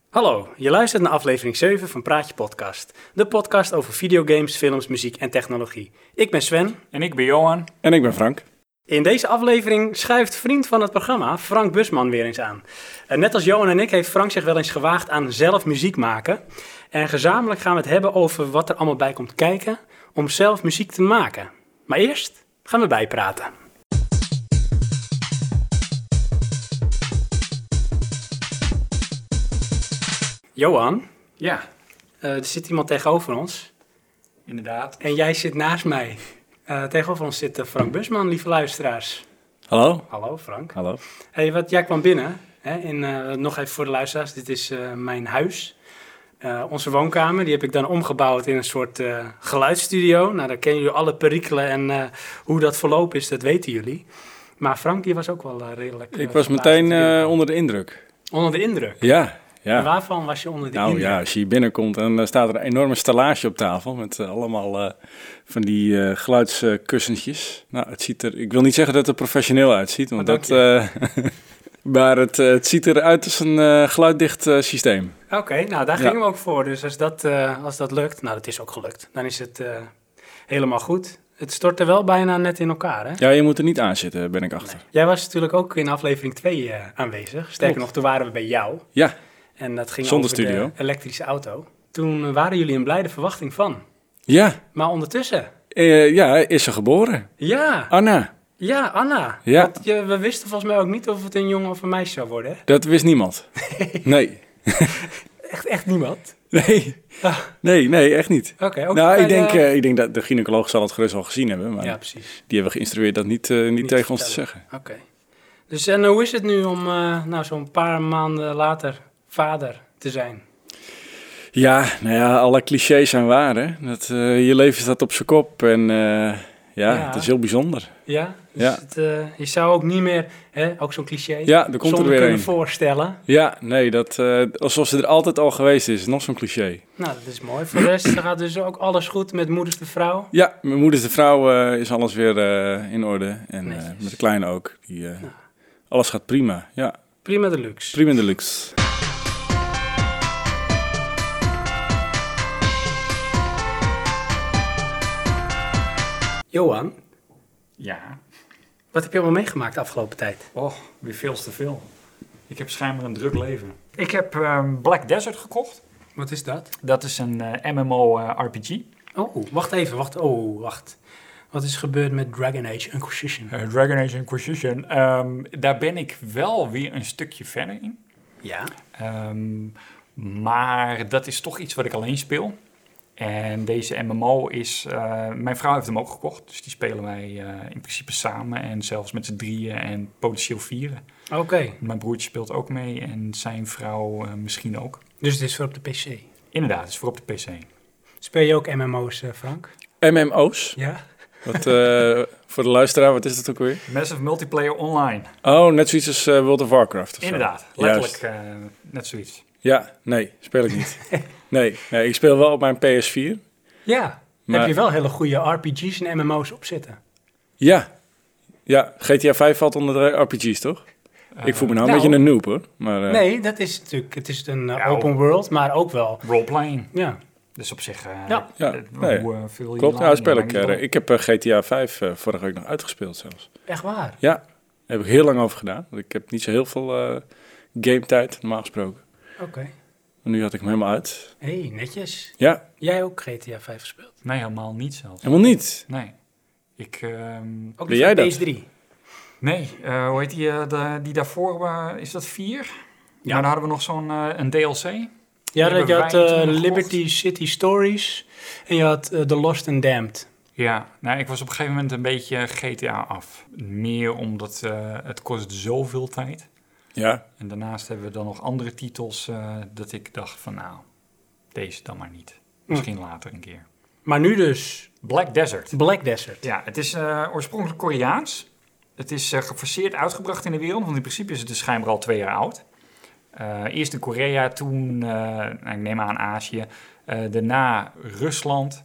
Hallo, je luistert naar aflevering 7 van Praatje Podcast. De podcast over videogames, films, muziek en technologie. Ik ben Sven. En ik ben Johan. En ik ben Frank. In deze aflevering schuift vriend van het programma, Frank Busman, weer eens aan. Net als Johan en ik heeft Frank zich wel eens gewaagd aan zelf muziek maken. En gezamenlijk gaan we het hebben over wat er allemaal bij komt kijken om zelf muziek te maken. Maar eerst gaan we bijpraten. Johan, Ja, er zit iemand tegenover ons inderdaad. en jij zit naast mij. Tegenover ons zit Frank Busman, lieve luisteraars. Hallo. Hallo Frank. Hallo. Hey, jij kwam binnen, hè, nog even voor de luisteraars, dit is mijn huis. Onze woonkamer, die heb ik dan omgebouwd in een soort geluidsstudio. Nou, daar kennen jullie alle perikelen en hoe dat verlopen is, dat weten jullie. Maar Frank, die was ook wel redelijk... Ik was meteen onder de indruk. Onder de indruk? Ja. En waarvan was je onder de indruk? Nou ja, als je hier binnenkomt en staat er een enorme stellage op tafel met allemaal van die geluidskussentjes. Nou, het ziet er... Ik wil niet zeggen dat het er professioneel uitziet, want maar het ziet eruit als een geluiddicht systeem. Oké, nou daar gingen we ook voor. Dus als dat lukt, nou dat is ook gelukt, dan is het helemaal goed. Het stortte wel bijna net in elkaar, hè? Ja, je moet er niet aan zitten, ben ik achter. Nee. Jij was natuurlijk ook in aflevering 2 aanwezig. Sterker nog, toen waren we bij jou. Ja. En dat ging Zonder over studio. de elektrische auto. Toen waren jullie in blijde verwachting van. Ja. Maar ondertussen... Is ze geboren. Ja. Anna. Ja, Anna. Ja. Want we wisten volgens mij ook niet of het een jongen of een meisje zou worden, hè? Dat wist niemand. Nee. Echt niemand? Nee. Ah. Nee, echt niet. Oké. Ook Nou, bij ik denk dat de gynaecoloog zal het gerust al gezien hebben. Maar ja, precies. die hebben geïnstrueerd dat niet tegen ons te zeggen. Oké. Dus en hoe is het nu om zo'n paar maanden later vader te zijn? Ja, nou ja, alle clichés zijn waar, hè. Dat, je leven staat op zijn kop en het is heel bijzonder. Ja? Dus Ja. je zou ook niet meer, ook zo'n cliché, Ja, er komt zonder er weer kunnen een. voorstellen. Ja, nee, alsof ze er altijd al geweest is. Nog zo'n cliché. Nou, dat is mooi. Voor de rest gaat dus ook alles goed met moeders de vrouw. Ja, mijn moeder, de vrouw, is alles weer in orde. En met de kleine ook. Alles gaat prima, ja. Prima deluxe. Prima deluxe. Johan, Ja. wat heb je allemaal meegemaakt de afgelopen tijd? Oh, weer veel te veel. Ik heb schijnbaar een druk leven. Ik heb Black Desert gekocht. Wat is dat? Dat is een MMO-RPG. Oh, wacht even. Wacht. Wat is gebeurd met Dragon Age Inquisition? Dragon Age Inquisition. Daar ben ik wel weer een stukje verder in. Ja. Maar dat is toch iets wat ik alleen speel. En deze MMO is... mijn vrouw heeft hem ook gekocht. Dus die spelen wij in principe samen. En zelfs met z'n 3 en potentieel 4. Oké. Mijn broertje speelt ook mee. En zijn vrouw misschien ook. Dus het is voor op de PC? Inderdaad, het is voor op de PC. Speel je ook MMO's, Frank? MMO's? Ja. Wat, voor de luisteraar, wat is dat ook weer? Massive Multiplayer Online. Oh, net zoiets als World of Warcraft of zo. Inderdaad, letterlijk net zoiets. Ja, nee, speel ik niet. nee, ik speel wel op mijn PS4. Ja. Maar... Heb je wel hele goede RPG's en MMO's op zitten? Ja, GTA 5 valt onder de RPG's, toch? Ik voel me nou een beetje een noob, hoor. Maar, nee, dat is natuurlijk... Het is een open world, maar ook wel... Roleplaying. Ja. Dus op zich... veel klopt, nou speel ik. Ik heb GTA 5 vorige week nog uitgespeeld zelfs. Echt waar? Ja, daar heb ik heel lang over gedaan. Want ik heb niet zo heel veel gametijd, normaal gesproken. Oké. Maar nu had ik hem helemaal uit. Hé, netjes. Ja. Jij ook GTA 5 gespeeld? Nee, helemaal niet zelfs. Helemaal niet? Nee. Ik... Ook ben jij dat? PS3? Nee, hoe heet die daarvoor? Is dat 4? Ja. Maar dan hadden we nog zo'n een DLC. Ja, je had wij Liberty City Stories en je had The Lost and Damned. Ja, nou, ik was op een gegeven moment een beetje GTA af. Meer omdat het kost zoveel tijd. Ja. En daarnaast hebben we dan nog andere titels dat ik dacht van nou, deze dan maar niet. Misschien later een keer. Maar nu dus... Black Desert. Black Desert. Ja, het is oorspronkelijk Koreaans. Het is geforceerd uitgebracht in de wereld, want in principe is het dus schijnbaar al 2 jaar oud. Eerst in Korea, toen, ik neem aan Azië, daarna Rusland,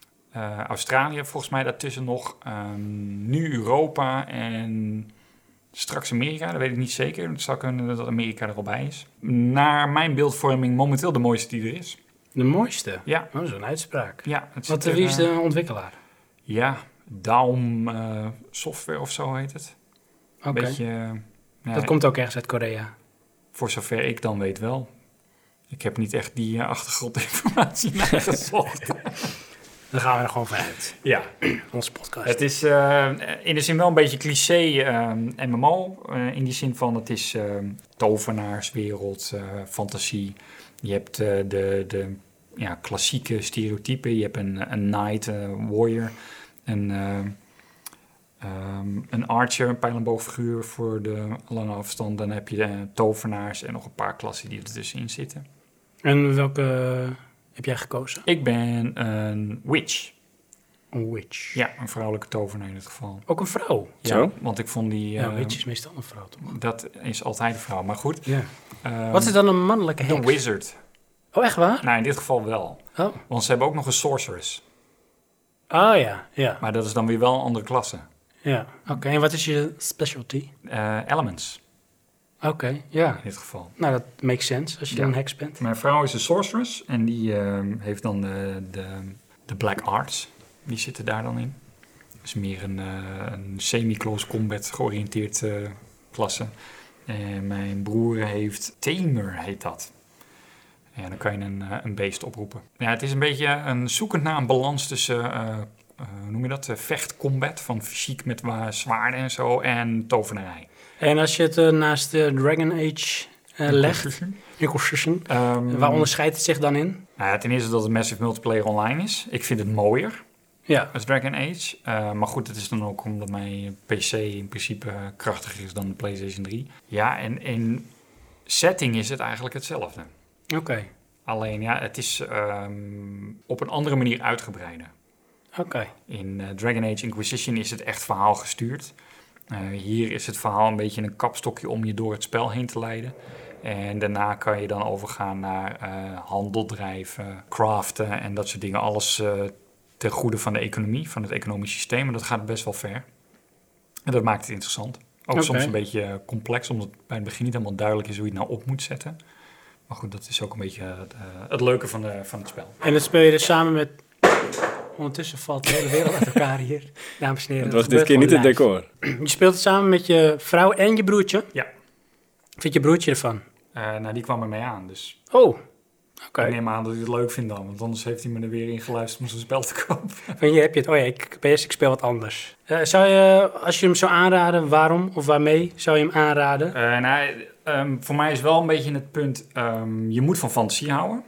Australië volgens mij daartussen nog, nu Europa en Straks Amerika, dat weet ik niet zeker. Het zou kunnen dat Amerika er al bij is. Naar mijn beeldvorming momenteel de mooiste die er is. De mooiste? Ja. Oh, zo'n uitspraak. Ja, Wie is de ontwikkelaar? Ja, Daum Software of zo heet het. Oké. Beetje, Dat komt ook ergens uit Korea. Voor zover ik dan weet wel. Ik heb niet echt die achtergrondinformatie nagezocht. Dan gaan we er gewoon vanuit. Ja. Onze podcast. Het is in de zin wel een beetje cliché MMO. In die zin van het is tovenaarswereld, fantasie. Je hebt de klassieke stereotypen. Je hebt een knight, warrior, een archer, een pijl- en boogfiguur voor de lange afstand. Dan heb je tovenaars en nog een paar klassen die er tussenin zitten. En welke heb jij gekozen? Ik ben een witch. Een witch. Ja, een vrouwelijke tovenaar in dit geval. Ook een vrouw? Ja, Zo? want ik vond die... Ja, witch is meestal een vrouw, toch? Dat is altijd een vrouw, maar goed. Ja. Wat is dan een mannelijke Een heks? wizard. Oh, echt waar? Nou, in dit geval wel. Oh. Want ze hebben ook nog een sorceress. Ah, ja. Ja. Maar dat is dan weer wel een andere klasse. Ja. Oké, en wat is je specialty? Elements, Oké, ja. in dit geval. Nou, dat makes sense als je Ja. dan een heks bent. Mijn vrouw is een sorceress en die heeft dan de black arts. Die zitten daar dan in. Dat is meer een semi-close combat georiënteerd klasse. En mijn broer heeft Tamer, heet dat. Ja, dan kan je een beest oproepen. Ja, het is een beetje een zoekend naar een balans tussen, hoe noem je dat, vechtcombat, van fysiek met zwaarden en zo, en tovenarij. En als je het naast de Dragon Age legt, Inquisition, waar onderscheidt het zich dan in? Nou ja, ten eerste dat het massive multiplayer online is. Ik vind het mooier Ja. als Dragon Age. Maar goed, het is dan ook omdat mijn PC in principe krachtiger is dan de PlayStation 3. Ja, en in setting is het eigenlijk hetzelfde. Oké. Alleen ja, het is op een andere manier uitgebreider. Oké. In Dragon Age Inquisition is het echt verhaal gestuurd. Hier is het verhaal een beetje een kapstokje om je door het spel heen te leiden. En daarna kan je dan overgaan naar handel drijven, craften en dat soort dingen. Alles ten goede van de economie, van het economisch systeem. En dat gaat best wel ver. En dat maakt het interessant. Ook soms een beetje complex, omdat bij het begin niet helemaal duidelijk is hoe je het nou op moet zetten. Maar goed, dat is ook een beetje het leuke van het spel. En dat speel je dus samen met... Ondertussen valt de hele wereld uit elkaar hier. Dames en heren. Het was dat dit keer niet het gebeurt gewoon decor. Je speelt het samen met je vrouw en je broertje? Ja. Wat vind je broertje ervan? Nou, die kwam er mee aan, dus Oh, oké. ik neem aan dat hij het leuk vindt dan. Want anders heeft hij me er weer in geluisterd om zijn spel te kopen. Van hier heb je het. Oh ja, ik speel wat anders. Zou je, als je hem zou aanraden, waarom of waarmee zou je hem aanraden? Voor mij is wel een beetje het punt, je moet van fantasie houden.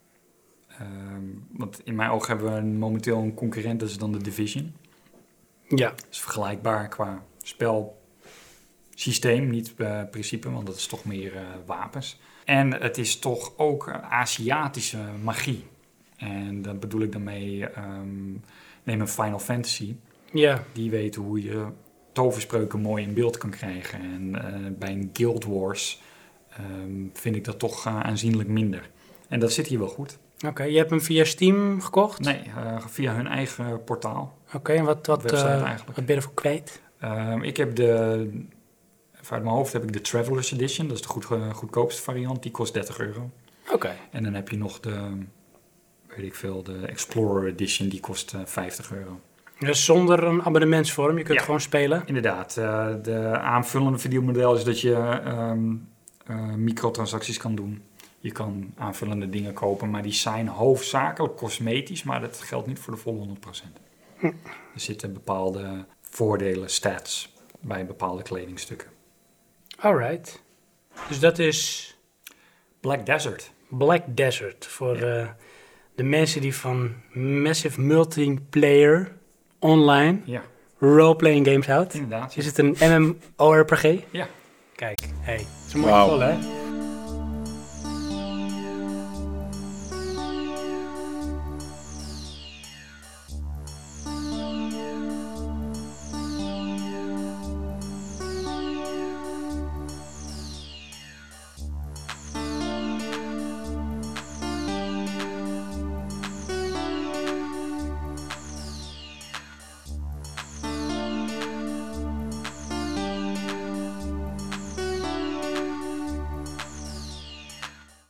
Want in mijn ogen hebben we momenteel een concurrent, dat is dan de Division. Ja. Dat is vergelijkbaar qua spelsysteem, niet principe, want dat is toch meer wapens. En het is toch ook Aziatische magie. En dat bedoel ik daarmee, neem een Final Fantasy. Ja. Die weet hoe je toverspreuken mooi in beeld kan krijgen. En bij een Guild Wars vind ik dat toch aanzienlijk minder. En dat zit hier wel goed. Oké, je hebt hem via Steam gekocht? Nee, via hun eigen portaal. Oké, en wat eigenlijk. ben je ervoor kwijt? Ik heb uit mijn hoofd heb ik de Traveler's Edition. Dat is de goedkoopste variant. Die kost €30. Oké. En dan heb je nog de Explorer Edition. Die kost €50. Dus zonder een abonnementsvorm, je kunt gewoon spelen? Inderdaad. De aanvullende verdienmodel is dat je microtransacties kan doen. Je kan aanvullende dingen kopen, maar die zijn hoofdzakelijk cosmetisch, maar dat geldt niet voor de volle 100%. Er zitten bepaalde voordelen, stats, bij bepaalde kledingstukken. Alright. Dus dat is Black Desert. Black Desert. Voor de mensen die van massive multiplayer online role-playing games houdt. Inderdaad. Ja. Is het een MMORPG? Ja. Kijk, hey, dat is een mooie geval, hè?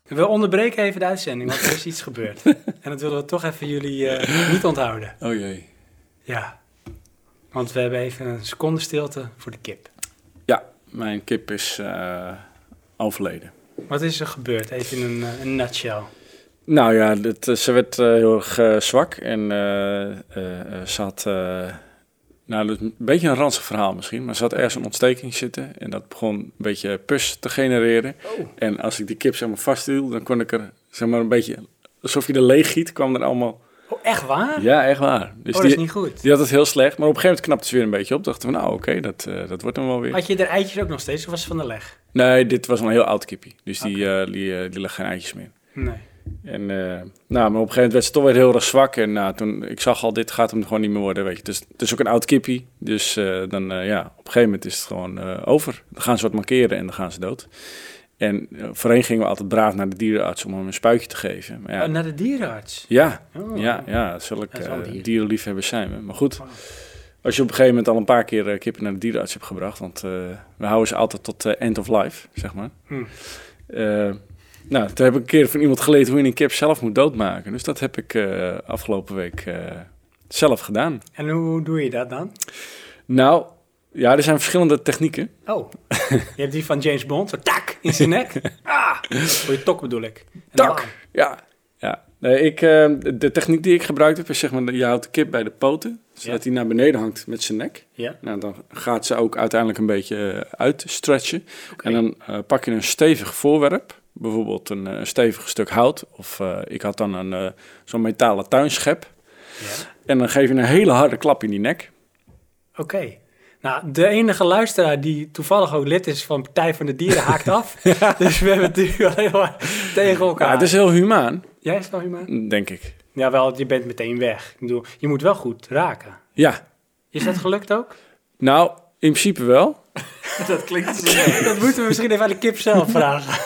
We onderbreken even de uitzending, want er is iets gebeurd. En dat willen we toch even jullie niet onthouden. Oh jee. Ja, want we hebben even een seconde stilte voor de kip. Ja, mijn kip is overleden. Wat is er gebeurd? Even in een nutshell. Nou ja, ze werd heel erg zwak en ze had... Nou, dat is een beetje een ranzig verhaal misschien, maar ze had ergens een ontsteking zitten en dat begon een beetje pus te genereren. Oh. En als ik die kip zeg maar vasthield, dan kon ik er zeg maar een beetje, alsof je er leeg giet, kwam er allemaal... Oh, echt waar? Ja, echt waar. Dus dat is niet goed. Die had het heel slecht, maar op een gegeven moment knapte ze weer een beetje op. Dachten we, nou oké, dat wordt hem wel weer. Had je er eitjes ook nog steeds of was het van de leg? Nee, dit was een heel oud kippie, dus die legt geen eitjes meer. Nee. En, maar op een gegeven moment werd ze toch weer heel erg zwak. En toen, ik zag al, dit gaat hem gewoon niet meer worden, weet je. Dus het is ook een oud kippie. Dus op een gegeven moment is het gewoon over. Dan gaan ze wat mankeren en dan gaan ze dood. En voorheen gingen we altijd braaf naar de dierenarts om hem een spuitje te geven. Maar ja, naar de dierenarts? Ja, Oh. ja, zulke dierenliefhebbers zijn we. Maar goed, als je op een gegeven moment al een paar keer kippen naar de dierenarts hebt gebracht. Want we houden ze altijd tot end of life, zeg maar. Nou, toen heb ik een keer van iemand geleerd hoe je een kip zelf moet doodmaken. Dus dat heb ik afgelopen week zelf gedaan. En hoe doe je dat dan? Nou, ja, er zijn verschillende technieken. Oh, je hebt die van James Bond, zo tak, in zijn nek. Voor je tok bedoel ik. En Tak, dan- ja. Nee, de techniek die ik gebruikt heb is zeg maar, je houdt de kip bij de poten, zodat hij naar beneden hangt met zijn nek. Ja. Nou, dan gaat ze ook uiteindelijk een beetje uitstretchen. Oké. En dan pak je een stevig voorwerp. Bijvoorbeeld een stevig stuk hout. Of ik had dan zo'n metalen tuinschep. Ja. En dan geef je een hele harde klap in die nek. Oké. Nou, de enige luisteraar die toevallig ook lid is van Partij van de Dieren haakt af. Dus we hebben het nu al heel hard tegen elkaar. Ja, het is heel humaan, Jij is wel humaan? denk ik. Ja, wel, je bent meteen weg. Ik bedoel, je moet wel goed raken. Ja, Is dat gelukt ook? nou, in principe wel. Dat klinkt Dat moeten we misschien even aan de kip zelf vragen.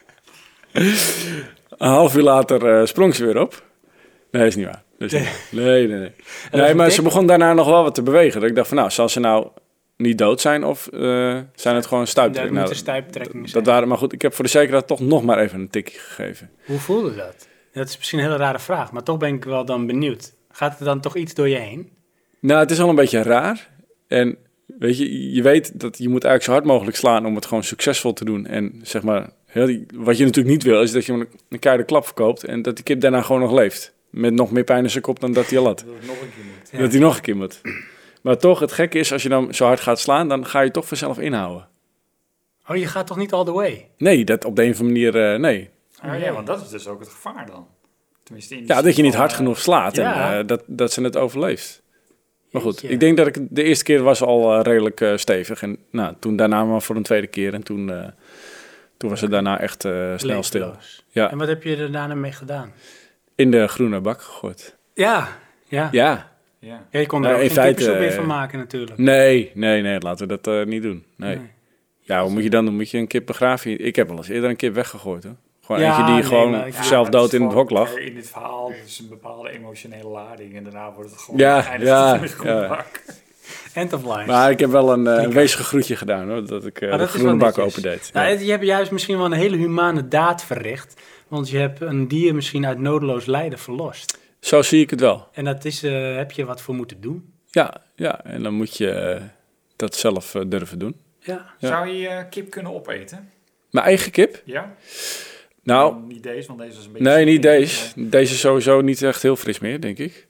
Een half uur later sprong ze weer op. Nee, is niet waar. Dat is niet waar. Nee. Nee, maar ze begon daarna nog wel wat te bewegen. Dat ik dacht van, nou, zal ze nou niet dood zijn of zijn het gewoon Dat stuiptrekkingen? moeten stuiptrekkingen Dat zijn. waren, maar goed, ik heb voor de zekerheid toch nog maar even een tikje gegeven. Hoe voelde dat? Dat is misschien een hele rare vraag, maar toch ben ik wel dan benieuwd. Gaat er dan toch iets door je heen? Nou, het is al een beetje raar. En weet je weet dat je moet eigenlijk zo hard mogelijk slaan om het gewoon succesvol te doen. En zeg maar, wat je natuurlijk niet wil, is dat je een keiharde klap verkoopt en dat die kip daarna gewoon nog leeft. Met nog meer pijn in zijn kop dan dat hij al had. Dat het nog een keer moet. Ja. Dat hij nog een keer moet. Maar toch, het gekke is, als je dan zo hard gaat slaan, dan ga je toch vanzelf inhouden. Oh, je gaat toch niet all the way? Nee, dat op de een of andere manier, nee. Ah, ja, want dat is dus ook het gevaar dan. Tenminste, in die Ja, zin dat je niet van, hard genoeg slaat ja. en dat ze het overleeft. Maar goed, Jeetje. ik denk dat ik de eerste keer was al redelijk stevig. En nou, toen daarna maar voor een tweede keer. En toen was het daarna echt snel stil. Levenloos. Ja. En wat heb je er daarna mee gedaan? In de groene bak gegooid. Ja. Ja. Ja. Ja, je kon er Nou, ook in geen feite, kippensoep meer van maken natuurlijk. Nee, laten we dat niet doen. Nee. Nee. Ja, hoe moet je dan? Dan moet je een kip begraven. Ik heb wel eens eerder een kip weggegooid hoor. Gewoon Ja, eentje die nee, gewoon maar ik- zelf maar dood in het gewoon, hok lag. In dit verhaal is een bepaalde emotionele lading en daarna wordt het gewoon Ja, eindigt ja, het in de groene ja. bak. End of life. Maar ik heb wel een weesige groetje gedaan hoor. Dat ik dat de is groene wel bak netjes. opendeed. Nou, Ja. je hebt juist misschien wel een hele humane daad verricht. Want je hebt een dier misschien uit nodeloos lijden verlost. Zo zie ik het wel. En dat is, heb je wat voor moeten doen. Ja, en dan moet je dat zelf durven doen. Ja. Ja. Zou je je kip kunnen opeten? Mijn eigen kip? Ja? Nou, Niet deze, want deze is een beetje... nee, niet smerig, deze. Deze is sowieso niet echt heel fris meer, denk ik.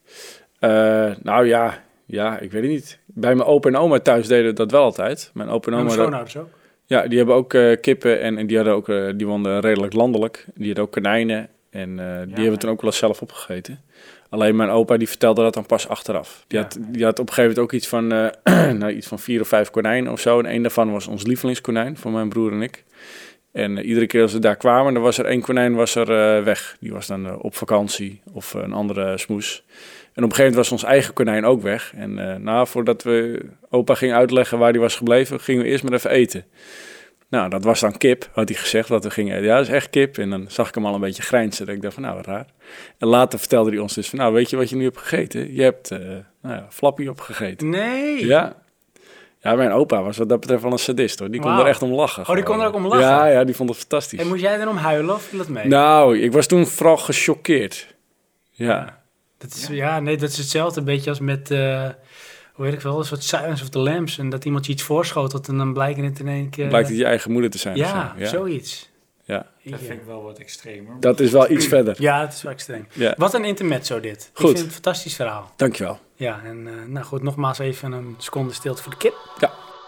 Nou ja, ik weet het niet. Bij mijn opa en oma thuis deden dat wel altijd. Mijn opa en En mijn oma... schoonouders ook. Ja, die hebben ook kippen en die hadden ook, die woonden redelijk landelijk. Die hadden ook konijnen en die hebben we toen ook wel eens zelf opgegeten. Alleen mijn opa die vertelde dat dan pas achteraf. Die had op een gegeven moment ook iets van, iets van 4 of 5 konijnen of zo. En één daarvan was ons lievelingskonijn van mijn broer en ik. En iedere keer als we daar kwamen, dan was er 1 konijn weg. Die was dan op vakantie of een andere smoes. En op een gegeven moment was ons eigen konijn ook weg. En voordat we opa ging uitleggen waar die was gebleven, gingen we eerst maar even eten. Nou, dat was dan kip, had hij gezegd, dat we gingen eten. Ja, dat is echt kip. En dan zag ik hem al een beetje grijnzen. Dat ik dacht van, nou, wat raar. En later vertelde hij ons dus van, nou, weet je wat je nu hebt gegeten? Je hebt Flappy opgegeten. Nee. Ja. Ja, mijn opa was wat dat betreft wel een sadist, hoor. Die kon Wauw. er echt om lachen. Oh, die kon er ook om lachen? Ja, die vond het fantastisch. En moest jij er om huilen of viel dat mee? Nou, ik was toen vooral gechoqueerd. Ja. Dat is hetzelfde een beetje als met, hoe weet ik wel, een soort Silence of the Lambs. En dat iemand je iets voorschotelt en dan blijkt het in één keer... Blijkt het je eigen moeder te zijn. Ja, of zo. zoiets. Ja. Dat vind ik wel wat extremer. Dat is wel iets verder. Ja, het is wel extreem. Ja. Wat een intermezzo dit. Goed. Ik vind het een fantastisch verhaal. Dankjewel. Ja, en nou goed, nogmaals even een seconde stilte voor de kip. Ja.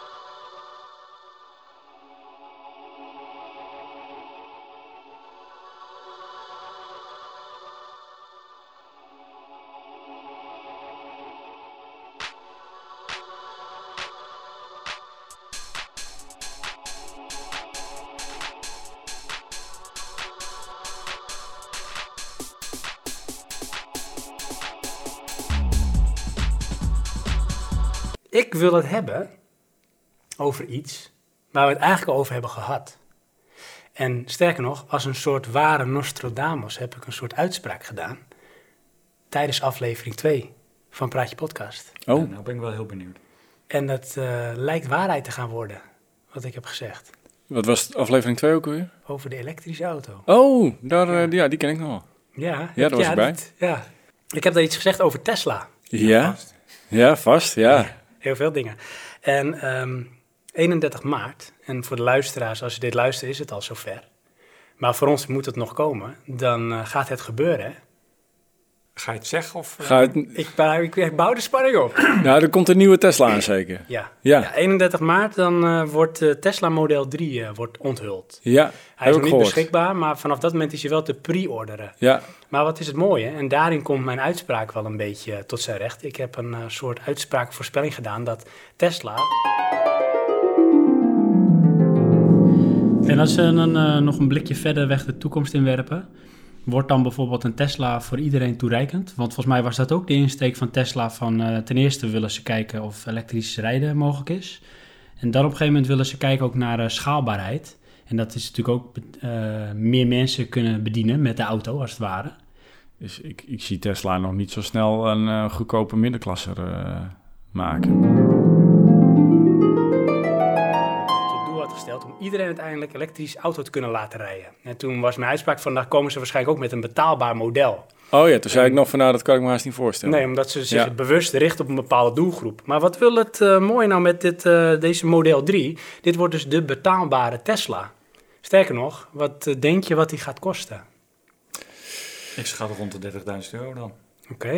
Ik wil het hebben over iets waar we het eigenlijk al over hebben gehad. En sterker nog, als een soort ware Nostradamus heb ik een soort uitspraak gedaan tijdens aflevering 2 van Praatje Podcast. Oh, Ja, nou ben ik wel heel benieuwd. En dat lijkt waarheid te gaan worden, wat ik heb gezegd wat was het, aflevering 2 ook alweer? over de elektrische auto. Oh, daar, die ken ik nog wel. Ja, Ja, daar was ik bij. Ja. Ik heb daar iets gezegd over Tesla. Ja, ja, vast, ja. Heel veel dingen. En 31 maart, en voor de luisteraars, als je dit luistert, is het al zover. Maar voor ons moet het nog komen. Dan gaat het gebeuren. Hè? Ga je het zeggen of... Ik bouw de spanning op. Nou, er komt een nieuwe Tesla aan zeker. Ja. Ja. Ja, 31 maart, dan wordt Tesla Model 3 wordt onthuld. Ja, Hij is nog heb ik niet gehoord. beschikbaar, maar vanaf dat moment is hij wel te pre-orderen. Ja, Maar wat is het mooie? En daarin komt mijn uitspraak wel een beetje tot zijn recht. Ik heb een soort uitspraakvoorspelling gedaan dat Tesla... En als we dan nog een blikje verder weg de toekomst inwerpen, wordt dan bijvoorbeeld een Tesla voor iedereen toereikend? Want volgens mij was dat ook de insteek van Tesla van ten eerste willen ze kijken of elektrisch rijden mogelijk is. En dan op een gegeven moment willen ze kijken ook naar schaalbaarheid. En dat is natuurlijk ook meer mensen kunnen bedienen met de auto als het ware. dus ik zie Tesla nog niet zo snel een goedkope middenklasser maken. Gesteld om iedereen uiteindelijk elektrisch auto te kunnen laten rijden. En toen was mijn uitspraak van, daar komen ze waarschijnlijk ook met een betaalbaar model. Oh ja, toen zei ik nog van, nou, dat kan ik me haast niet voorstellen. Nee, omdat ze zich Ja. bewust richten op een bepaalde doelgroep. Maar wat wil het mooi nou met deze Model 3? Dit wordt dus de betaalbare Tesla. Sterker nog, wat denk je wat die gaat kosten? Ik schat rond de €30.000 dan. Oké.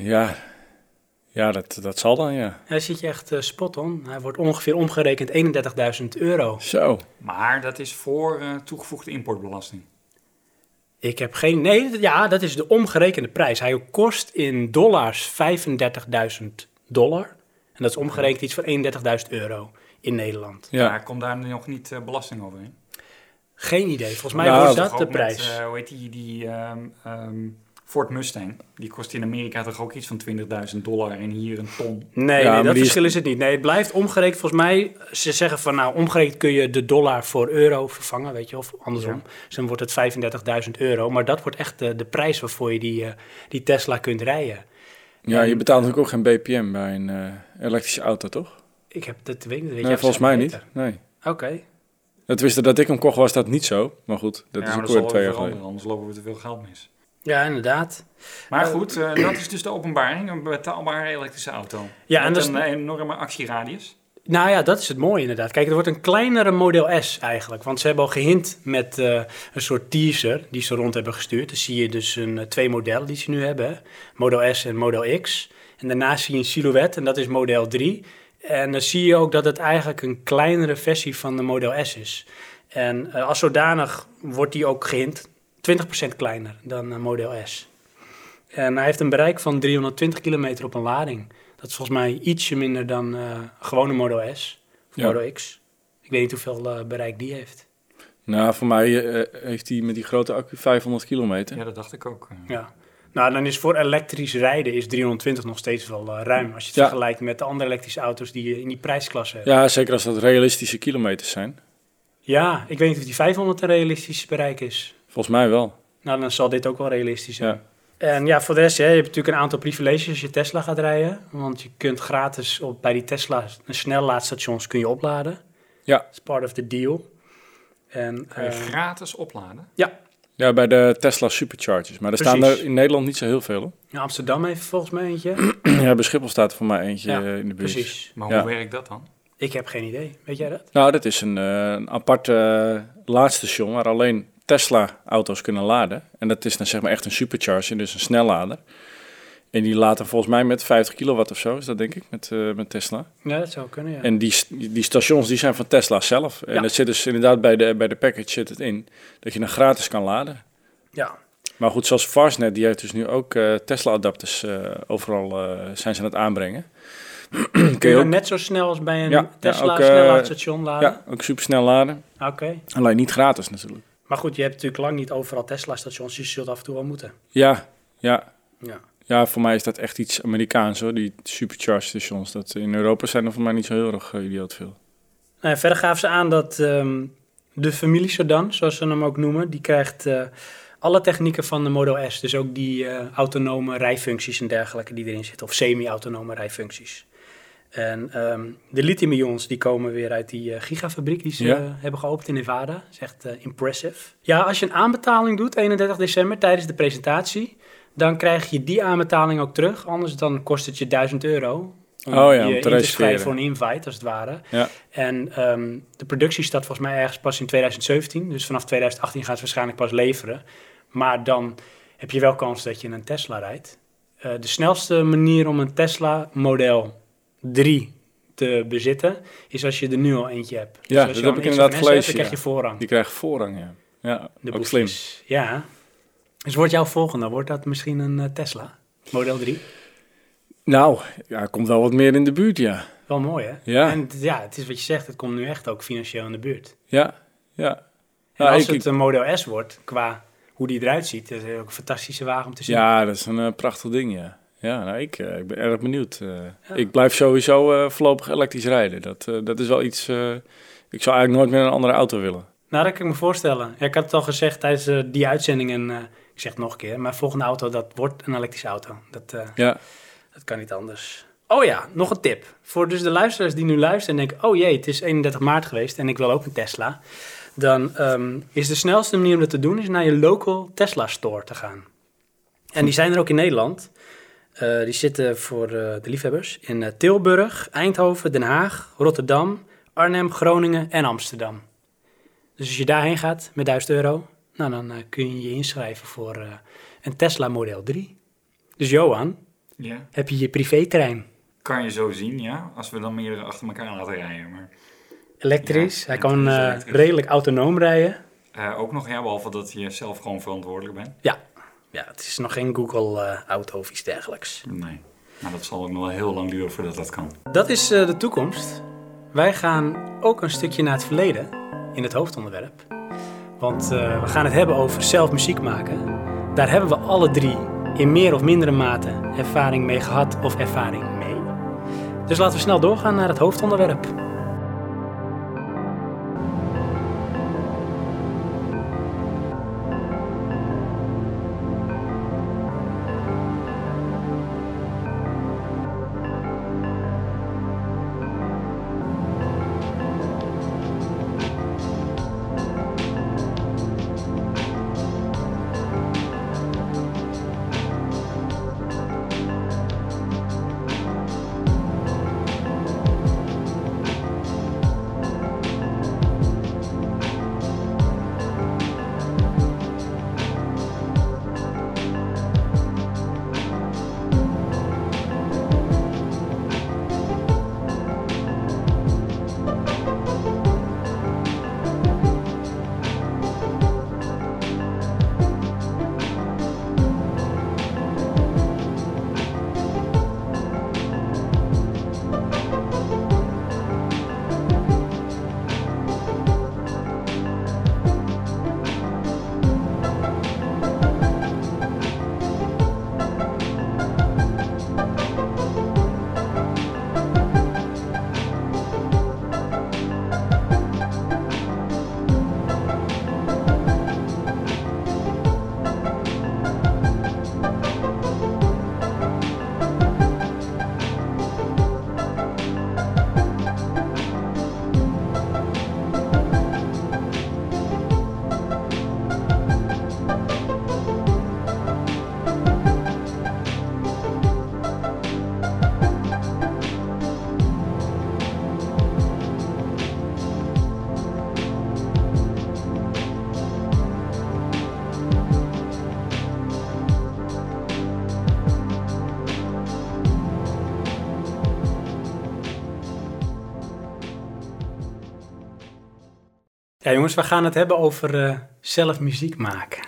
Ja, dat zal dan, ja. Daar zit je echt spot on. Hij wordt ongeveer omgerekend €31.000. Zo. Maar dat is voor toegevoegde importbelasting. Ik heb geen... Nee, ja, dat is de omgerekende prijs. Hij kost in dollars $35.000. En dat is omgerekend iets van €31.000 in Nederland. Ja. Maar komt daar nog niet belasting overheen? Geen idee. Volgens mij Nou, wordt Toch dat de ook met, prijs. hoe heet die Ford Mustang. Die kost in Amerika toch ook iets van $20.000 en hier een ton. Nee, Ja, maar dat die verschil is het niet. Nee, het blijft omgerekend. Volgens mij, ze zeggen van nou, omgerekend kun je de dollar voor euro vervangen, weet je, of andersom. Ja. Dus dan wordt het €35.000. Maar dat wordt echt de prijs waarvoor je die Tesla kunt rijden. Ja, En, je betaalt natuurlijk ook geen BPM bij een elektrische auto, toch? Ik heb dat, weet niet. Weet Nee, jij volgens mij niet. beter? Nee. Oké. Dat wist dat ik hem kocht, was dat niet zo. Maar goed, dat Ja, is maar ook dat weer zal 2 jaar wel geleden. veranderen, anders lopen we te veel geld mis. Ja, inderdaad. Maar goed, dat is dus de openbaring. Een betaalbare elektrische auto. Ja, en Met dat is- een enorme actieradius. Nou ja, dat is het mooie inderdaad. Kijk, het wordt een kleinere Model S eigenlijk. Want ze hebben al gehint met een soort teaser die ze rond hebben gestuurd. Dan zie je dus twee modellen die ze nu hebben. Hè? Model S en Model X. En daarnaast zie je een silhouet en dat is Model 3. En dan zie je ook dat het eigenlijk een kleinere versie van de Model S is. En als zodanig wordt die ook gehint 20% kleiner dan Model S. En hij heeft een bereik van 320 kilometer op een lading. Dat is volgens mij ietsje minder dan gewone Model S of Ja. Model X. Ik weet niet hoeveel bereik die heeft. Nou, voor mij heeft hij met die grote accu 500 kilometer. Ja, dat dacht ik ook. Ja. Nou, dan is voor elektrisch rijden is 320 nog steeds wel ruim. Als je het Ja. vergelijkt met de andere elektrische auto's die je in die prijsklasse hebt. Ja, zeker als dat realistische kilometers zijn. Ja, ik weet niet of die 500 een realistisch bereik is. Volgens mij wel. Nou, dan zal dit ook wel realistisch zijn. Ja. En ja, voor de rest, je hebt natuurlijk een aantal privileges als je Tesla gaat rijden. Want je kunt gratis bij die Tesla snellaadstations kun je opladen. Ja. It's part of the deal. En, Kan je gratis opladen? Ja, bij de Tesla Superchargers. Maar er staan er in Nederland niet zo heel veel. Hoor. Ja, Amsterdam heeft volgens mij eentje. Ja, bij Schiphol staat er voor mij eentje in de buurt. Precies. Maar hoe werkt dat dan? Ik heb geen idee. Weet jij dat? Nou, dat is een apart laadstation waar alleen Tesla-auto's kunnen laden. En dat is dan zeg maar echt een supercharger, dus een snellader. En die laten volgens mij met 50 kilowatt of zo, is dat denk ik, met Tesla. Ja, dat zou kunnen, ja. En die stations die zijn van Tesla zelf. En dat zit dus inderdaad bij de package zit het in, dat je dan gratis kan laden. Ja. Maar goed, zoals Fastnet, die heeft dus nu ook Tesla-adapters overal zijn ze aan het aanbrengen. Kun je ook net zo snel als bij een Tesla snellaadstation laden? Ja, ook supersnel laden. Oké. Alleen niet gratis natuurlijk. Maar goed, je hebt natuurlijk lang niet overal Tesla-stations, dus je zult af en toe wel moeten. Ja. Ja, Voor mij is dat echt iets Amerikaans hoor, die supercharge stations. Dat in Europa zijn er voor mij niet zo heel erg idioot veel. Nou ja, verder gaven ze aan dat de familie Sedan, zoals ze hem ook noemen, die krijgt alle technieken van de Model S. Dus ook die autonome rijfuncties en dergelijke die erin zitten, of semi-autonome rijfuncties. En de lithium-ions die komen weer uit die gigafabriek die ze hebben geopend in Nevada. Dat is echt impressive. Ja, als je een aanbetaling doet, 31 december, tijdens de presentatie, dan krijg je die aanbetaling ook terug. Anders dan kost het je €1000 om je in te schrijven voor een invite, als het ware. Ja. En de productie staat volgens mij ergens pas in 2017. Dus vanaf 2018 gaan ze waarschijnlijk pas leveren. Maar dan heb je wel kans dat je een Tesla rijdt. De snelste manier om een Tesla Model 3 te bezitten is als je er nu al eentje hebt. Ja, dus als dat je heb ik inderdaad gelezen. Dan krijg je voorrang. Die krijgen voorrang, ja. Ja, de ook slim. Ja. Dus wordt jouw volgende, wordt dat misschien een Tesla Model 3? Nou, ja, komt wel wat meer in de buurt, ja. Wel mooi, hè? Ja. En ja, het is wat je zegt, het komt nu echt ook financieel in de buurt. Ja. En als het een Model S wordt, qua hoe die eruit ziet, dat is ook een fantastische wagen om te zien. Ja, dat is een prachtig ding, ja. Ja, nou, ik ben erg benieuwd. Ik blijf sowieso voorlopig elektrisch rijden. Dat is wel iets... ik zou eigenlijk nooit meer een andere auto willen. Nou, dat kan ik me voorstellen. Ja, ik had het al gezegd tijdens die uitzending en ik zeg het nog een keer. Mijn volgende auto, dat wordt een elektrische auto. Dat kan niet anders. Oh ja, nog een tip. Voor dus de luisteraars die nu luisteren en denken, oh jee, het is 31 maart geweest en ik wil ook een Tesla. Dan is de snelste manier om dat te doen, is naar je local Tesla store te gaan. En die zijn er ook in Nederland. Die zitten voor de liefhebbers in Tilburg, Eindhoven, Den Haag, Rotterdam, Arnhem, Groningen en Amsterdam. Dus als je daarheen gaat met €1000, nou, dan kun je je inschrijven voor een Tesla Model 3. Dus Johan, heb je je privétrein? Kan je zo zien, ja. Als we dan meerdere achter elkaar laten rijden. Maar... Elektrisch. Hij kan redelijk autonoom rijden. Ook nog, ja, behalve dat je zelf gewoon verantwoordelijk bent. Ja, het is nog geen Google-auto of iets dergelijks. Nee, maar dat zal ook nog wel heel lang duren voordat dat kan. Dat is de toekomst. Wij gaan ook een stukje naar het verleden in het hoofdonderwerp. Want we gaan het hebben over zelf muziek maken. Daar hebben we alle drie in meer of mindere mate ervaring mee gehad of ervaring mee. Dus laten we snel doorgaan naar het hoofdonderwerp. Ja, jongens, we gaan het hebben over zelf muziek maken.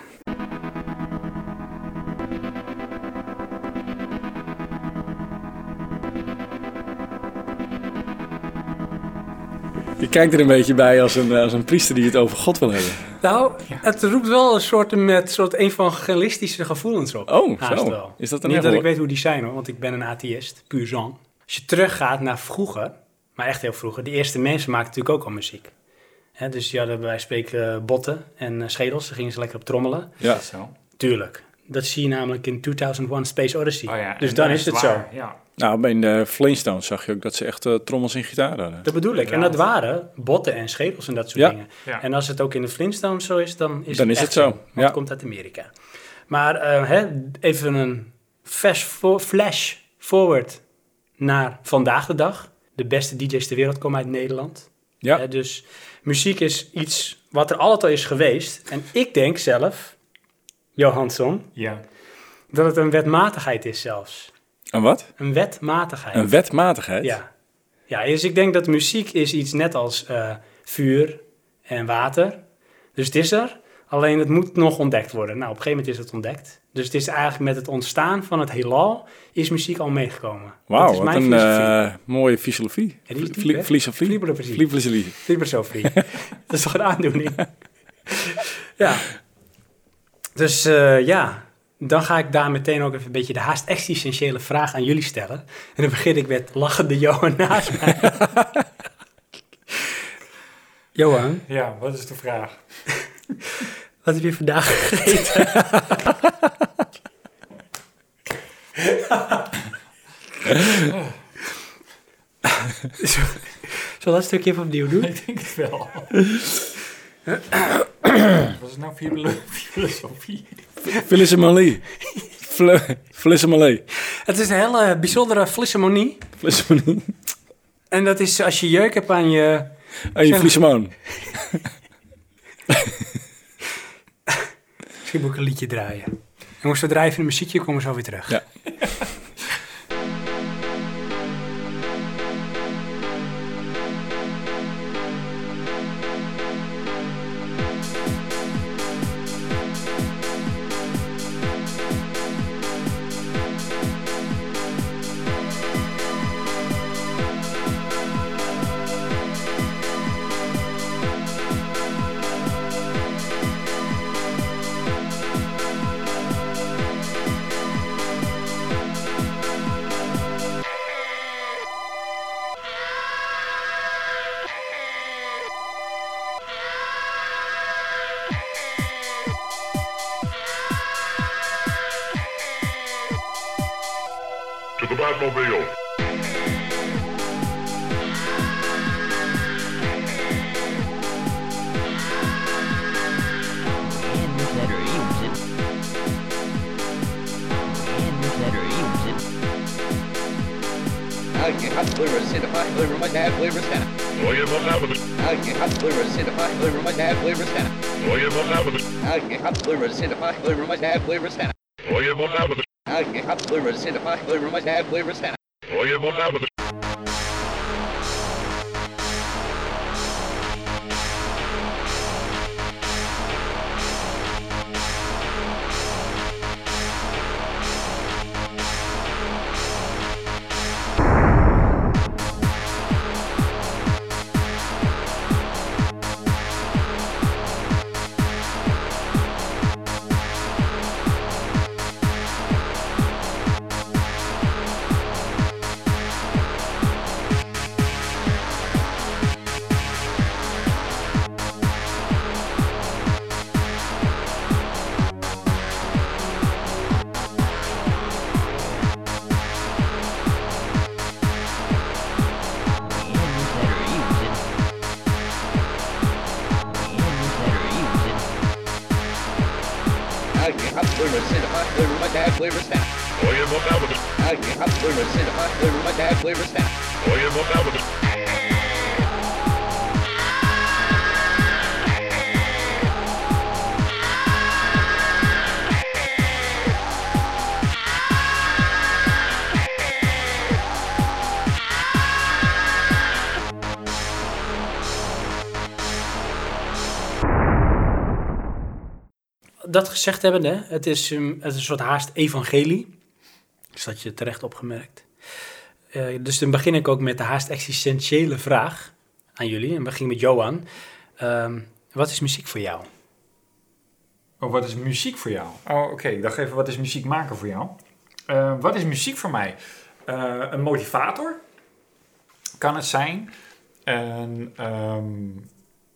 Je kijkt er een beetje bij als een priester die het over God wil hebben. Nou, het roept wel een soort evangelistische gevoelens op. Oh, haast zo. wel. Is dat een Niet dat erg ik weet hoe die zijn hoor, want ik ben een atheïst, puur zang. Als je teruggaat naar vroeger, maar echt heel vroeger, de eerste mensen maakten natuurlijk ook al muziek. Hè, dus die hadden bij wijze van spreken botten en schedels, daar gingen ze lekker op trommelen. Ja. Zo. Tuurlijk. Dat zie je namelijk in 2001 Space Odyssey. Oh ja, dus en dan dat is het waar, zo. Ja. Nou, in de Flintstones zag je ook dat ze echt trommels en gitaar hadden. Dat bedoel ik. En dat waren botten en schedels en dat soort Ja. dingen. Ja. En als het ook in de Flintstones zo is, dan is Dan het is echt het zo, Want ja. het komt uit Amerika. Maar even een flash forward naar vandaag de dag. De beste DJ's ter wereld komen uit Nederland. Ja. Dus muziek is iets wat er altijd al is geweest. En ik denk zelf, Johansson, Ja. dat het een wetmatigheid is zelfs. Een wat? Een wetmatigheid. Een wetmatigheid? Ja. Ja, dus ik denk dat muziek is iets net als vuur en water. Dus het is er, alleen het moet nog ontdekt worden. Nou, op een gegeven moment is het ontdekt. Dus het is eigenlijk met het ontstaan van het heelal is muziek al meegekomen. Dat Wauw, is wat mijn een filosofie. mooie filosofie. Ja, die is diep, hè? Filosofie? Filosofie. Filosofie. Filosofie. Dat is toch een aandoening? Ja. Dus dan ga ik daar meteen ook even een beetje de haast existentiële vraag aan jullie stellen. En dan begin ik met lachende Johan naast mij. Johan, Ja, wat is de vraag? wat heb je vandaag gegeten? Zal dat stukje even opnieuw doen? Ik denk het wel. Wat is nou filosofie? Filosofie. Filosofie. Het is een hele bijzondere flissemonie. Filosofie. En dat is als je jeuk hebt aan je... En je Fliesmoon. Misschien moet ik een liedje draaien. Jongens, we draaien even een muziekje, komen we zo weer terug. Ja. To the Batmobile. I get hot flavor, cinnamon, flavor, my dad flavor, Santa. Oh, yeah, what's happening? I get hot flavor, cinnamon, flavor, my dad flavor, Santa. Oh, yeah, what's happening? I get hot flavor, cinnamon, flavor, my dad flavor, Santa. Oh, yeah, what's happening? I get hot flavor, cinnamon, flavor, my dad flavor, Santa. Oh, yeah, what's happening? I get hot flavor, cinnamon, flavor, my dad flavor, Santa. Oh, yeah, what's happening? I get hot flavor, cinnamon, flavor, my dad flavor, Santa. Oh, yeah, what's happening? dat gezegd hebbende, het is een soort haast evangelie. Dus dat je terecht opgemerkt. Dus dan begin ik ook met de haast existentiële vraag aan jullie. En we beginnen met Johan. Wat is muziek voor jou? Oh, wat is muziek voor jou? Oh, oké. Ik dacht even, wat is muziek maken voor jou? Wat is muziek voor mij? Een motivator kan het zijn. Een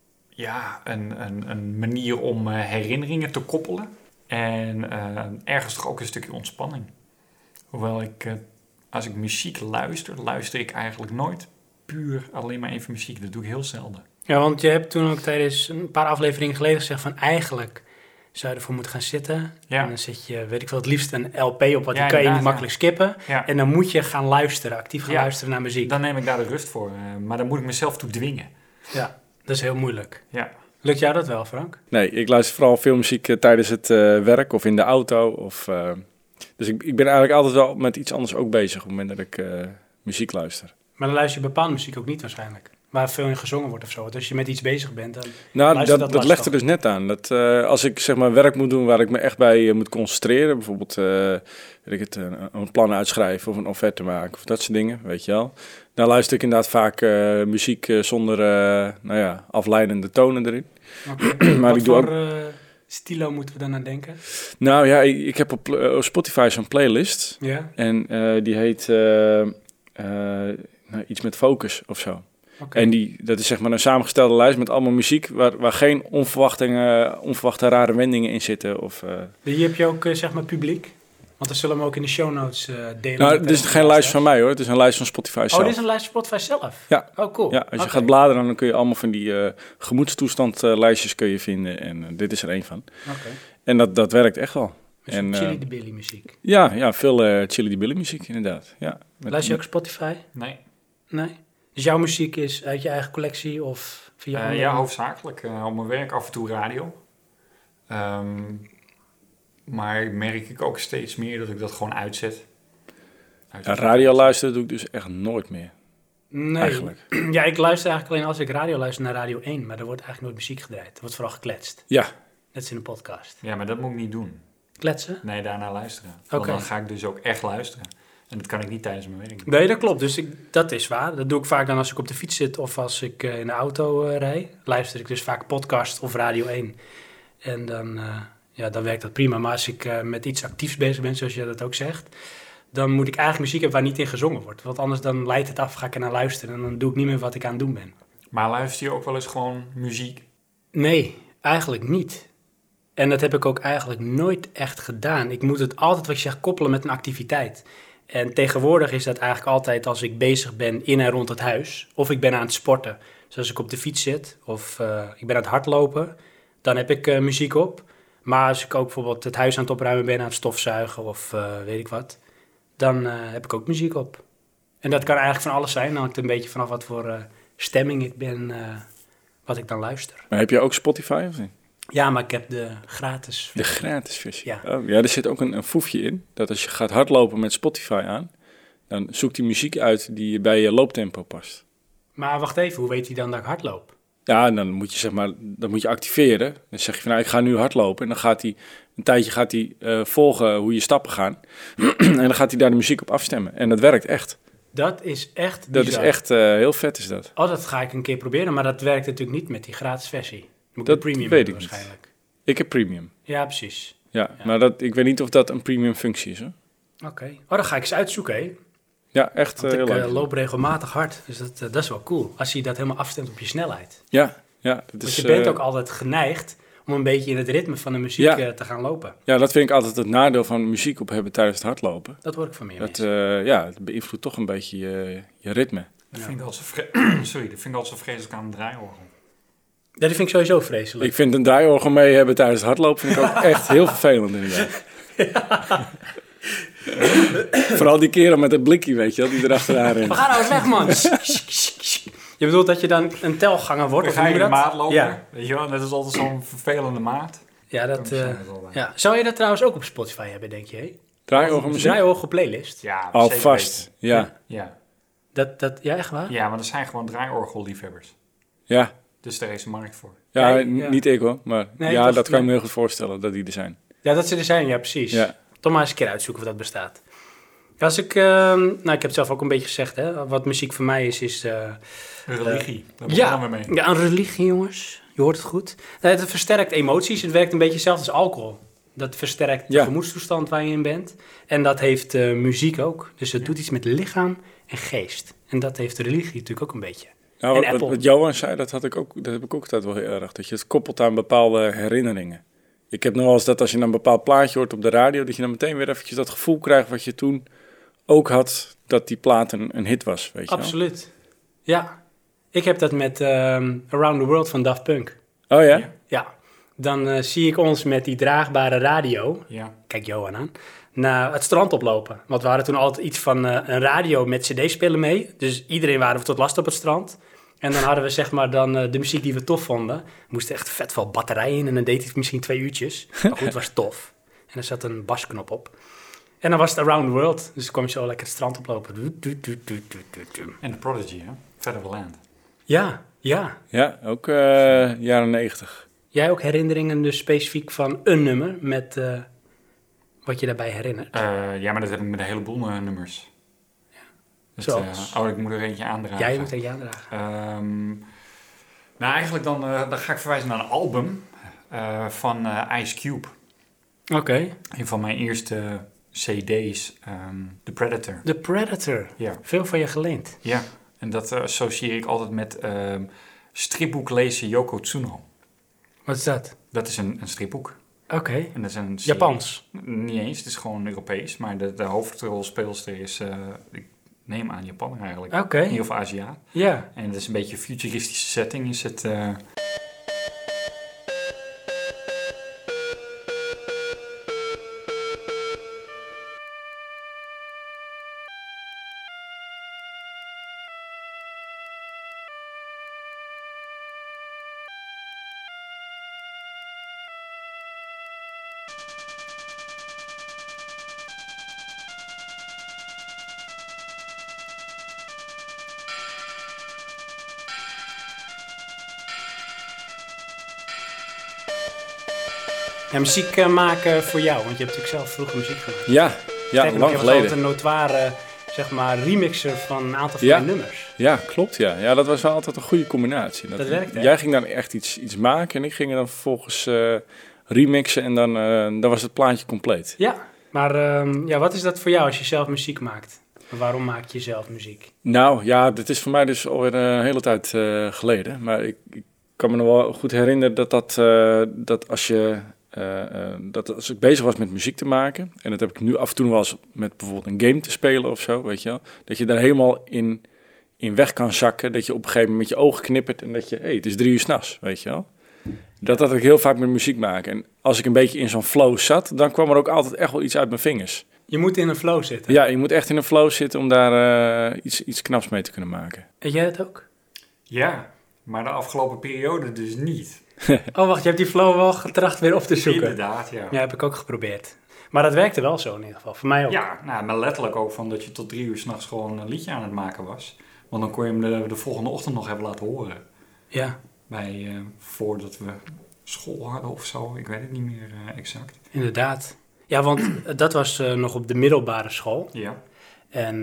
manier om herinneringen te koppelen. En ergens toch ook een stukje ontspanning. Hoewel als ik muziek luister ik eigenlijk nooit puur alleen maar even muziek. Dat doe ik heel zelden. Ja, want je hebt toen ook tijdens een paar afleveringen geleden gezegd van eigenlijk zou je ervoor moeten gaan zitten. Ja. En dan zet je, weet ik veel, het liefst een LP op, want die kan je niet makkelijk skippen. Ja. En dan moet je gaan luisteren, actief gaan luisteren naar muziek. Dan neem ik daar de rust voor. Maar dan moet ik mezelf toe dwingen. Ja, dat is heel moeilijk. Ja. Lukt jou dat wel, Frank? Nee, ik luister vooral veel muziek tijdens het werk of in de auto. Dus ik ben eigenlijk altijd wel met iets anders ook bezig op het moment dat ik muziek luister. Maar dan luister je bepaalde muziek ook niet waarschijnlijk. Waar veel in gezongen wordt of zo. Want als je met iets bezig bent, dan dat legt er dus net aan. Dat als ik zeg maar werk moet doen waar ik me echt bij moet concentreren. Bijvoorbeeld een plan uitschrijven of een offerte maken of dat soort dingen, weet je wel. Dan luister ik inderdaad vaak muziek zonder afleidende tonen erin. Okay. Maar wat ik doe voor stilo moeten we dan aan denken? Nou ja, ik heb op Spotify zo'n playlist. Ja. En die heet iets met focus of zo. Okay. En dat is zeg maar een samengestelde lijst met allemaal muziek waar geen onverwachte rare wendingen in zitten. Hier heb je ook zeg maar publiek? Want dan zullen we hem ook in de show notes delen. Nou, dit is geen lijst van mij hoor, het is een lijst van Spotify zelf. Oh, dit is een lijst van Spotify zelf? Ja. Oh, cool. Ja, als je gaat bladeren dan kun je allemaal van die gemoedstoestandlijstjes kun je vinden. En dit is er één van. Okay. En dat werkt echt wel. Dus Chili de Billy muziek? Ja, veel Chili de Billy muziek inderdaad. Ja, luister je ook Spotify? Nee? Dus jouw muziek is uit je eigen collectie of via ja, hoofdzakelijk. Op mijn werk af en toe radio. Maar merk ik ook steeds meer dat ik dat gewoon uitzet. Radio luisteren doe ik dus echt nooit meer. Nee. Eigenlijk. Ja, ik luister eigenlijk alleen als ik radio luister naar Radio 1. Maar er wordt eigenlijk nooit muziek gedraaid. Er wordt vooral gekletst. Ja. Net als in een podcast. Ja, maar dat moet ik niet doen. Kletsen? Nee, daarna luisteren. Want dan ga ik dus ook echt luisteren. En dat kan ik niet tijdens mijn werk doen. Nee, dat klopt. Dus dat is waar. Dat doe ik vaak dan als ik op de fiets zit of als ik in de auto rij. Luister ik dus vaak podcast of Radio 1. En dan werkt dat prima. Maar als ik met iets actiefs bezig ben, zoals je dat ook zegt, dan moet ik eigenlijk muziek hebben waar niet in gezongen wordt. Want anders dan leidt het af, ga ik er naar luisteren en dan doe ik niet meer wat ik aan het doen ben. Maar luister je ook wel eens gewoon muziek? Nee, eigenlijk niet. En dat heb ik ook eigenlijk nooit echt gedaan. Ik moet het altijd, wat je zegt, koppelen met een activiteit. En tegenwoordig is dat eigenlijk altijd als ik bezig ben in en rond het huis. Of ik ben aan het sporten. Dus als ik op de fiets zit of ik ben aan het hardlopen, dan heb ik muziek op. Maar als ik ook bijvoorbeeld het huis aan het opruimen ben, aan het stofzuigen of weet ik wat, dan heb ik ook muziek op. En dat kan eigenlijk van alles zijn. Dan hangt het een beetje vanaf wat voor stemming ik ben, wat ik dan luister. Maar heb je ook Spotify of niet? Ja, maar ik heb de gratis versie. De gratis versie? Ja. Oh, ja, er zit ook een foefje in. Dat als je gaat hardlopen met Spotify aan, dan zoekt hij muziek uit die bij je looptempo past. Maar wacht even, hoe weet hij dan dat ik hardloop? Ja, en dan moet je dan moet je activeren. Dan zeg je van, nou, ik ga nu hardlopen. En dan gaat hij een tijdje volgen hoe je stappen gaan. En dan gaat hij daar de muziek op afstemmen. En dat werkt echt. Dat is echt bizar. Dat is echt heel vet is dat. Oh, dat ga ik een keer proberen. Maar dat werkt natuurlijk niet met die gratis versie. Moet Dat de premium weet hebben ik waarschijnlijk. niet. Ik heb premium. Ja, precies. Ja. Maar ik weet niet of dat een premium functie is, hoor. Oké. Oh, dan ga ik eens uitzoeken, hè. Ja, echt Want heel ik leuk. loop regelmatig hard. Dus dat is wel cool. Als je dat helemaal afstemt op je snelheid. Ja. Dat Want is, je bent ook altijd geneigd om een beetje in het ritme van de muziek te gaan lopen. Ja, dat vind ik altijd het nadeel van muziek op hebben tijdens het hardlopen. Dat hoor ik van meer Dat, mensen. het beïnvloedt toch een beetje je ritme. Dat vind ik altijd zo vreselijk aan een draaiorgel. Ja, die vind ik sowieso vreselijk. Ik vind een draaiorgel mee hebben tijdens het hardlopen vind ik ook echt heel vervelend inderdaad. Ja. Vooral die kerel met het blikje, weet je wel, die erachteraan rent. We gaan nou eens weg, man. Je bedoelt dat je dan een telganger wordt? Dan Of ga je hoe in de dat? maat lopen, Ja. weet je wel. Dat is altijd zo'n vervelende maat. Ja, ja. Zou je dat trouwens ook op Spotify hebben, denk je? Draaiorgelmuziek? Draaiorgel playlist? Ja, Oh, zeker vast. weten. Ja. Ja. Ja, echt waar? Ja, maar dat zijn gewoon draaiorgelliefhebbers. Ja. Dus daar is een markt voor. Ja, Ja. niet ik hoor, maar Nee, ja, toch? dat kan ik me Nee. heel goed voorstellen dat die er zijn. Ja, dat ze er zijn, ja, precies. Ja. Toch maar eens een keer uitzoeken of dat bestaat. Ja, als ik, ik heb het zelf ook een beetje gezegd, hè. Wat muziek voor mij is... Religie, daar ja, begonnen we mee. ja, een religie, jongens. Je hoort het goed. Nee, het versterkt emoties. Het werkt een beetje hetzelfde als alcohol. Dat versterkt de Ja. gemoedstoestand waar je in bent. En dat heeft muziek ook. Dus het doet iets met lichaam en geest. En dat heeft de religie natuurlijk ook een beetje. Nou, En wat Apple. Johan zei, dat heb ik ook altijd wel heel erg. Dat je het koppelt aan bepaalde herinneringen. Ik heb nog wel eens dat als je een bepaald plaatje hoort op de radio, dat je dan meteen weer eventjes dat gevoel krijgt wat je toen ook had, dat die plaat een hit was, weet je wel. Absoluut. Ja. Ik heb dat met Around the World van Daft Punk. Oh ja? Ja. Ja. Dan zie ik ons met die draagbare radio, Ja. kijk Johan aan, naar het strand oplopen. Want we hadden toen altijd iets van een radio met cd-spelen mee. Dus iedereen waren we tot last op het strand. En dan hadden we zeg maar dan de muziek die we tof vonden. Er moesten echt vet veel batterijen in en dan deed het misschien 2 uurtjes. Maar goed, het was tof. En er zat een basknop op. En dan was het Around the World. Dus dan kom je zo lekker het strand oplopen. En The Prodigy, hè? Verder Land. Ja, ja. Ja, ook jaren 90. Jij ook herinneringen dus specifiek van een nummer met wat je daarbij herinnert? Ja, maar dat heb ik met een heleboel nummers. Zoals? Ik moet er eentje aandragen. Jij moet er je aandragen. Nou, eigenlijk dan ga ik verwijzen naar een album van Ice Cube. Oké. Een van mijn eerste CD's, The Predator. The Predator. Ja, Veel van je geleend. ja. En dat associeer ik altijd met stripboek lezen Yoko Tsuno. Wat is dat? Dat is een stripboek. Oké. En dat is een serie- Japans. Niet eens, het is gewoon Europees. Maar de hoofdrolspeelster is, ik neem aan Japan eigenlijk. Oké. In ieder geval Aziat. Ja. En het is een beetje een futuristische setting. Is het... En muziek maken voor jou, want je hebt natuurlijk zelf vroeger muziek gemaakt. Ja, Sterker nog, lang je was altijd geleden. een notoire, zeg maar, remixer van een aantal van Ja. je nummers. Ja, klopt ja. Ja, dat was wel altijd een goede combinatie. Dat werkt, hè? Jij ging dan echt iets maken en ik ging er dan vervolgens remixen en dan was het plaatje compleet. Ja, maar ja, wat is dat voor jou als je zelf muziek maakt? Waarom maak je zelf muziek? Nou ja, dit is voor mij dus alweer een hele tijd geleden. Maar ik kan me nog wel goed herinneren dat als ik bezig was met muziek te maken, en dat heb ik nu af en toe wel eens met bijvoorbeeld een game te spelen of zo, weet je wel, dat je daar helemaal in weg kan zakken, dat je op een gegeven moment met je ogen knippert en dat je, het is 3 uur 's nachts, weet je wel. Dat had ik heel vaak met muziek maken. En als ik een beetje in zo'n flow zat, dan kwam er ook altijd echt wel iets uit mijn vingers. Je moet in een flow zitten. Ja, je moet echt in een flow zitten om daar iets knaps mee te kunnen maken. Weet jij het ook? Ja, maar de afgelopen periode dus niet. Oh, wacht, je hebt die flow wel getracht weer op te zoeken. Inderdaad, ja. Ja, heb ik ook geprobeerd. Maar dat werkte wel zo in ieder geval. Voor mij ook. Ja, nou, maar letterlijk ook van dat je tot 3 uur 's nachts gewoon een liedje aan het maken was. Want dan kon je hem de volgende ochtend nog even laten horen. Ja, Voordat we school hadden of zo. Ik weet het niet meer exact. inderdaad. Ja, want dat was nog op de middelbare school. Ja. En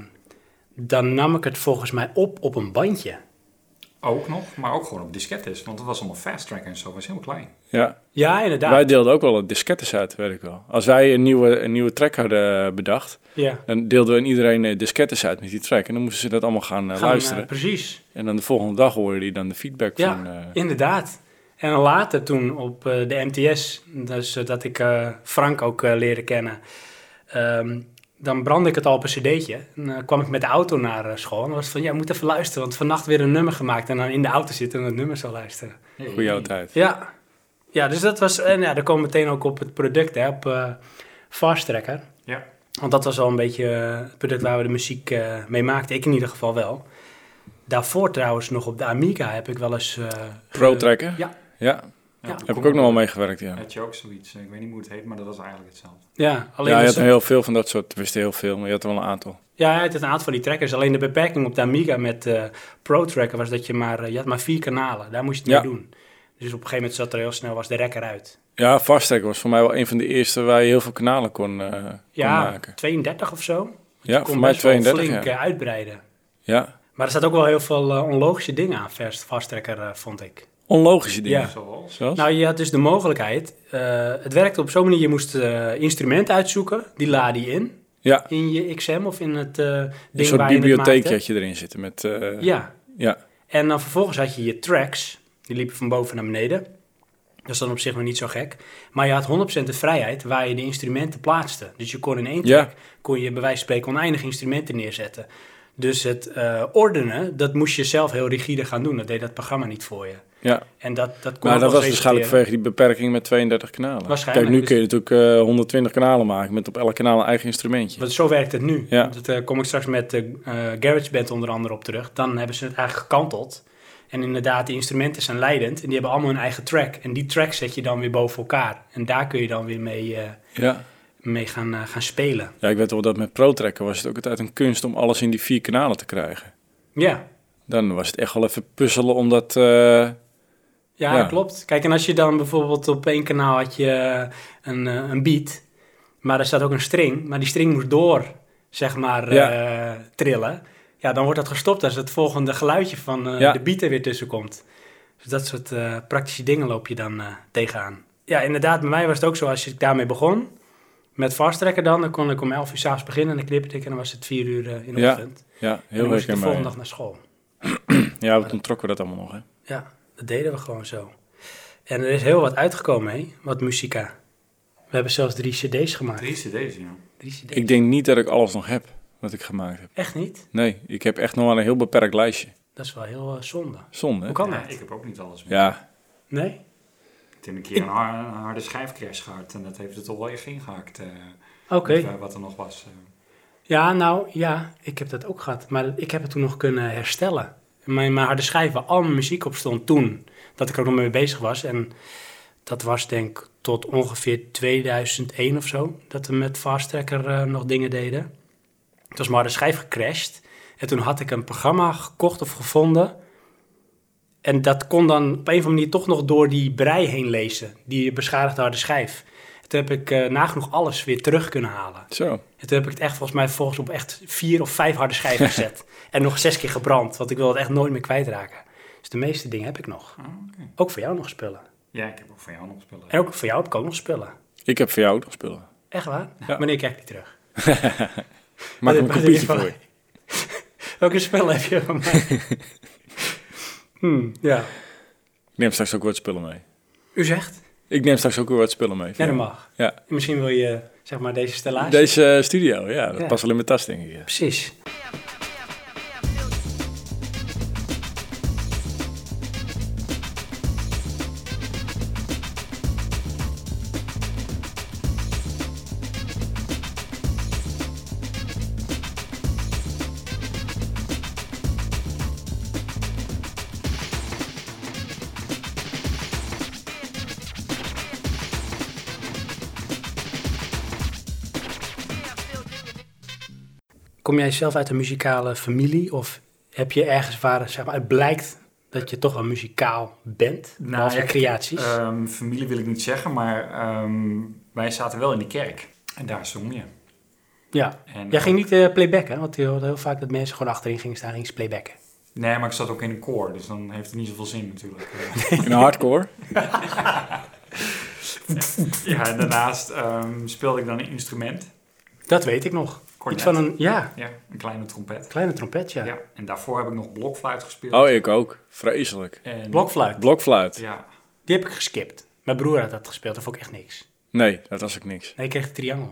dan nam ik het volgens mij op een bandje. Ook nog, maar ook gewoon op diskettes. Want het was allemaal fast track en zo. Was heel klein. Ja, Ja, inderdaad. wij deelden ook wel diskettes uit, weet ik wel. Als wij een nieuwe track hadden bedacht, Ja. dan deelden we aan iedereen diskettes uit met die track. En dan moesten ze dat allemaal gaan luisteren. Precies. En dan de volgende dag hoorde je dan de feedback Ja, van... inderdaad. En dan later toen op de MTS, dus dat ik Frank ook leerde kennen, dan brandde ik het al op een cd'tje. En dan kwam ik met de auto naar school en dan was het van, ja, moet even luisteren, want vannacht weer een nummer gemaakt en dan in de auto zitten en het nummer zou luisteren. Goeie oude tijd. Ja. Ja, dus dat was, en ja, dan komen we meteen ook op het product, hè, op Fast Tracker. Ja. Want dat was al een beetje het product waar we de muziek mee maakten, ik in ieder geval wel. Daarvoor trouwens nog op de Amiga heb ik wel eens... Pro Tracker? Ja. Ja. Ja. Heb ik ook nog wel meegewerkt, ja. Had je ook zoiets, ik weet niet hoe het heet, maar dat was eigenlijk hetzelfde. Ja, alleen Ja, je dus- had heel veel van dat soort, wist heel veel, maar je had er wel een aantal. ja, het had een aantal van die trackers. Alleen de beperking op de Amiga met Pro Tracker was dat je had maar 4 kanalen. Daar moest je het mee doen. Dus op een gegeven moment zat er heel snel, was de rek eruit. Ja, Fasttrack was voor mij wel een van de eerste waar je heel veel kanalen kon maken. 32 of zo. Ja, kon voor mij best wel 32, flink ja. Uitbreiden. Ja, Maar er staat ook wel heel veel onlogische dingen aan Fast Tracker, vond ik. onlogische dingen. Ja. Zoals? Zoals? Nou, je had dus de mogelijkheid. Het werkte op zo'n manier, je moest instrumenten uitzoeken. Die laadde je in je XM of in het ding een soort waar je het bibliotheekje maakte. had je erin zitten met... Ja, ja. en dan vervolgens had je je tracks. Die liepen van boven naar beneden. Dat is dan op zich nog niet zo gek. Maar je had 100% de vrijheid waar je de instrumenten plaatste. Dus je kon in één track, kon je bij wijze van spreken oneindig instrumenten neerzetten. Dus het ordenen, dat moest je zelf heel rigide gaan doen. Dat deed dat programma niet voor je. Ja, En dat kon maar ook dat wel was waarschijnlijk resulteren. vanwege die beperking met 32 kanalen. Waarschijnlijk, Kijk, nu dus- kun je natuurlijk 120 kanalen maken met op elk kanaal een eigen instrumentje. Want zo werkt het nu. Ja. Dat kom ik straks met GarageBand onder andere op terug. Dan hebben ze het eigenlijk gekanteld. En inderdaad, die instrumenten zijn leidend. En die hebben allemaal hun eigen track. En die track zet je dan weer boven elkaar. En daar kun je dan weer mee gaan spelen. Ja, ik weet wel dat met ProTracker was het ook altijd een kunst om alles in die 4 kanalen te krijgen. Ja. Dan was het echt wel even puzzelen om dat... Ja, Ja. klopt. Kijk, en als je dan bijvoorbeeld op één kanaal had je een beat, maar daar staat ook een string, maar die string moest door, zeg maar, trillen. Ja, dan wordt dat gestopt als het volgende geluidje van de beat er weer tussen komt. Dus dat soort praktische dingen loop je dan tegenaan. Ja, inderdaad, bij mij was het ook zo, als ik daarmee begon, met Fasttracker dan kon ik om 11 uur 's avonds beginnen en dan knipperde ik en dan was het 4 uur in de Ja, ochtend. ja, En heel dan moest ik de herkenbaar. volgende dag naar school. Ja, toen trokken we dat allemaal nog, hè. Ja, dat deden we gewoon zo. En er is heel wat uitgekomen, hè? Wat muzika. We hebben zelfs 3 cd's gemaakt. 3 cd's, ja. 3 cd's. Ik denk niet dat ik alles nog heb wat ik gemaakt heb. Echt niet? Nee, ik heb echt nog wel een heel beperkt lijstje. Dat is wel heel zonde. Zonde, hè? Hoe kan Ja, dat? ik heb ook niet alles meer. Ja, Nee? Ik heb een keer een harde schijfcrash gehad en dat heeft het toch wel echt ingehakt. Oké. Wat er nog was. Ja, nou, ja, ik heb dat ook gehad. Maar ik heb het toen nog kunnen herstellen. Mijn harde schijf waar al mijn muziek op stond toen, dat ik er ook nog mee bezig was. En dat was denk ik tot ongeveer 2001 of zo, dat we met Fasttracker nog dingen deden. Toen was mijn harde schijf gecrashed. En toen had ik een programma gekocht of gevonden. En dat kon dan op een of andere manier toch nog door die brei heen lezen, die beschadigde harde schijf. Toen heb ik nagenoeg alles weer terug kunnen halen. zo. En toen heb ik het echt volgens mij op echt 4 of 5 harde schijven gezet. En nog 6 keer gebrand, want ik wil het echt nooit meer kwijtraken. Dus de meeste dingen heb ik nog. Oh, oké. Ook voor jou nog spullen. Ja, ik heb ook van jou nog spullen. En ook voor jou heb ik ook nog spullen. Ik heb voor jou ook nog spullen. Echt waar? Ja. Wanneer krijg ik die terug? Maak er een Wat is kopietje van- voor je. Welke spullen heb je van mij? Ja. Ik neem straks ook wat spullen mee. U zegt? Ik neem straks ook weer wat spullen mee. Ja, dat mag. Ja. Misschien wil je, zeg maar, deze stellage. Deze studio, ja, dat Ja. past wel in mijn tas, denk ik. Ja. Precies. Kom jij zelf uit een muzikale familie? Of heb je ergens waar, zeg maar, het blijkt dat je toch wel muzikaal bent? Behalve ja, creaties? Familie wil ik niet zeggen, maar wij zaten wel in de kerk. En daar zong je. Ja. En, Jij ging niet playbacken, want je hoorde heel vaak dat mensen gewoon achterin gingen staan en gingen playbacken. Nee, maar ik zat ook in een koor, dus dan heeft het niet zoveel zin natuurlijk. In hardcore. Ja, en daarnaast speelde ik dan een instrument. Dat weet ik nog. Cornet. Iets van een, ja, Ja, een kleine trompet. kleine trompet, ja. Ja. En daarvoor heb ik nog blokfluit gespeeld. Oh, ik ook. Vreselijk. En, Blokfluit, Blokfluit. Ja. die heb ik geskipt. Mijn broer had dat gespeeld, dat vond ik echt niks. Nee, dat was ook niks. Nee, ik kreeg een triangel.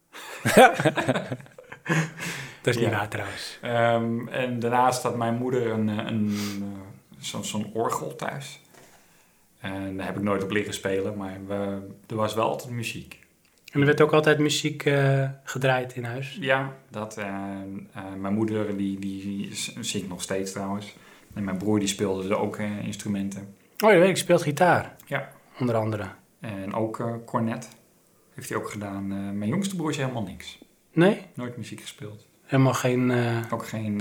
Dat is niet Ja. waar trouwens. En daarnaast had mijn moeder zo'n orgel thuis. En daar heb ik nooit op liggen spelen, maar er was wel altijd muziek. En er werd ook altijd muziek gedraaid in huis. Ja, dat. Mijn moeder die zingt nog steeds trouwens. En mijn broer die speelde ook instrumenten. Oh, je weet, ik speelt gitaar. Ja. onder andere. En ook cornet heeft hij ook gedaan. Mijn jongste broer is helemaal niks. Nee? Nooit muziek gespeeld. Helemaal geen... Ook geen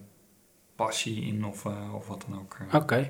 passie in of wat dan ook. Oké.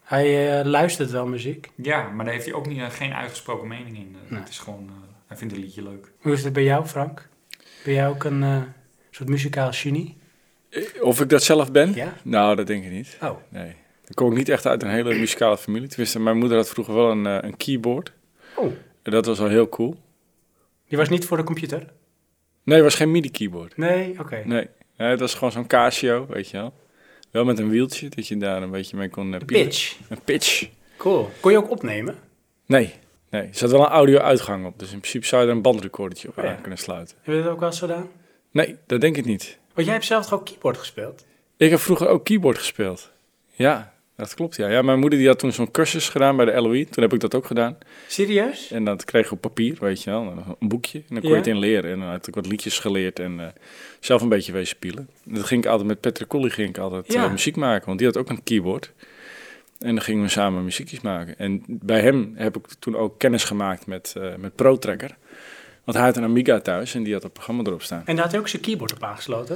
Hij luistert wel muziek. Ja, maar daar heeft hij ook geen uitgesproken mening in. Nee. Het is gewoon, hij vindt het liedje leuk. Hoe is het bij jou, Frank? Ben jij ook een soort muzikaal genie? Of ik dat zelf ben? Ja? Nou, dat denk ik niet. Oh. Nee. Ik kom ook niet echt uit een hele muzikale familie. Tenminste, mijn moeder had vroeger wel een keyboard. Oh. En dat was wel heel cool. Die was niet voor de computer? Nee, het was geen MIDI-keyboard. Nee? Oké. Nee, het was gewoon zo'n Casio, weet je wel. Wel met een wieltje, dat je daar een beetje mee kon pielen. Pitch. Een pitch. Cool. Kon je ook opnemen? Nee. Er zat wel een audio-uitgang op. Dus in principe zou je er een bandrecordertje op Oh ja. aan kunnen sluiten. Heb je dat ook wel eens gedaan? Nee, dat denk ik niet. Want jij hebt zelf toch ook keyboard gespeeld? Ik heb vroeger ook keyboard gespeeld. Ja, dat klopt, ja. Mijn moeder die had toen zo'n cursus gedaan bij de LOE. Toen heb ik dat ook gedaan. Serieus? En dat kreeg je op papier, weet je wel. Een boekje. En dan kon je het in leren. En dan had ik wat liedjes geleerd en zelf een beetje wezen pielen. En dat ging ik altijd met Patrick Collie muziek maken. Want die had ook een keyboard. En dan gingen we samen muziekjes maken. En bij hem heb ik toen ook kennis gemaakt met Pro Tracker. Want hij had een Amiga thuis en die had het programma erop staan. En daar had hij ook zijn keyboard op aangesloten?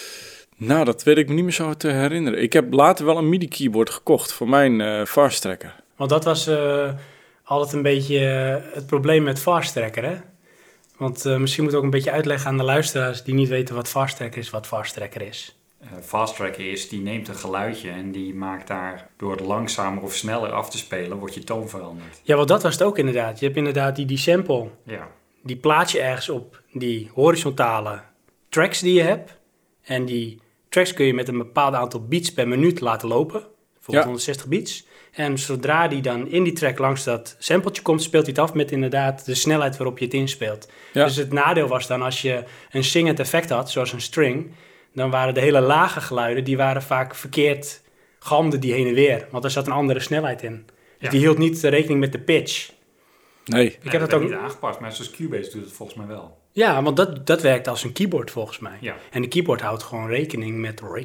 Nou, dat weet ik me niet meer zo te herinneren. Ik heb later wel een MIDI-keyboard gekocht voor mijn Fast Tracker. Want dat was altijd een beetje het probleem met Fast Tracker, hè? Want misschien moet ik ook een beetje uitleggen aan de luisteraars die niet weten wat Fast Tracker is, wat Fast Tracker is. Fast Tracker is, die neemt een geluidje en die maakt daar, door het langzamer of sneller af te spelen, wordt je toon veranderd. Ja, want dat was het ook inderdaad. Je hebt inderdaad die sample, Ja. die plaat je ergens op die horizontale tracks die je hebt. En die tracks kun je met een bepaald aantal beats per minuut laten lopen. Bijvoorbeeld 160 beats. En zodra die dan in die track langs dat sampletje komt, speelt hij het af met inderdaad de snelheid waarop je het inspeelt. Ja. Dus het nadeel was dan als je een singend effect had, zoals een string, dan waren de hele lage geluiden, die waren vaak verkeerd, galmden die heen en weer. Want er zat een andere snelheid in. Dus Ja. die hield niet rekening met de pitch. Nee. Ik heb dat ook niet aangepast, maar zoals Cubase doet het volgens mij wel. Ja, want dat werkt als een keyboard volgens mij. Ja. En de keyboard houdt gewoon rekening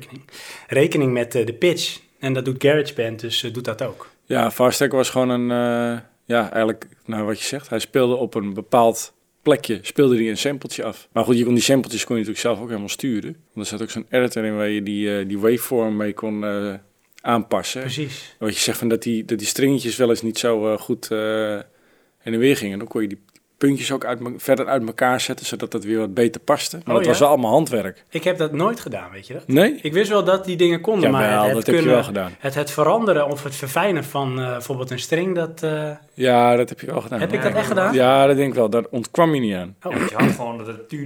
met de pitch. En dat doet GarageBand, dus doet dat ook. Ja, Fast Tracker was gewoon eigenlijk, wat je zegt. Hij speelde op een bepaald plekje, speelde hij een sampletje af. Maar goed, die sampletjes kon je natuurlijk zelf ook helemaal sturen. Want er zat ook zo'n editor in waar je die waveform mee kon aanpassen. Precies. Wat je zegt van dat die stringetjes wel eens niet zo goed heen en weer gingen. Dan kon je die puntjes ook verder uit elkaar zetten, zodat dat weer wat beter paste. Maar Oh, dat was wel allemaal handwerk. Ik heb dat nooit gedaan, weet je dat? Nee? Ik wist wel dat die dingen konden, maar Jawel, het dat heb je wel gedaan. Het veranderen of het verfijnen van bijvoorbeeld een string, dat... Ja, dat heb je wel gedaan. Heb ik dat echt gedaan? Ja, dat denk ik wel. Daar ontkwam je niet aan. Oh. Ja, want je had gewoon dat het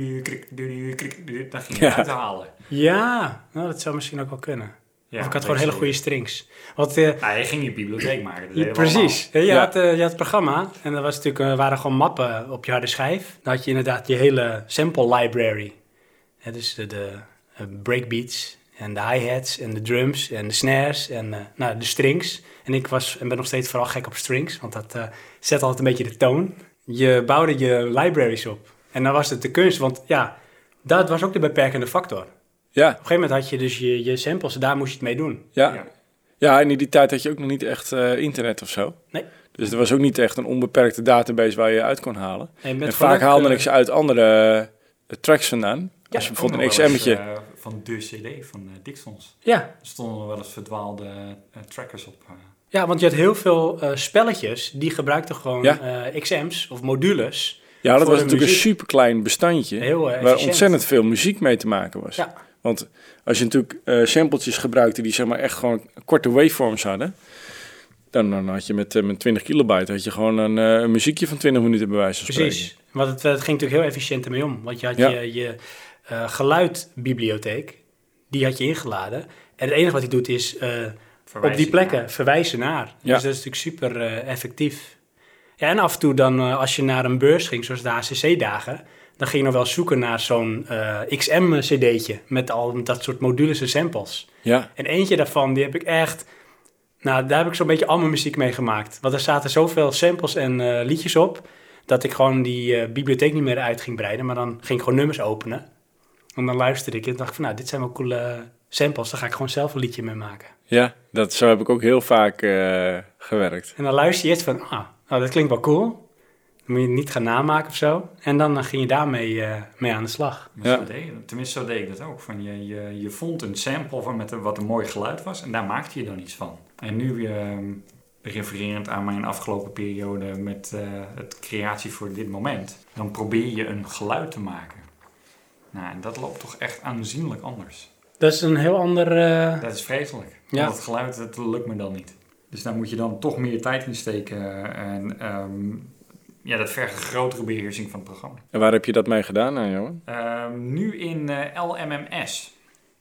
dat ging je uithalen. Ja, nou, dat zou misschien ook wel kunnen. Ja, of ik had gewoon hele goede strings. Want, je ging je bibliotheek maken. Dat deden we precies. allemaal. Je had het programma en dat was natuurlijk, waren gewoon mappen op je harde schijf. Dan had je inderdaad je hele sample library. Dus de breakbeats en de hi-hats en de drums en de snares en de strings. En ik ben nog steeds vooral gek op strings, want dat zet altijd een beetje de toon. Je bouwde je libraries op. En dan was het de kunst, want ja, dat was ook de beperkende factor. Ja. Op een gegeven moment had je dus je samples en daar moest je het mee doen. Ja. Ja, en in die tijd had je ook nog niet echt internet of zo. Nee. Dus er was ook niet echt een onbeperkte database waar je uit kon halen. En En vaak haalde ik ze uit andere tracks vandaan. Ja, Als je bijvoorbeeld Ook een nog wel XM'tje... eens, van de CD van Dixons. Ja. Er stonden wel eens verdwaalde trackers op. Ja, want je had heel veel spelletjes die gebruikten gewoon XM's of modules. Ja, dat voor was de natuurlijk muziek. een superklein bestandje. Heel waar efficiënt. ontzettend veel muziek mee te maken was. Ja. Want als je natuurlijk sampletjes gebruikte die zeg maar echt gewoon korte waveforms hadden... Dan had je met 20 kilobyte had je gewoon een muziekje van 20 minuten bij wijze van spreken. Precies. Want het ging natuurlijk heel efficiënt ermee om. Want je had je geluidbibliotheek, die had je ingeladen. En het enige wat hij doet is op die plekken verwijzen naar. Ja. Dus dat is natuurlijk super effectief. Ja, en af en toe dan, als je naar een beurs ging, zoals de HCC-dagen... dan ging je nog wel zoeken naar zo'n XM-cd'tje... met al dat soort modules en samples. Ja. En eentje daarvan, die heb ik echt... Nou, daar heb ik zo'n beetje al mijn muziek mee gemaakt. Want er zaten zoveel samples en liedjes op... dat ik gewoon die bibliotheek niet meer uit ging breiden... maar dan ging ik gewoon nummers openen. En dan luisterde ik en dacht ik van... nou, dit zijn wel coole samples. Daar ga ik gewoon zelf een liedje mee maken. Ja, zo heb ik ook heel vaak gewerkt. En dan luister je eerst van... oh, dat klinkt wel cool. Dan moet je het niet gaan namaken of zo. En dan ging je daarmee mee aan de slag. Ja. Tenminste, zo deed ik dat ook. Van je vond een sample van wat een mooi geluid was en daar maakte je dan iets van. En nu, refererend aan mijn afgelopen periode met het creatie voor dit moment, dan probeer je een geluid te maken. Nou, en dat loopt toch echt aanzienlijk anders. Dat is een heel ander... Dat is vreselijk. Ja. Want het geluid, dat lukt me dan niet. Dus daar moet je dan toch meer tijd in steken. En dat vergt een grotere beheersing van het programma. En waar heb je dat mee gedaan, Johan? Nu in LMMS.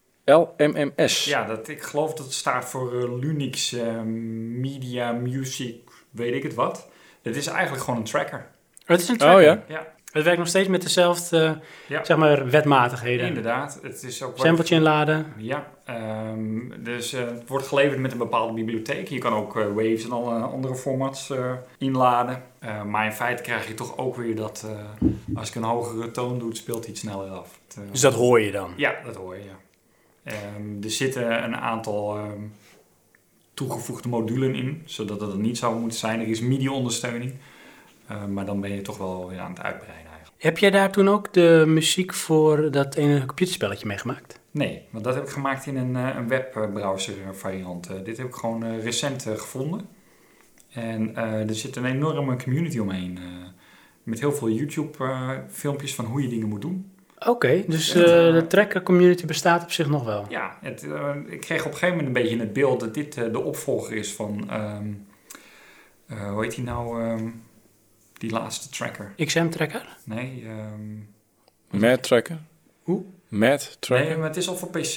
LMMS. Ja, ik geloof dat het staat voor Linux Media Music, weet ik het wat. Het is eigenlijk gewoon een tracker. Het is een tracker. Oh ja? Ja, Het werkt nog steeds met dezelfde Ja. zeg maar, wetmatigheden. inderdaad. Het is ook Sampletje inladen. Ja, dus het wordt geleverd met een bepaalde bibliotheek. Je kan ook Waves en alle andere formats inladen. Maar in feite krijg je toch ook weer dat als ik een hogere toon doe, speelt hij iets sneller af. Dus dat hoor je dan. Ja, dat hoor je. Er zitten een aantal toegevoegde modulen in, zodat het er niet zou moeten zijn. Er is MIDI-ondersteuning, maar dan ben je toch wel weer aan het uitbreiden eigenlijk. Heb jij daar toen ook de muziek voor dat ene computerspelletje meegemaakt? Nee, want dat heb ik gemaakt in een webbrowser variant. Dit heb ik gewoon recent gevonden. En er zit een enorme community omheen. Met heel veel YouTube-filmpjes van hoe je dingen moet doen. Oké, dus de tracker community bestaat op zich nog wel. Ja, ik kreeg op een gegeven moment een beetje het beeld dat dit de opvolger is van... hoe heet die nou? Die laatste tracker. XM-tracker? Nee, Mad Tracker. Hoe? Mad Tracker. nee, maar het is al voor PC.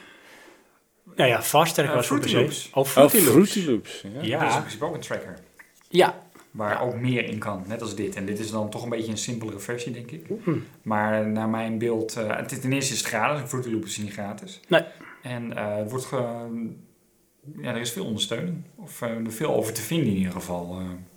Nou ja, Fast Tracker was voor Fruity PC. Loops. Oh, Fruity Loops. Fruity Loops. Ja. Dat is in Ja, principe ook een tracker. ja. Waar ook meer in kan, net als dit. En dit is dan toch een beetje een simpelere versie, denk ik. Hm. Maar naar mijn beeld... ten eerste is het gratis. Een Fruity Loop is niet gratis. Nee. En het wordt... er is veel ondersteuning. Of er veel over te vinden in ieder geval.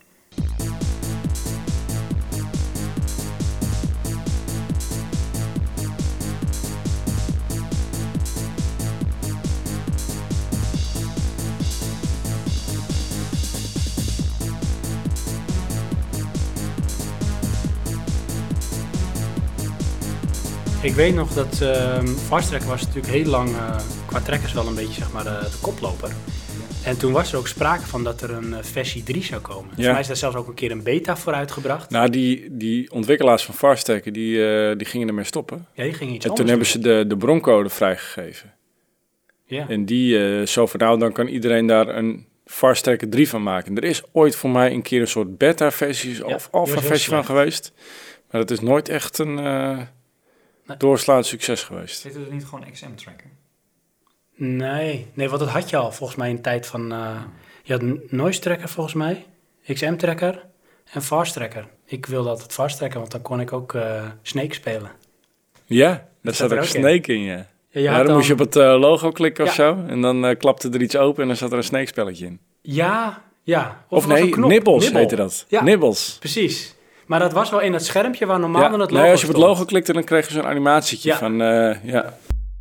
Ik weet nog dat Fast Tracker was natuurlijk heel lang qua trackers wel een beetje zeg maar, de koploper. En toen was er ook sprake van dat er een versie 3 zou komen. Voor mij is daar zelfs ook een keer een beta voor uitgebracht. Nou, die ontwikkelaars van Fast Tracker, die gingen ermee stoppen. Ja, die ging iets En anders toen hebben ze de broncode vrijgegeven. Ja. En die, zo van nou, dan kan iedereen daar een Fast Tracker 3 van maken. Er is ooit voor mij een keer een soort beta-versie of alpha-versie van geweest. Maar dat is nooit echt een doorslaand succes geweest. Heet het niet gewoon XM-tracker? Nee, want dat had je al volgens mij in de tijd van... je had Noise Tracker volgens mij, XM Tracker en Fast Tracker. Ik wilde altijd Fast Tracker, want dan kon ik ook Snake spelen. Ja, daar zat zat er ook ook in. Snake in, ja. Ja, Dan moest je op het logo klikken of Ja. zo. En dan klapte er iets open en dan zat er een Snake spelletje in. Ja. Of was een nee, knop. Nibbles Nibbel. heette dat. Ja. Nibbles. Precies. Maar dat was wel in het schermpje waar normaal dan het logo nee, als je op het stond. logo klikte, dan kreeg je zo'n animatietje Ja. van... ja.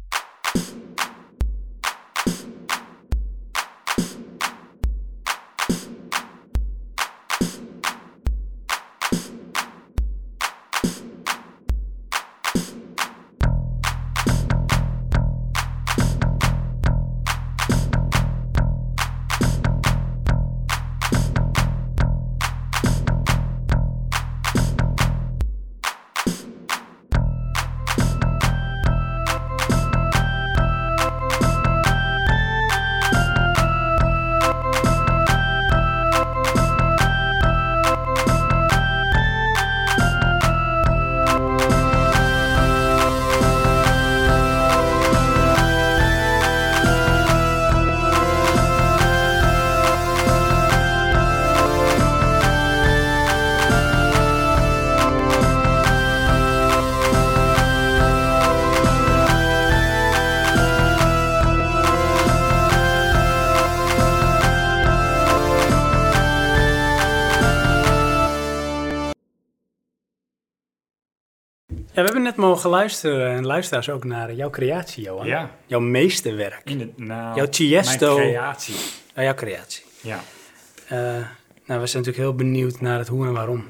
Ja, we hebben net mogen luisteren en luisteraars ook naar jouw creatie, Johan. Ja. Jouw meesterwerk. Jouw Jouw Tiesto. Mijn creatie. Jouw creatie. Ja. Nou, we zijn natuurlijk heel benieuwd naar het hoe en waarom.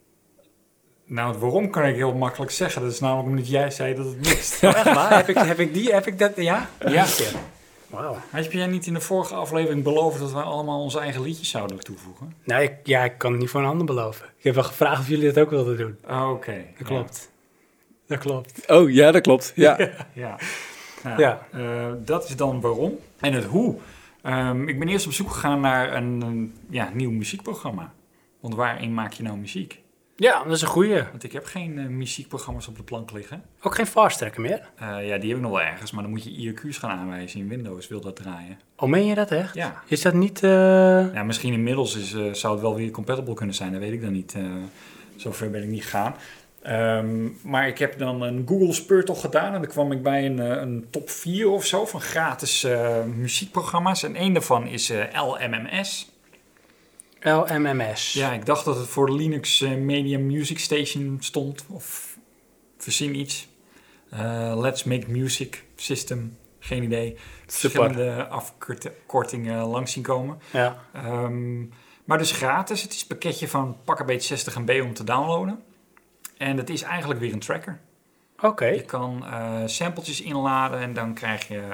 Nou, het waarom kan ik heel makkelijk zeggen. Dat is namelijk omdat jij zei dat het mist. Oh, echt waar? Heb ik dat, ja? Ja. Wauw. Heb jij niet in de vorige aflevering beloofd dat we allemaal onze eigen liedjes zouden toevoegen? Nou, ik kan het niet voor een ander beloven. Ik heb wel gevraagd of jullie dat ook wilden doen. Oké. Dat klopt. Dat klopt. Oh, ja, dat klopt. Ja. Ja. Nou, Ja. dat is dan waarom. En het hoe. Ik ben eerst op zoek gegaan naar een nieuw muziekprogramma. Want waarin maak je nou muziek? Ja, dat is een goeie. Want ik heb geen muziekprogramma's op de plank liggen. Ook geen fast tracker meer? Ja, die heb ik nog wel ergens, maar dan moet je IRQ's gaan aanwijzen. In Windows wil dat draaien. Oh, meen je dat echt? Ja. Is dat niet... Ja, misschien inmiddels zou het wel weer compatible kunnen zijn. Dat weet ik dan niet. Zover ben ik niet gegaan. Maar ik heb dan een Google speurtocht gedaan. En dan kwam ik bij een top 4 of zo van gratis muziekprogramma's. En één daarvan is LMMS. LMMS. Ja, ik dacht dat het voor Linux Media Music Station stond. Of verzin iets. Let's Make Music System. Geen idee. Verschillende afkortingen langs zien komen. Ja. Maar dus gratis. Het is een pakketje van pak een beetje 60 MB om te downloaden. En het is eigenlijk weer een tracker. Oké. Je kan sampletjes inladen en dan krijg je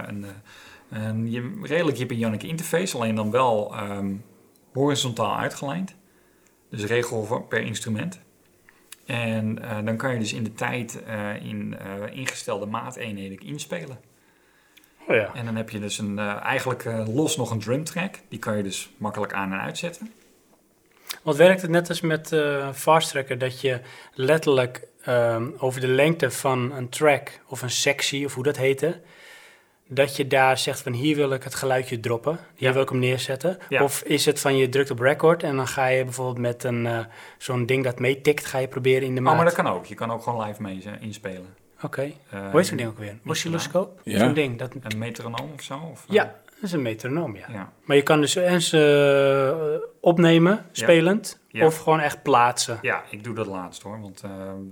een redelijk Jip en Janneke interface. Alleen dan wel horizontaal uitgelijnd. Dus regel per instrument. En dan kan je dus in de tijd in ingestelde maateenheden inspelen. Oh ja. En dan heb je dus eigenlijk los nog een drumtrack. Die kan je dus makkelijk aan en uitzetten. Want werkt het net als met fast tracker dat je letterlijk over de lengte van een track of een sectie of hoe dat heette, dat je daar zegt van hier wil ik het geluidje droppen, hier wil ik hem neerzetten. Ja. Of is het van je drukt op record en dan ga je bijvoorbeeld met zo'n ding dat meetikt, ga je proberen in de maat. Oh, maar dat kan ook. Je kan ook gewoon live mee inspelen. Oké. Hoe heet zo'n ding ook weer? Oscilloscoop? Ja. Zo'n ding. Dat... Een metronoom of zo? Of, Ja, dat is een metronoom, ja. ja. Maar je kan dus eens opnemen, spelend, Ja. of gewoon echt plaatsen. Ja, ik doe dat laatst hoor. Want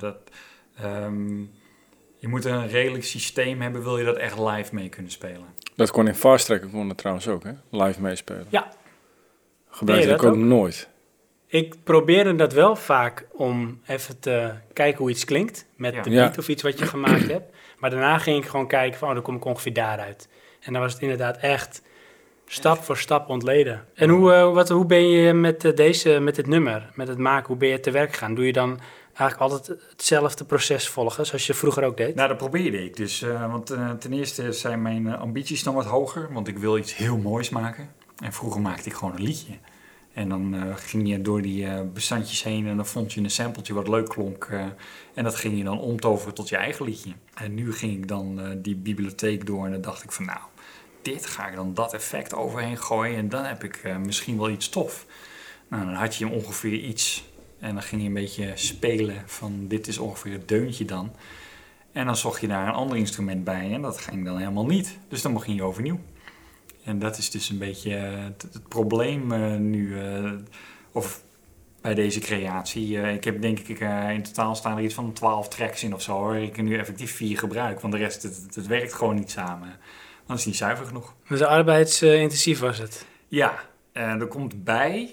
je moet een redelijk systeem hebben, wil je dat echt live mee kunnen spelen. Dat kon in Fast Tracker kon dat trouwens ook, hè? Live meespelen. Ja. Gebruik Nee, ik dat ook ook? nooit. Ik probeerde dat wel vaak om even te kijken hoe iets klinkt met Ja. de Ja. beat of iets wat je gemaakt hebt. Maar daarna ging ik gewoon kijken van, dan kom ik ongeveer daaruit. En dan was het inderdaad echt stap voor stap ontleden. En hoe ben je met dit nummer, met het maken, hoe ben je te werk gegaan? Doe je dan eigenlijk altijd hetzelfde proces volgen, zoals je vroeger ook deed? Nou, dat probeerde ik dus. Want ten eerste zijn mijn ambities dan wat hoger, want ik wil iets heel moois maken. En vroeger maakte ik gewoon een liedje. En dan ging je door die bestandjes heen en dan vond je een sampletje wat leuk klonk. En dat ging je dan omtoveren tot je eigen liedje. En nu ging ik dan die bibliotheek door en dan dacht ik van nou, dit ga ik dan dat effect overheen gooien en dan heb ik misschien wel iets tof. Nou, dan had je ongeveer iets en dan ging je een beetje spelen van dit is ongeveer het deuntje dan. En dan zocht je daar een ander instrument bij en dat ging dan helemaal niet. Dus dan ging je overnieuw. En dat is dus een beetje het probleem nu, of bij deze creatie. Ik heb denk ik, in totaal staan er iets van 12 tracks in of zo, waar ik er nu effectief 4 gebruik. Want de rest, het werkt gewoon niet samen. Dat is niet zuiver genoeg. Dus arbeidsintensief was het. Ja, er komt bij,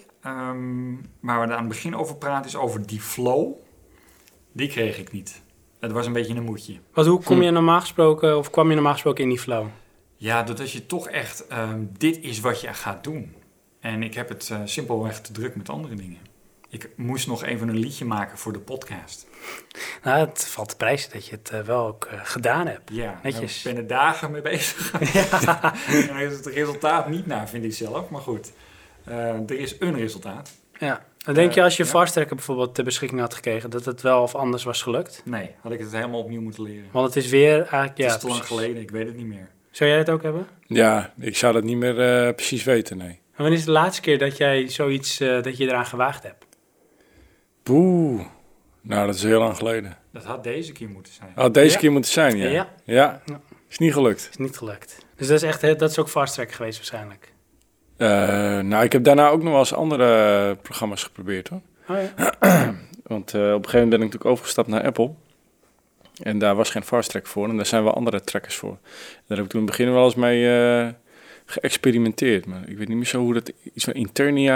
waar we aan het begin over praten, is over die flow. Die kreeg ik niet. Het was een beetje een moedje. Want hoe kom je normaal gesproken, of kwam je normaal gesproken in die flow? Ja, doordat je toch echt, dit is wat je gaat doen. En ik heb het simpelweg te druk met andere dingen. Ik moest nog even een liedje maken voor de podcast. Nou, het valt te prijzen dat je het wel ook gedaan hebt. Ja, Netjes. ik ben er dagen mee bezig. En daar is het resultaat niet naar, vind ik zelf. Maar goed, er is een resultaat. Ja. Dan denk je als je ja. fast tracker bijvoorbeeld ter beschikking had gekregen, dat het wel of anders was gelukt? Nee, had ik het helemaal opnieuw moeten leren. Want het is weer eigenlijk, ja, Het is te lang precies. geleden, ik weet het niet meer. Zou jij het ook hebben? Ja, ik zou dat niet meer precies weten, nee. En wanneer is de laatste keer dat jij zoiets, dat je eraan gewaagd hebt? Poeh. Nou, dat is heel lang geleden. Dat had deze keer moeten zijn. Had deze Ja. keer moeten zijn, ja. Ja. Ja, Ja. is niet gelukt. Is niet gelukt. Dus dat is echt, dat is ook fast tracker geweest waarschijnlijk. Nou, ik heb daarna ook nog wel eens andere programma's geprobeerd, hoor. Oh ja. Want op een gegeven moment ben ik natuurlijk overgestapt naar Apple. En daar was geen fast track voor. En daar zijn wel andere trackers voor. Daar heb ik toen in het begin wel eens mee geëxperimenteerd. Maar ik weet niet meer zo hoe dat... Iets van Internia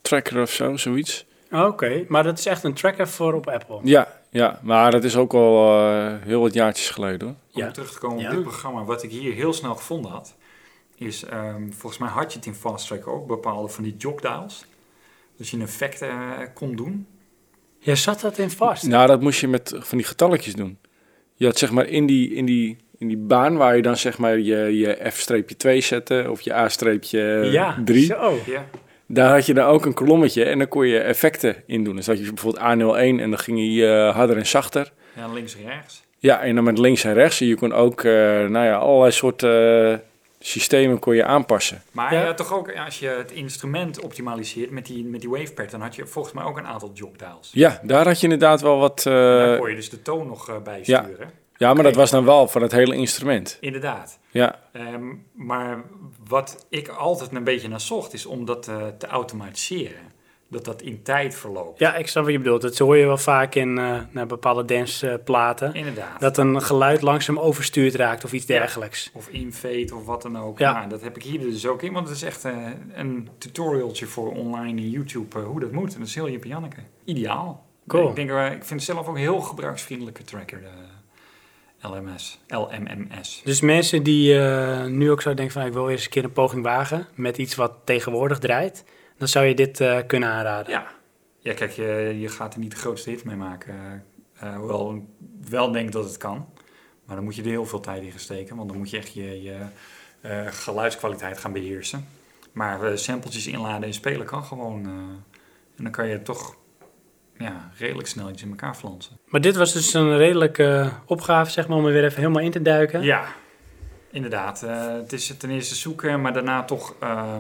tracker of zo, zoiets. Oké, maar dat is echt een tracker voor op Apple. Ja, maar dat is ook al heel wat jaartjes geleden hoor. Om Ja. terug te komen Ja. op dit programma, wat ik hier heel snel gevonden had, is volgens mij had je het in Fast Track ook, bepaalde van die jog dials. Dus je een effect kon doen. Ja, zat dat in vast? Nou, dat moest je met van die getalletjes doen. Je had zeg maar in die baan waar je dan zeg maar je F-2 zette of je A-3. Ja, zo. Ja. Daar had je dan ook een kolommetje en dan kon je effecten in doen. Dus had je bijvoorbeeld A01 en dan ging je harder en zachter. Ja, links en rechts. Ja, en dan met links en rechts. En je kon ook allerlei soorten systemen kon je aanpassen. Maar Ja. je had toch ook, als je het instrument optimaliseert met die wave pattern, had je volgens mij ook een aantal jog dials. Ja, daar had je inderdaad wel wat... Daar kon je dus de toon nog bij ja. sturen. ja, maar dat was dan wel van het hele instrument. Inderdaad. Ja, Maar wat ik altijd een beetje naar zocht, is om dat te automatiseren. Dat in tijd verloopt. Ja, ik snap wat je bedoelt. Dat hoor je wel vaak in bepaalde danceplaten. Inderdaad. Dat een geluid langzaam overstuurd raakt of iets Ja. dergelijks. Of infade of wat dan ook. Ja. Nou, dat heb ik hier dus ook in. Want het is echt een tutorialtje voor online in YouTube hoe dat moet. En dat is heel Jip en Janneke. Ideaal. Cool. Ik vind het zelf ook een heel gebruiksvriendelijke tracker. De LMMS. Dus mensen die nu ook zo denken van ik wil eens een keer een poging wagen met iets wat tegenwoordig draait, dan zou je dit kunnen aanraden. Ja, kijk, je gaat er niet de grootste hit mee maken. Hoewel wel denk dat het kan. Maar dan moet je er heel veel tijd in gaan steken. Want dan moet je echt je geluidskwaliteit gaan beheersen. Maar sampletjes inladen en spelen kan gewoon. En dan kan je toch redelijk snel iets in elkaar flansen. Maar dit was dus een redelijke opgave, zeg maar, om er weer even helemaal in te duiken. Ja, inderdaad. Het is ten eerste zoeken, maar daarna toch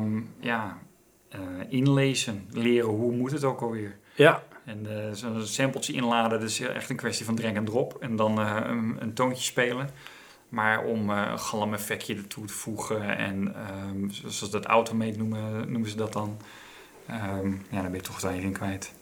inlezen. Leren hoe moet het ook alweer. Ja. En zo'n sampletje inladen, dat is echt een kwestie van drag en drop. En dan een toontje spelen. Maar om een galm-effectje ertoe te voegen en zoals ze dat automate noemen ze dat dan. Dan ben je toch tijd in kwijt.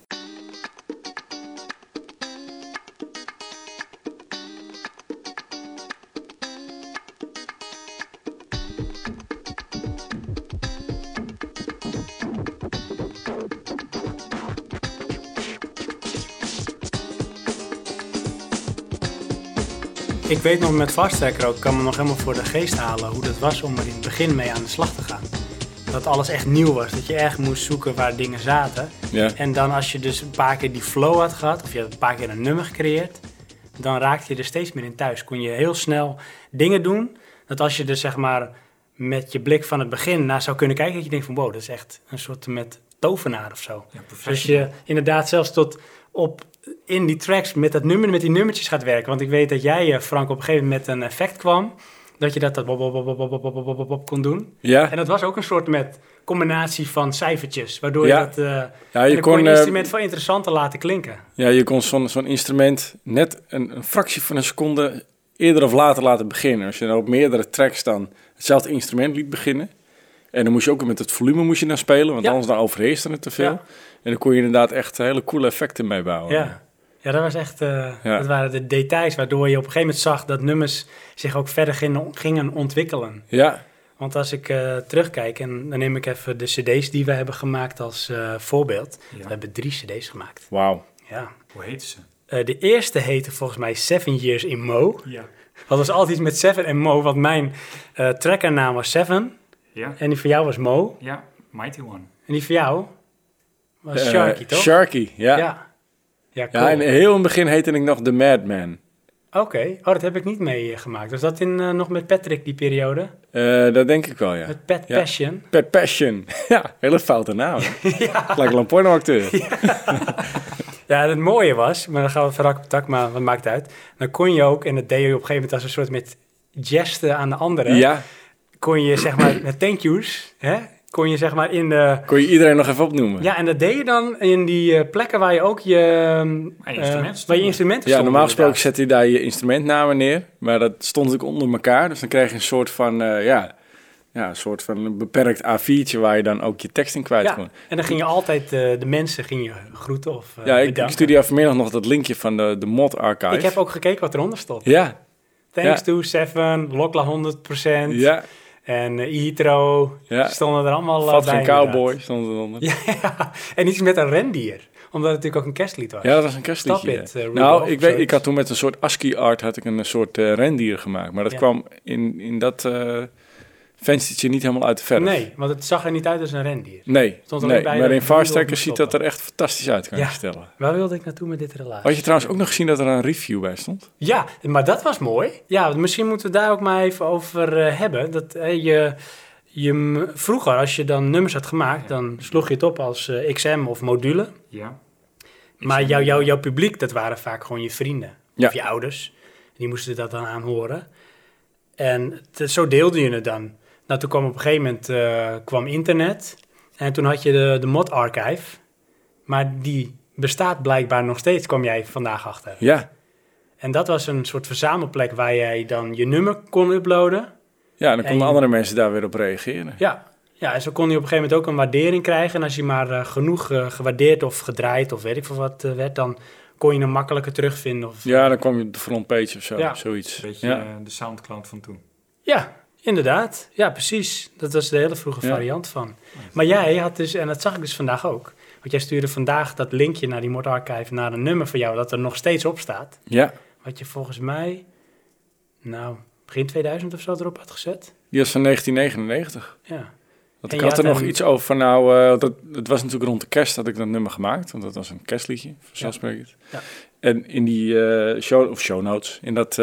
Ik weet nog met Fast Tracker ook, ik kan me nog helemaal voor de geest halen hoe dat was om er in het begin mee aan de slag te gaan. Dat alles echt nieuw was, dat je echt moest zoeken waar dingen zaten. ja. En dan als je dus een paar keer die flow had gehad, of je had een paar keer een nummer gecreëerd, dan raakte je er steeds meer in thuis. Kon je heel snel dingen doen, dat als je er zeg maar met je blik van het begin naar zou kunnen kijken, dat je denkt van wow, dat is echt een soort met tovenaar of zo. Ja, Dus je inderdaad zelfs tot op in die tracks met dat nummer, met die nummertjes gaat werken. Want ik weet dat jij, Frank, op een gegeven moment met een effect kwam, dat je dat kon doen. Ja, En dat was ook een soort met combinatie van cijfertjes, waardoor Ja. je dat... ja, en je dan kon je kon, een instrument veel interessanter laten klinken. je kon zo'n instrument net een fractie van een seconde eerder of later laten beginnen. Als je dan op meerdere tracks dan hetzelfde instrument liet beginnen. En dan moest je ook met het volume moest je dan spelen, want Ja. anders dan overheerste het te veel. Ja. En dan kon je inderdaad echt hele coole effecten mee bouwen. Ja, dat was echt... Dat waren de details waardoor je op een gegeven moment zag dat nummers zich ook verder gingen ontwikkelen. Ja, Want als ik terugkijk, en dan neem ik even de cd's die we hebben gemaakt als voorbeeld. Ja. We hebben 3 cd's gemaakt. wauw. Ja. Hoe heet ze? De eerste heette volgens mij 7 Years in Mo. Ja. Dat was altijd iets met 7 en Mo, want mijn trackernaam was 7 Ja, en die van jou was Mo. ja, Mighty One. En die van jou was Sharky, toch? Sharky, ja. Ja, cool. Ja, en heel in het begin heette ik nog The Madman. Oké, dat heb ik niet meegemaakt. Was dat nog met Patrick, die periode? Dat denk ik wel, ja. Met Pat Ja. Passion? Pat Passion. Ja, hele foute naam. Lijkt wel een pornoacteur. Ja, en het mooie was, maar dan gaan we verrak op tak, maar wat maakt het uit? Dan kon je ook, en dat deed je op een gegeven moment als een soort met gesten aan de anderen, Ja, kon je zeg maar met thank yous, kon je zeg maar in de... kon je iedereen nog even opnoemen. Ja, en dat deed je dan in die plekken waar je ook waar je instrumenten Ja, stonden, normaal gesproken inderdaad. zet je daar je instrumentnamen neer. Maar dat stond natuurlijk onder elkaar. Dus dan krijg je een soort van, een soort van een beperkt A4'tje waar je dan ook je tekst in kwijt kon. Ja, en dan ging je altijd de mensen groeten of Ja, ik bedanken. stuurde jou vanmiddag nog dat linkje van de mod archive. Ik heb ook gekeken wat eronder stond. Ja, Thanks Ja. to 7, Lokla 100%. ja. En Hitro stonden er allemaal Vat bij. geen cowboy stond er onder. Ja, en iets met een rendier. Omdat het natuurlijk ook een kerstlied was. Ja, dat was een kerstliedje. Stop it, Nou, ik had toen met een soort ASCII-art had ik een soort rendier gemaakt. Maar dat kwam in dat venstertje niet helemaal uit de verf. Nee, want het zag er niet uit als een rendier. Nee, Stond er ook bij maar dat in Farstacker het ziet dat er echt fantastisch uit, kan je stellen. Waar wilde ik naartoe met dit relatie? Had je trouwens ook nog gezien dat er een review bij stond? Ja, maar dat was mooi. Ja, misschien moeten we daar ook maar even over hebben. Dat vroeger, als je dan nummers had gemaakt, dan sloeg je het op als XM of module. Ja. Maar jouw publiek, dat waren vaak gewoon je vrienden. Of je ouders. Die moesten dat dan aanhoren. En zo deelde je het dan. Nou, toen kwam op een gegeven moment kwam internet. En toen had je de mod archive. Maar die bestaat blijkbaar nog steeds, kwam jij vandaag achter. Ja. En dat was een soort verzamelplek waar jij dan je nummer kon uploaden. Ja, en dan konden andere mensen daar weer op reageren. Ja, en zo kon je op een gegeven moment ook een waardering krijgen. En als je maar genoeg gewaardeerd of gedraaid of weet ik veel wat werd, dan kon je hem makkelijker terugvinden. Ja, dan kwam je op de frontpage of zo, Ja. zoiets. Een beetje de Soundcloud van toen. Ja, inderdaad. Ja, precies. Dat was de hele vroege variant van. Maar jij had dus, en dat zag ik dus vandaag ook, want jij stuurde vandaag dat linkje naar die Mod Archive, naar een nummer van jou dat er nog steeds op staat. Ja. Wat je volgens mij, begin 2000 of zo erop had gezet. Die was van 1999. Ja. Want En ik je had er had nog een- iets over het was natuurlijk rond de kerst dat ik dat nummer gemaakt, want dat was een kerstliedje, vanzelfsprekend. Ja. En in die show notes,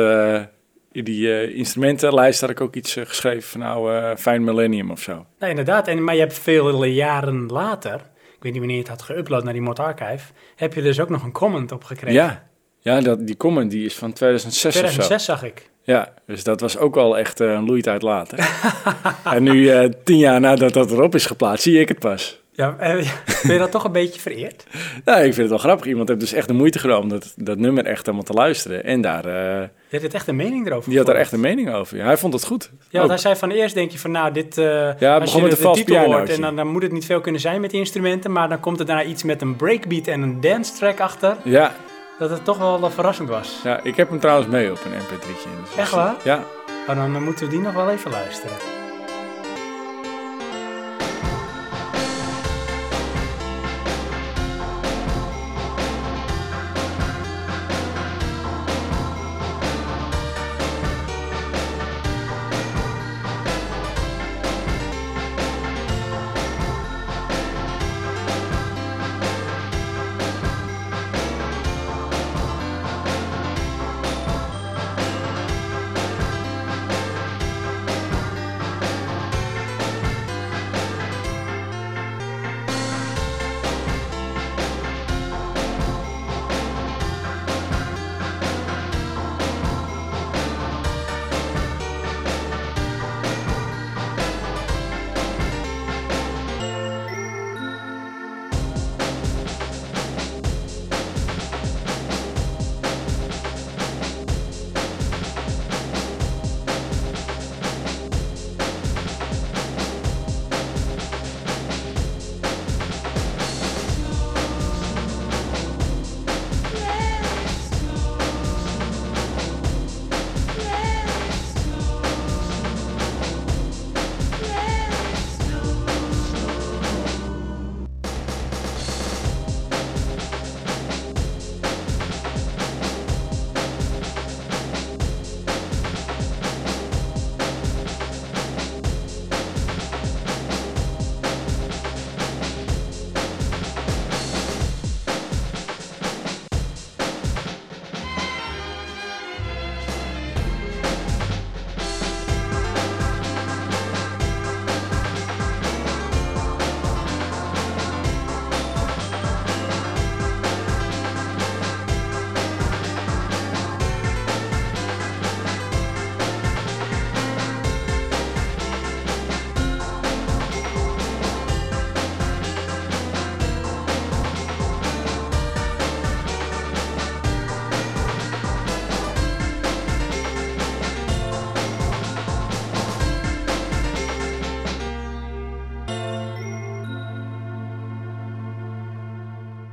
in die instrumentenlijst had ik ook iets geschreven van Fine Millennium of zo. Nou, inderdaad. Maar je hebt vele jaren later, ik weet niet wanneer je het had geüpload naar die Mod Archive, heb je dus ook nog een comment op gekregen. Ja, die comment die is van 2006 of zo. 2006 zag ik. Ja, dus dat was ook al echt een loeitijd later. En nu, 10 jaar nadat dat erop is geplaatst, zie ik het pas. Ja, ben je dat toch een beetje vereerd? Nou, ik vind het wel grappig. Iemand heeft dus echt de moeite genomen dat nummer echt helemaal te luisteren. En daar... Je had echt een mening erover. Die had daar echt een mening over. Ja, hij vond het goed. Ja, want hij zei van eerst denk je van dit... het als begon je met een vals titel hoort pianootje. en dan moet het niet veel kunnen zijn met die instrumenten, maar dan komt er daarna iets met een breakbeat en een dance track achter. Ja. Dat het toch wel verrassend was. Ja, ik heb hem trouwens mee op een mp3'tje. Dus echt waar? Ja. Maar dan moeten we die nog wel even luisteren.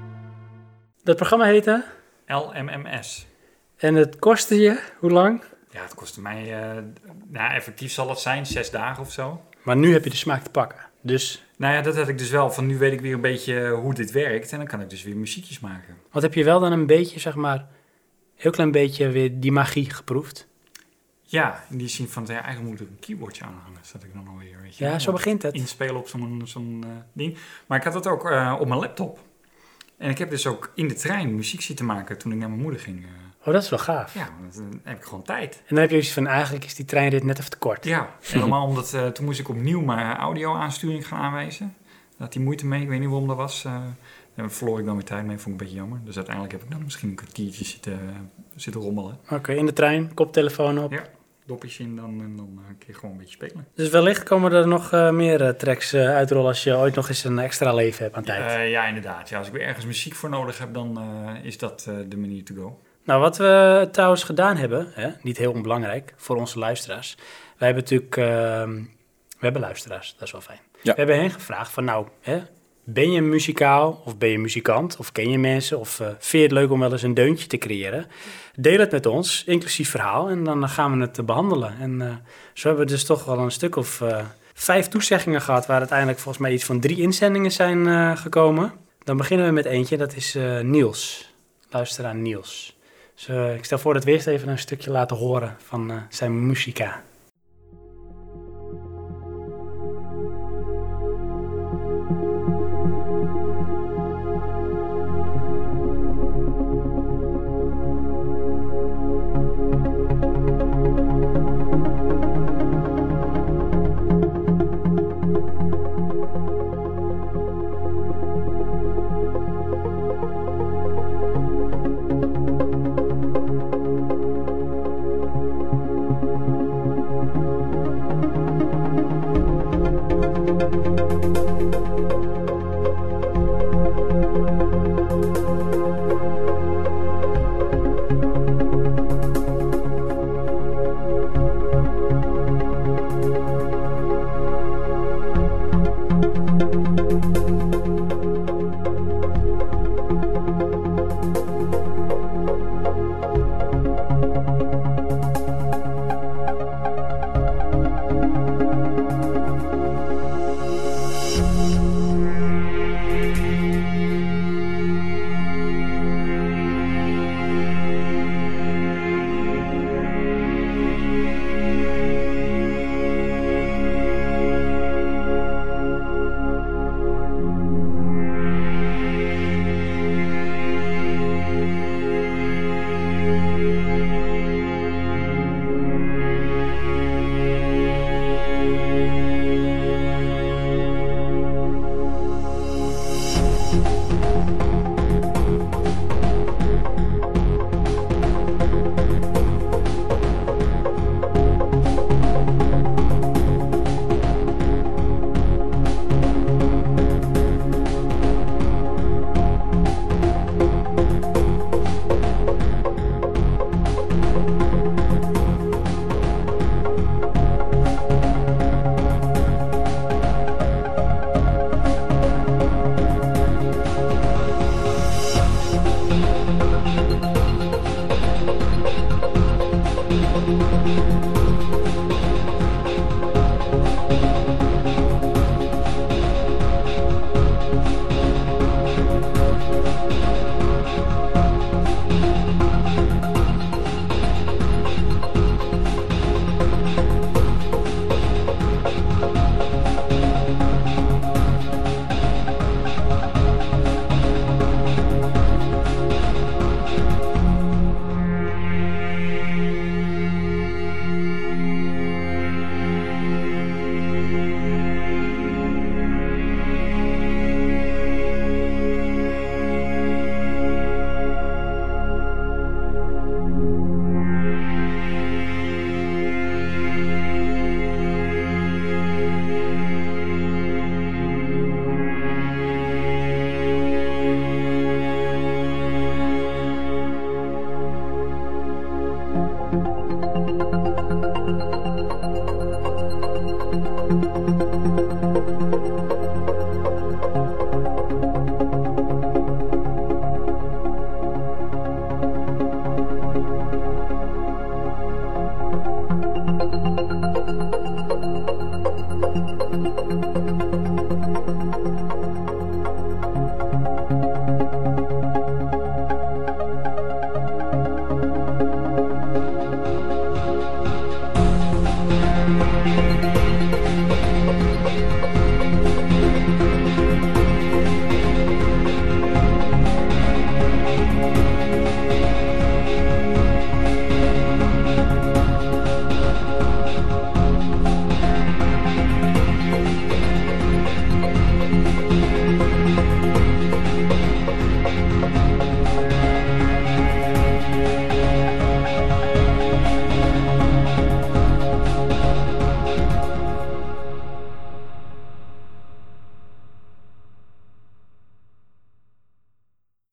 Dat programma heette? LMMS. En het kostte je, hoe lang? Ja, het kostte mij... effectief zal het zijn 6 dagen of zo. Maar nu heb je de smaak te pakken. Dus Nou ja, dat had ik dus wel. Van nu weet ik weer een beetje hoe dit werkt. En dan kan ik dus weer muziekjes maken. wat heb je wel dan een beetje, zeg maar, heel klein beetje weer die magie geproefd? Ja, in die zin van, eigenlijk moet ik een keyboardje aanhangen. Zat ik dan alweer, weet je. Ja, zo begint het. Inspelen op zo'n ding. Maar ik had dat ook op mijn laptop. En ik heb dus ook in de trein muziek zitten maken toen ik naar mijn moeder ging. Oh, dat is wel gaaf. Ja, dan heb ik gewoon tijd. En dan heb je zoiets van, eigenlijk is die treinrit net even te kort. Ja, helemaal omdat toen moest ik opnieuw mijn audio-aansturing gaan aanwijzen. Daar had die moeite mee, ik weet niet waarom dat was. Daar verloor ik dan weer tijd mee, vond ik een beetje jammer. Dus uiteindelijk heb ik dan misschien een kwartiertje zitten rommelen. Oké, in de trein, koptelefoon op. Ja, dopjes in dan, en dan kun je gewoon een beetje spelen. Dus wellicht komen er nog meer tracks uitrollen als je ooit nog eens een extra leven hebt aan tijd. Ja, inderdaad. Ja, als ik weer ergens muziek voor nodig heb, dan is dat de manier to go. Nou, wat we trouwens gedaan hebben, niet heel onbelangrijk voor onze luisteraars. Wij hebben natuurlijk, we hebben luisteraars, dat is wel fijn. Ja. We hebben hen gevraagd van ben je muzikaal of ben je muzikant of ken je mensen of vind je het leuk om wel eens een deuntje te creëren? Deel het met ons, inclusief verhaal, en dan gaan we het behandelen. En zo hebben we dus toch wel een stuk of 5 toezeggingen gehad, waar uiteindelijk volgens mij iets van 3 inzendingen zijn gekomen. Dan beginnen we met eentje, dat is Niels, luisteraar Niels. Dus ik stel voor dat we eerst even een stukje laten horen van zijn muzika.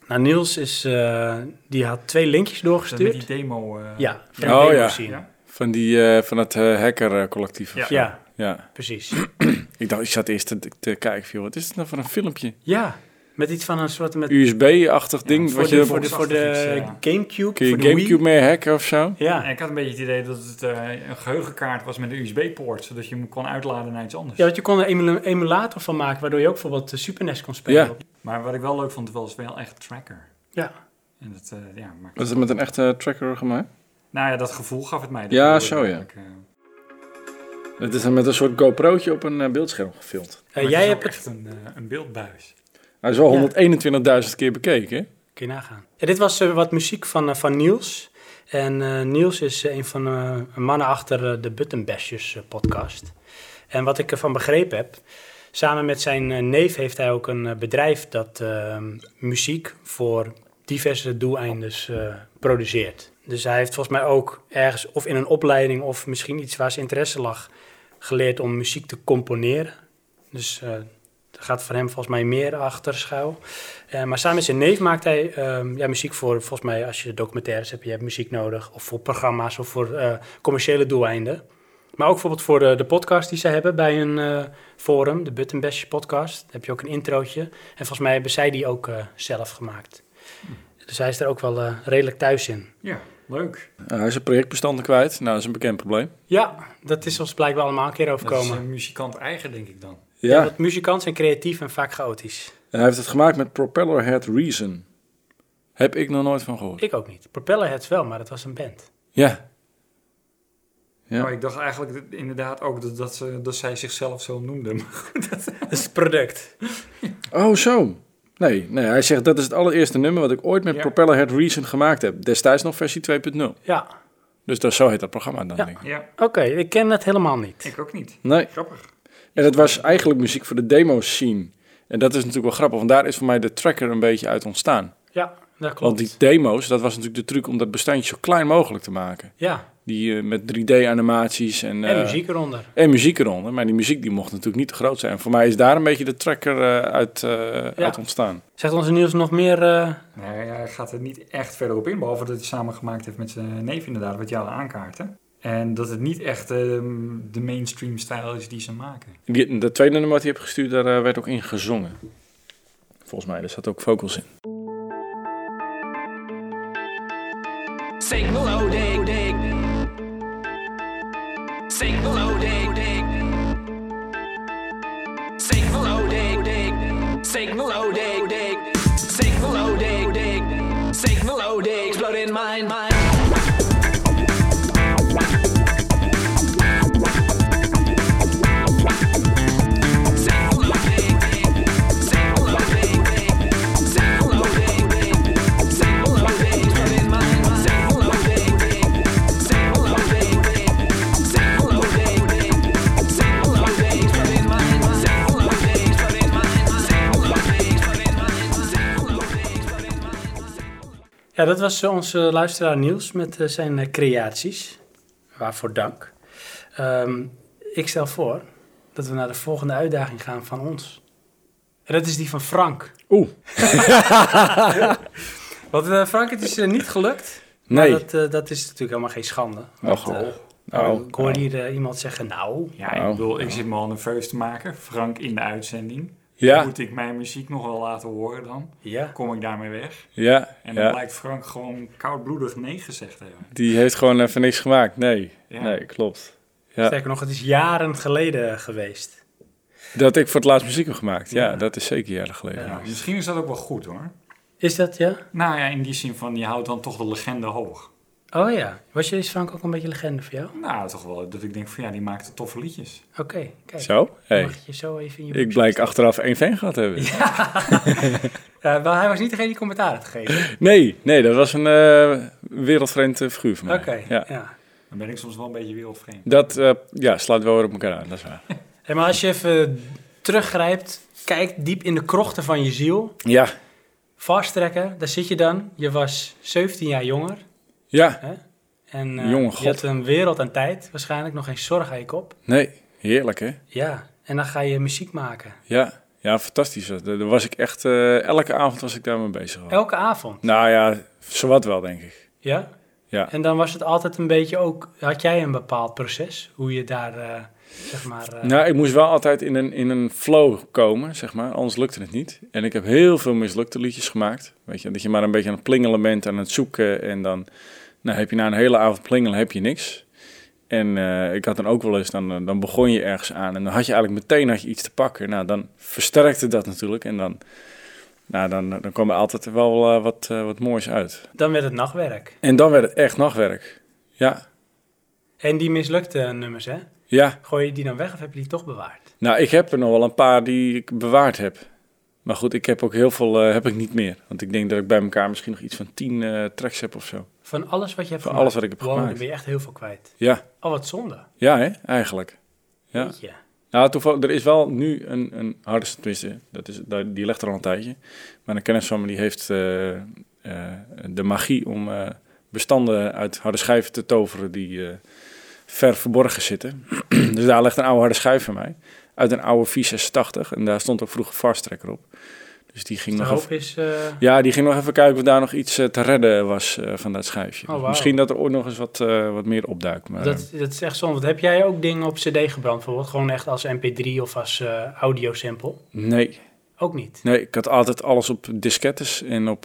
Nou, Niels die had 2 linkjes Met doorgestuurd. die demo. Ja, van de Oh, demo ja. scene. Van van het hacker-collectief. Ja. Ja, Ja. precies. Ik zat eerst te kijken, joh, wat is het nou voor een filmpje? Ja, met iets van een soort... Met, USB-achtig ding, voor wat de, je voor de, voor de Ja. Gamecube, kun je voor de Gamecube Wii. mee hacken of zo? En Ja. ik had een beetje het idee dat het een geheugenkaart was met een USB-poort, zodat je hem kon uitladen naar iets anders. Ja, want je kon er een emulator van maken, waardoor je ook bijvoorbeeld de Super NES kon spelen. Ja. Maar wat ik wel leuk vond, was wel echt tracker. Ja. En dat maakt Was het met een echte tracker gemaakt? Nou ja, dat gevoel gaf het mij. Dat Ja, wilde zo, ik ja. eigenlijk, Het is dan met een soort GoPro'tje op een beeldscherm gefilmd. maar het Jij is hebt ook het... echt een beeldbuis. Hij is wel Ja. 121.000 keer bekeken, hè? Kun je nagaan. Ja, dit was wat muziek van Niels. En Niels is een van de mannen achter de Button Bashers podcast. En wat ik ervan begrepen heb, samen met zijn neef heeft hij ook een bedrijf dat muziek voor diverse doeleindes produceert. Dus hij heeft volgens mij ook ergens, of in een opleiding of misschien iets waar zijn interesse lag, geleerd om muziek te componeren. Dus er gaat voor hem volgens mij meer achter schuil. Maar samen met zijn neef maakt hij muziek voor, volgens mij als je documentaires hebt, je hebt muziek nodig. Of voor programma's of voor commerciële doeleinden. Maar ook bijvoorbeeld voor de podcast die zij hebben bij een forum, de Button Bash podcast. Daar heb je ook een introotje. En volgens mij hebben zij die ook zelf gemaakt. Dus hij is er ook wel redelijk thuis in. Ja, leuk. Hij is zijn projectbestanden kwijt. Nou, dat is een bekend probleem. Ja, dat is ons blijkbaar allemaal een keer Dat is overkomen. een muzikant eigen, denk ik dan. Ja, want muzikanten zijn creatief en vaak chaotisch. En hij heeft het gemaakt met Propellerhead Reason. Heb ik nog nooit van gehoord. Ik ook niet. Propellerheads wel, maar dat was een band. Ja. Ja. Maar ik dacht eigenlijk inderdaad ook dat zij zichzelf zo noemden. Dat is het product. Oh, zo. Nee, hij zegt dat is het allereerste nummer wat ik ooit met Ja. Propellerhead Reason gemaakt heb. Destijds nog versie 2.0. Ja, Dus zo heet dat programma dan, Ja. denk ik. Ja, oké. Ik ken het helemaal niet. ik ook niet. Nee. Grappig. En het was eigenlijk muziek voor de demo scene. En dat is natuurlijk wel grappig, want daar is voor mij de tracker een beetje uit ontstaan. Ja, dat klopt. Want die demo's, dat was natuurlijk de truc om dat bestandje zo klein mogelijk te maken. Ja, Die met 3D-animaties en muziek eronder. en muziek eronder. Maar die muziek die mocht natuurlijk niet te groot zijn. Voor mij is daar een beetje de tracker uit ontstaan. Zegt onze Niels nog meer... Nee, hij gaat er niet echt verder op in, behalve dat hij samen gemaakt heeft met zijn neef inderdaad, wat jou aankaarten. En dat het niet echt de mainstream stijl is die ze maken. De tweede nummer wat hij heeft gestuurd, daar werd ook in gezongen. Volgens mij, daar zat ook vocals in. Sing melodic. Sing melodic. Sing melodic. Sing melodic. Sing melodic. Sing melodic. Blood in my mind. Ja, dat was onze luisteraar Niels met zijn creaties. Waarvoor dank. Ik stel voor dat we naar de volgende uitdaging gaan van ons. En dat is die van Frank. Oeh. Want Frank, het is niet gelukt. Nee. Maar dat is natuurlijk helemaal geen schande. Och, Want, ik hoorde hier iemand zeggen, nou... Ja, Nou, ik bedoel, ik zit me al nerveus te maken. Frank in de uitzending. Ja, Moet ik mijn muziek nog wel laten horen dan? Ja, Kom ik daarmee weg? ja, En dan ja. blijkt Frank gewoon koudbloedig nee gezegd te hebben. Die heeft gewoon even niks gemaakt. Nee, Ja. nee, klopt. Ja. sterker nog, het is jaren geleden geweest. Dat ik voor het laatst muziek heb gemaakt. Ja, Ja. dat is zeker jaren geleden. Ja. Misschien is dat ook wel goed hoor. Is dat, ja? Nou ja, in die zin van, je houdt dan toch de legende hoog. Oh ja. Is Frank ook een beetje legende voor jou? Nou, toch wel dat ik denk van ja, die maakte toffe liedjes. Oké, kijk. Zo? Dan Hey. mag je zo even in je Ik boekje blijk staan. achteraf één fan gehad te hebben. Maar hij was niet degene die commentaar had gegeven. Nee, dat was een wereldvreemd figuur van mij. Oké, Ja. ja. Dan ben ik soms wel een beetje wereldvreemd. Dat sluit wel weer op elkaar aan, dat is waar. Hey, maar als je even teruggrijpt, kijkt diep in de krochten van je ziel. Ja, Vasttrekken, daar zit je dan. Je was 17 jaar jonger. ja, Hè? En Jonge je god. had een wereld aan tijd. Waarschijnlijk nog geen zorg aan je kop. nee, heerlijk hè? Ja, en dan ga je muziek maken. Ja, Ja, fantastisch. Daar was ik echt... elke avond was ik daarmee bezig. Elke avond? Nou ja, zowat wel, denk ik. Ja? Ja. En dan was het altijd een beetje ook... Had jij een bepaald proces? Hoe je daar, zeg maar... Nou, ik moest wel altijd in een flow komen, zeg maar. Anders lukte het niet. En ik heb heel veel mislukte liedjes gemaakt. Weet je, dat je maar een beetje aan het plingelen bent, aan het zoeken. En dan heb je na een hele avond plingelen, heb je niks. En ik had dan ook wel eens, dan begon je ergens aan. En dan had je eigenlijk meteen iets te pakken. Nou, dan versterkte dat natuurlijk. En dan kwam er altijd wel wat moois uit. Dan werd het nachtwerk. En dan werd het echt nachtwerk. Ja. En die mislukte nummers, hè? Ja. Gooi je die dan weg of heb je die toch bewaard? Nou, ik heb er nog wel een paar die ik bewaard heb. Maar goed, ik heb ook heel veel heb ik niet meer. Want ik denk dat ik bij elkaar misschien nog iets van 10 tracks heb of zo. Van alles wat je hebt Van gemaakt? alles wat ik heb gemaakt. Dan ben je echt heel veel kwijt. Ja. Oh, wat zonde. Ja, hè? Eigenlijk. Ja. Jeetje. Nou, toevallig, er is wel nu een harde twist. Die ligt er al een tijdje. Maar een kennis van me die heeft de magie om bestanden uit harde schijven te toveren die ver verborgen zitten. Dus daar ligt een oude harde schijf van mij. Uit een oude V86. En daar stond ook vroeger Fast Tracker op. Dus die ging nog even... Ja, die ging nog even kijken of daar nog iets te redden was van dat schijfje. Oh, wow. Misschien dat er ooit nog eens wat meer opduikt. Maar, Dat is echt zonde. Want heb jij ook dingen op cd gebrand bijvoorbeeld? Gewoon echt als mp3 of als audiosample? Nee. Ook niet? Nee, ik had altijd alles op diskettes en op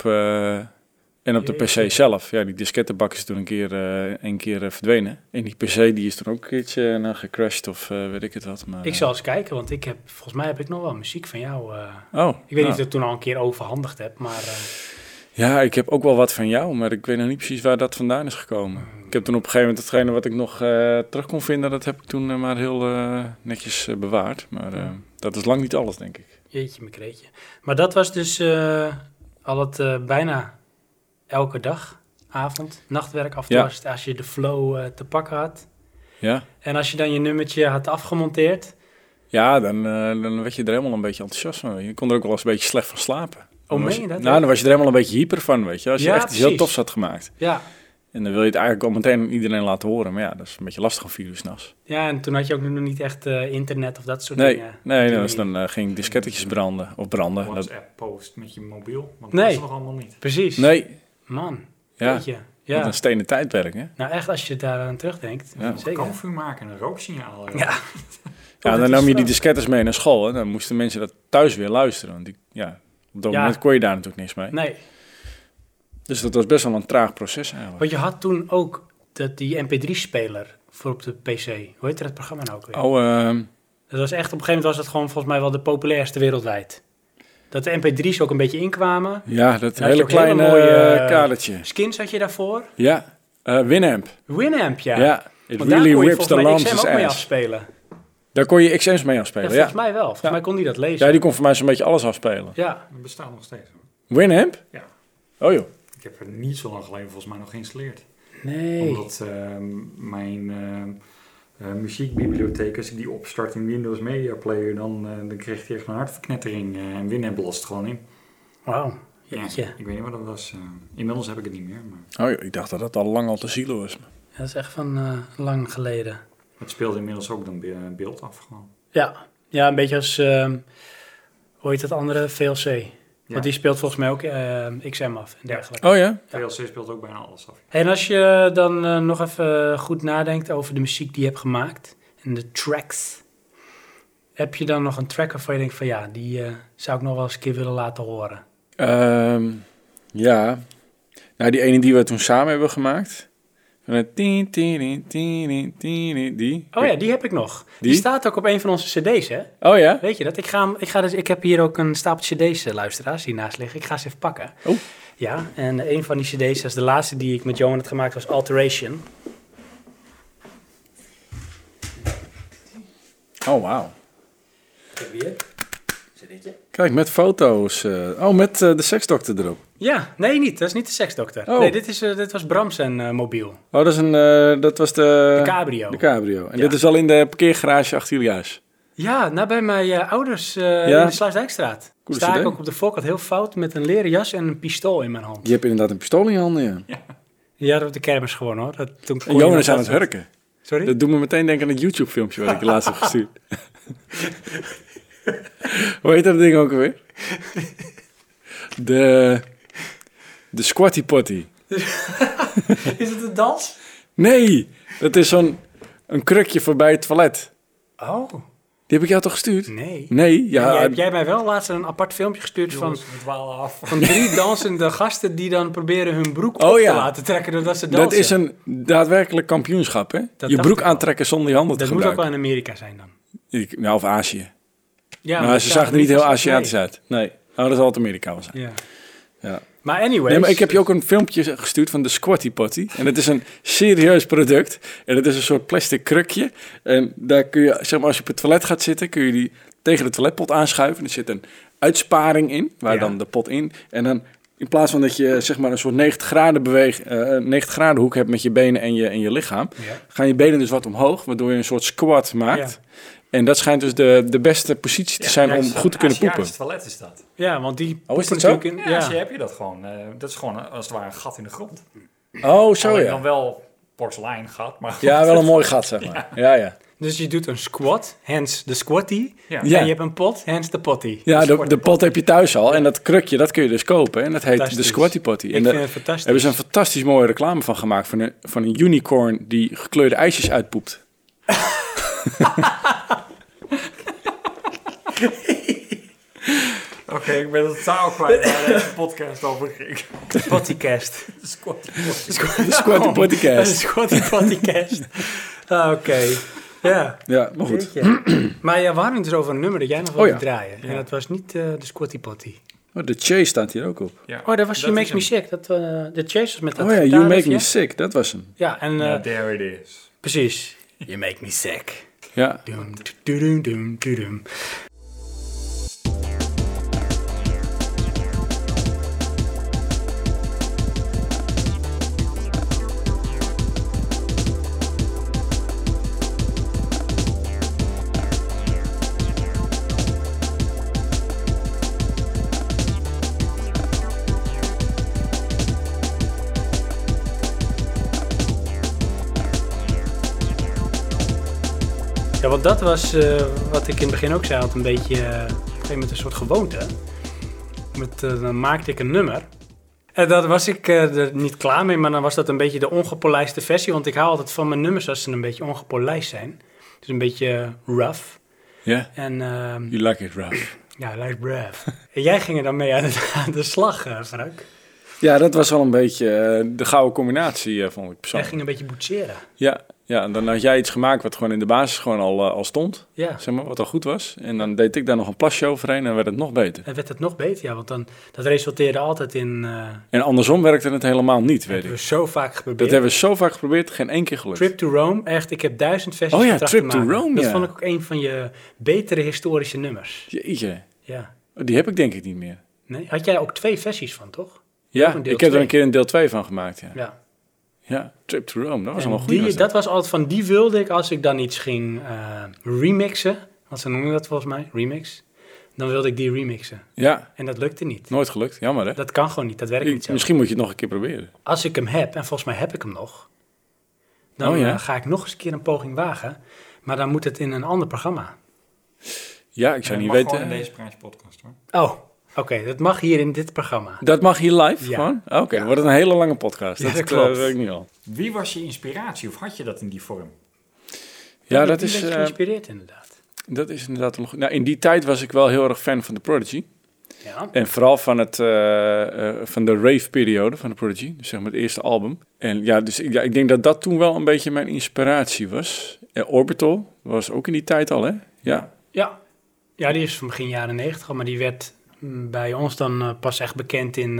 de PC zelf. Ja, die diskettenbak is toen een keer verdwenen. En die PC die is toen ook een keertje gecrashed of weet ik het wat. Maar, Ik zal eens kijken, want volgens mij heb ik nog wel muziek van jou. Oh, Ik weet niet of ik het toen al een keer overhandigd heb, maar... Ja, ik heb ook wel wat van jou, maar ik weet nog niet precies waar dat vandaan is gekomen. Ik heb toen op een gegeven moment hetgene wat ik nog terug kon vinden, dat heb ik toen maar heel netjes bewaard. Maar dat is lang niet alles, denk ik. Jeetje, mijn kreetje. Maar dat was dus al het bijna elke dag, avond, nachtwerk. Af en toe was het als je de flow te pakken had. Ja. En als je dan je nummertje had afgemonteerd... Ja, dan werd je er helemaal een beetje enthousiast van. Je kon er ook wel eens een beetje slecht van slapen. Oh, meen je dat? Nou, dan was je er helemaal een beetje hyper van, weet je. Als je echt iets heel tofs had gemaakt. Ja. En dan wil je het eigenlijk al meteen aan iedereen laten horen. Maar ja, dat is een beetje lastig om 4 uur 's nachts. Ja, en toen had je ook nog niet echt internet of dat soort Nee, dingen. nee, dus dan ging diskettetjes branden. Of branden. WhatsApp-post met je mobiel. Want Nee. dat is nog allemaal niet. Precies. Nee, Man, ja. weet je. Wat Ja. een stenen tijdperk, hè? Nou, echt als je daar aan terugdenkt. Ja. Zeker. Kampvuur maken en een rooksignaal. Ja. Ja, dat dan is nam je die wel- diskettes mee naar school. En dan moesten mensen dat thuis weer luisteren. Want op dat Ja. moment kon je daar natuurlijk niks mee. Nee, Dus dat was best wel een traag proces eigenlijk. want je had toen ook die mp3-speler voor op de PC. Hoe heette dat programma nou ook weer? Oh, Dat was echt, op een gegeven moment was dat gewoon volgens mij wel de populairste wereldwijd. Dat de mp3's ook een beetje inkwamen. ja, dat Dan had je hele ook hele kleine mooie, kadertje. Skins had je daarvoor. Ja, Winamp. Winamp, ja. Ja, it Want daar really kon je whips the volgens mij lambs' XM ook mee ass. afspelen. Daar kon je XM's mee Ja, afspelen, volgens ja. mij wel. Volgens Ja. mij kon die dat lezen. Ja, die kon voor mij zo'n beetje alles afspelen. Ja. Dat bestaat nog steeds. Hoor. Winamp? Ja. Oh joh. Ik heb er niet zo lang geleden volgens mij nog geïnstalleerd. Nee. Omdat mijn muziekbibliotheek, als ik die opstart in Windows Media Player, dan kreeg hij echt een hartverknettering en Winamp belast gewoon in. Wauw. Ja, Jeetje. ik weet niet wat dat was. Inmiddels heb ik het niet meer, maar Oh joh, ik dacht dat dat al lang al te zielen was. Ja, dat is echt van lang geleden. het speelde inmiddels ook dan beeld af gewoon. Ja, ja, een beetje als, hoe heet dat andere, VLC. Want die speelt volgens mij ook XM af en dergelijke. Oh ja? VLC speelt ook bijna alles af. En als je dan nog even goed nadenkt over de muziek die je hebt gemaakt en de tracks. Heb je dan nog een track waarvan je denkt van ja, die zou ik nog wel eens een keer willen laten horen? Ja. Nou, die ene die we toen samen hebben gemaakt. Die. Oh ja, die heb ik nog. Die Die? staat ook op een van onze cd's, hè? Oh ja? Weet je dat? Ik heb hier ook een stapeltje cd's, luisteraars, die naast liggen. Ik ga ze even pakken. Oh. Ja, en een van die cd's, dat is de laatste die ik met Johan had gemaakt, was Alteration. Oh, wauw. Ik heb hier cd'tje. Kijk, met foto's. Met de seksdokter erop. Ja, nee, niet. Dat is niet de seksdokter. Oh. Nee, dit was Brams en mobiel. Oh, dat was De cabrio. de cabrio. En Ja. dit is al in de parkeergarage achter jullie huis. Ja, nou bij mijn ouders in de Sluisdijkstraat. Coole Sta ik cd. ook op de voorkant heel fout met een leren jas en een pistool in mijn hand. Je hebt inderdaad een pistool in je handen, ja. Die hadden we op de kermis gewoon hoor. Toen kon En je Johan nog is aan dat het soort- hurken. Sorry? Dat doet me meteen denken aan het YouTube-filmpje wat ik je laatst heb gestuurd. Hoe heet dat ding ook alweer? De squatty potty. Is het een dans? Nee, dat is een krukje voorbij het toilet. Oh, Die heb ik jou toch gestuurd? nee. Nee, ja. Heb jij mij wel laatst een apart filmpje gestuurd Jongens, we dwalen af. van 3 dansende gasten die dan proberen hun broek Oh, op ja. te laten trekken doordat ze dansen. Dat is een daadwerkelijk kampioenschap, hè? Je dacht broek ik al. aantrekken zonder je handen Dat te moet ook wel gebruiken. in Amerika zijn dan. Nou, of Azië. Ja, Maar dat ze kan zagen er niet heel zo- Aziatisch nee. uit. Nee. Nou, dat zal het Amerika wel zijn. Ja. Ja. Maar anyways. Nee, maar ik heb je ook een filmpje gestuurd van de Squatty Potty. En het is een serieus product. En het is een soort plastic krukje. En daar kun je, zeg maar, als je op het toilet gaat zitten, kun je die tegen de toiletpot aanschuiven. Er zit een uitsparing in, waar Ja. dan de pot in. En dan, in plaats van dat je, zeg maar, een soort 90 graden hoek hebt met je benen en je lichaam, Ja. gaan je benen dus wat omhoog, waardoor je een soort squat maakt. Ja. En dat schijnt dus de beste positie te zijn om goed te kunnen poepen. Aziatisch toilet is dat. Ja, want die Oh, is dat poepen zo? natuurlijk in- Ja, ja. Azië heb je dat gewoon. Dat is gewoon als het ware een gat in de grond. Oh, zo Alleen ja. dan wel porselein-gat, maar... Ja, wel een mooi gat, zeg maar. Ja. Dus je doet een squat, hence de squatty. Ja. Ja. En je hebt een pot, hence de potty. Ja, de pot heb je thuis al. En dat krukje, dat kun je dus kopen. En dat heet de Fantastisch. Squatty Potty. Ik En vind daar het fantastisch. hebben ze een fantastisch mooie reclame van gemaakt. Van een unicorn die gekleurde ijsjes uitpoept. Oké, ik ben het totaal kwijt waar deze podcast over ging. Pottycast. De squat. De Squatty Potty Een cast. squatty pottycast. Oké. Ja. Ja, maar goed. Jeetje. Maar ja, we hadden het dus over een nummer dat jij nog wilde ja. draaien. Ja. En dat was niet de squatty potty. Oh, de Chase staat hier ook op. Ja. Oh, dat was You Makes Me is Sick. Dat, de Chase was met dat Oh ja, You gitaarriffje. Make Me Sick. Dat was hem. Ja, en hem. There it is. precies. You Make Me Sick. Ja. Doem, doem, doem, doem, doem. Ja, want dat was wat ik in het begin ook zei, had een beetje op een gegeven moment een soort gewoonte. Dan maakte ik een nummer. En daar was ik er niet klaar mee, maar dan was dat een beetje de ongepolijste versie. Want ik hou altijd van mijn nummers als ze een beetje ongepolijst zijn. Dus een beetje rough. Ja. En You like it rough. ja, like rough. En jij ging er dan mee aan de slag, Frank. Ja, dat was wel een beetje de gouden combinatie, vond ik Jij persoonlijk. ging een beetje boetseren. Ja, en dan had jij iets gemaakt wat gewoon in de basis gewoon al stond. Ja. Zeg maar, wat al goed was. En dan deed ik daar nog een plasje overheen en werd het nog beter. En werd het nog beter, ja, want dan, dat resulteerde altijd in... En andersom werkte het helemaal niet, weet hebben we ik. zo vaak geprobeerd. Dat hebben we zo vaak geprobeerd, geen één keer gelukt. Trip to Rome, echt, ik heb 1000 versies Oh ja, getracht Trip te to maken. Rome, Dat ja. vond ik ook een van je betere historische nummers. Jeetje, Ja. die heb ik denk ik niet meer. Nee? Had jij ook 2 versies van, toch? Ja, een deel ik heb er 2. een keer een deel 2 van gemaakt, ja. Ja. Ja, Trip to Rome, dat was En allemaal goed. dat was altijd van, die wilde ik als ik dan iets ging remixen. Want ze noemen dat volgens mij, remix. Dan wilde ik die remixen. Ja, En dat lukte niet. nooit gelukt, jammer hè. Dat kan gewoon niet, dat werkt niet zo. Misschien moet je het nog een keer proberen. Als ik hem heb, en volgens mij heb ik hem nog, dan Oh ja? ga ik nog eens een keer een poging wagen. Maar dan moet het in een ander programma. Ja, ik zou niet mag weten. gewoon in deze praatje podcast hoor. Oh, oké, dat mag hier in dit programma. Dat mag hier live Ja. gewoon? Oké, dan wordt het een hele lange podcast. Ja, dat dat klopt. weet ik niet al. Wie was je inspiratie of had je dat in die vorm? Ja, dat dat is, geïnspireerd inderdaad. dat is inderdaad... Nou, in die tijd was ik wel heel erg fan van de Prodigy. Ja. En vooral van, van de rave-periode van de Prodigy. Dus zeg maar het eerste album. En ja, dus ik denk dat dat toen wel een beetje mijn inspiratie was. Orbital was ook in die tijd al, hè? Ja. Ja, die is van begin jaren 90 al, maar die werd bij ons dan pas echt bekend in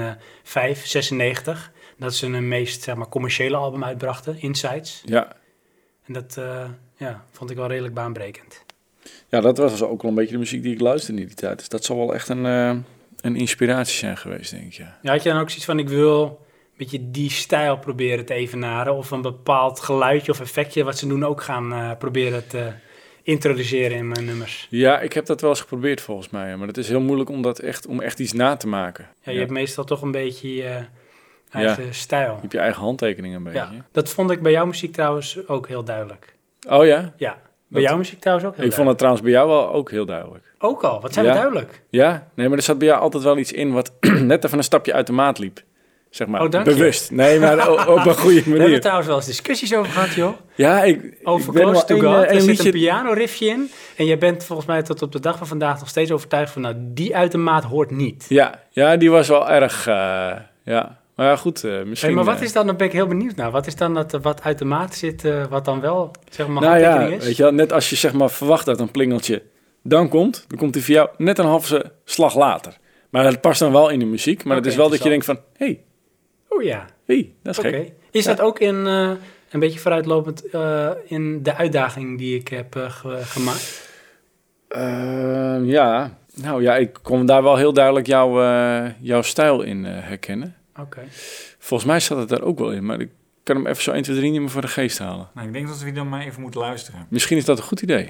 96. Dat ze hun meest, zeg maar, commerciële album uitbrachten, Insights. Ja. En dat vond ik wel redelijk baanbrekend. Ja, dat was ook wel een beetje de muziek die ik luisterde in die tijd. Dus dat zal wel echt een inspiratie zijn geweest, denk ik. Ja. Ja, had je dan ook zoiets van, ik wil een beetje die stijl proberen te evenaren, of een bepaald geluidje of effectje wat ze doen ook gaan proberen te introduceren in mijn nummers? Ja, ik heb dat wel eens geprobeerd volgens mij. Maar het is heel moeilijk om echt iets na te maken. Ja, je hebt meestal toch een beetje je eigen stijl. Je hebt je eigen handtekening een beetje. Ja, dat vond ik bij jouw muziek trouwens ook heel duidelijk. Oh ja? Ja. Bij jouw muziek trouwens ook heel Ik vond het trouwens bij jou wel ook heel duidelijk. Ook al, wat zijn we Ja. duidelijk. Ja? Nee, maar er zat bij jou altijd wel iets in wat net even een stapje uit de maat liep. Zeg maar, Oh, dank je. bewust. Nee, maar op een goede We hebben manier. er trouwens wel eens discussies over gehad, joh. Ja, ik Over ben Close to wel God. Er één zit liedje... een piano-riffje in. En jij bent volgens mij tot op de dag van vandaag nog steeds overtuigd van... nou, die uit de maat hoort niet. Ja, die was wel erg... ja. Maar ja, goed, misschien... Hey, maar wat is dan ben ik heel benieuwd naar. Wat is dan dat wat uit de maat zit, wat dan wel, zeg maar, Nou ja, handtekening is? weet je wel, net als je zeg maar verwacht dat een plingeltje dan komt hij voor jou net een halve slag later. Maar het past dan wel in de muziek. Maar het Oké, is wel dat je interessant. denkt van, Oh ja, dat is oké. gek. Is dat ook in, een beetje vooruitlopend in de uitdaging die ik heb gemaakt? Ja, nou ja, ik kon daar wel heel duidelijk jouw stijl in herkennen. Oké. Volgens mij zat het daar ook wel in, maar ik kan hem even zo 1, 2, 3 niet meer voor de geest halen. Nou, ik denk dat we dan maar even moeten luisteren. Misschien is dat een goed idee.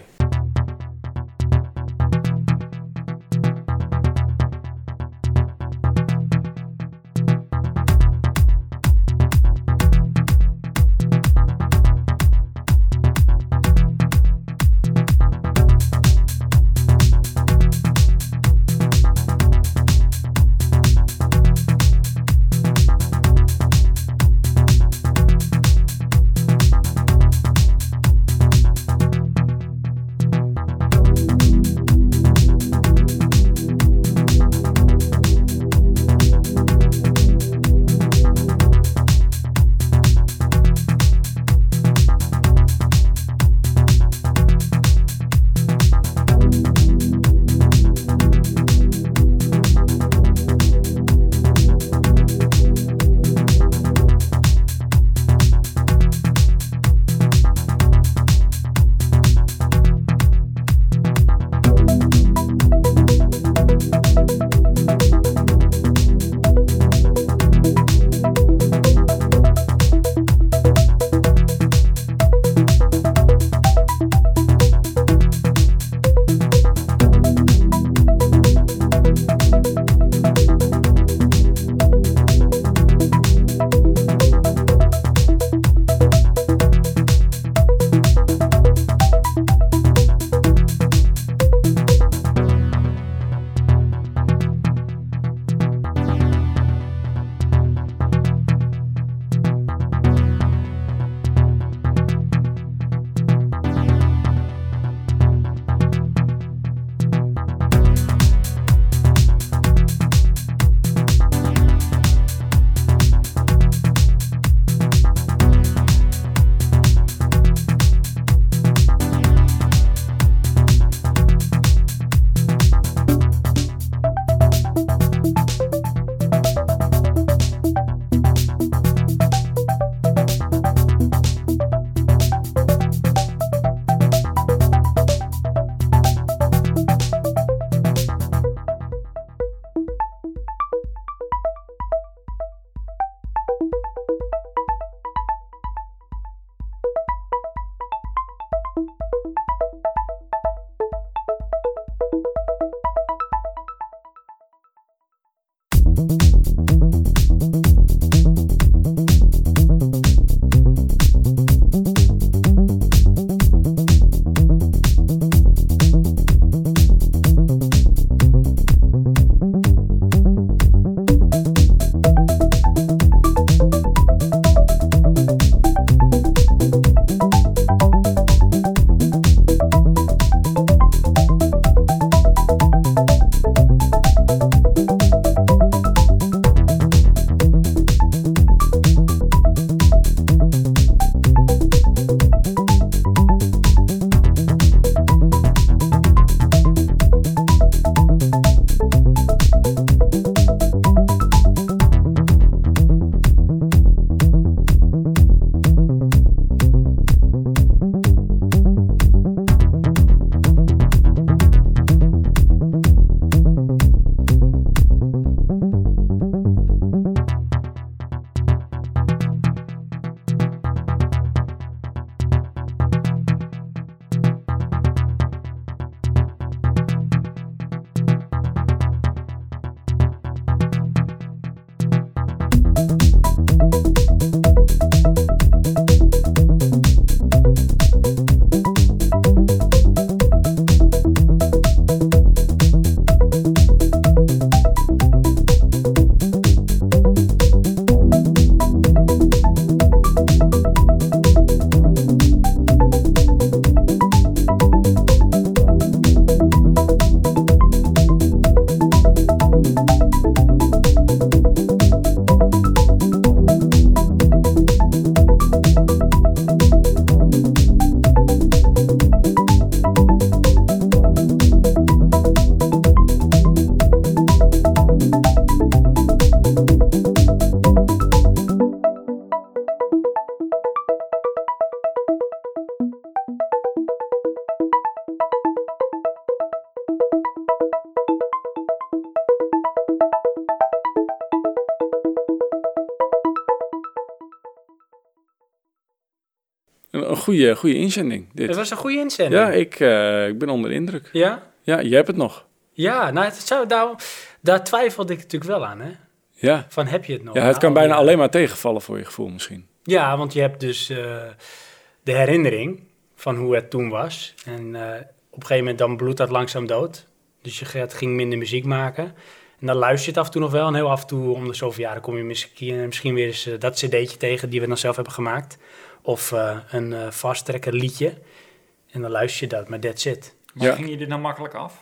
Een goede inzending, dit. Het was een goede inzending. Ja, ik ben onder de indruk. Ja? Ja, jij hebt het nog. Ja, nou, daar twijfelde ik natuurlijk wel aan, hè. Ja, Van, heb je het nog? ja het Nou, kan bijna ja. alleen maar tegenvallen voor je gevoel misschien. Ja, want je hebt dus de herinnering van hoe het toen was. En op een gegeven moment dan bloedt dat langzaam dood. Dus je ging minder muziek maken. En dan luister je het af en toe nog wel. En heel af en toe, om de zoveel jaren, kom je misschien weer eens dat cd'tje tegen die we dan zelf hebben gemaakt. Of een Fast Tracker liedje. En dan luister je dat, maar that's it. Maar Ja. ging je dit nou makkelijk af?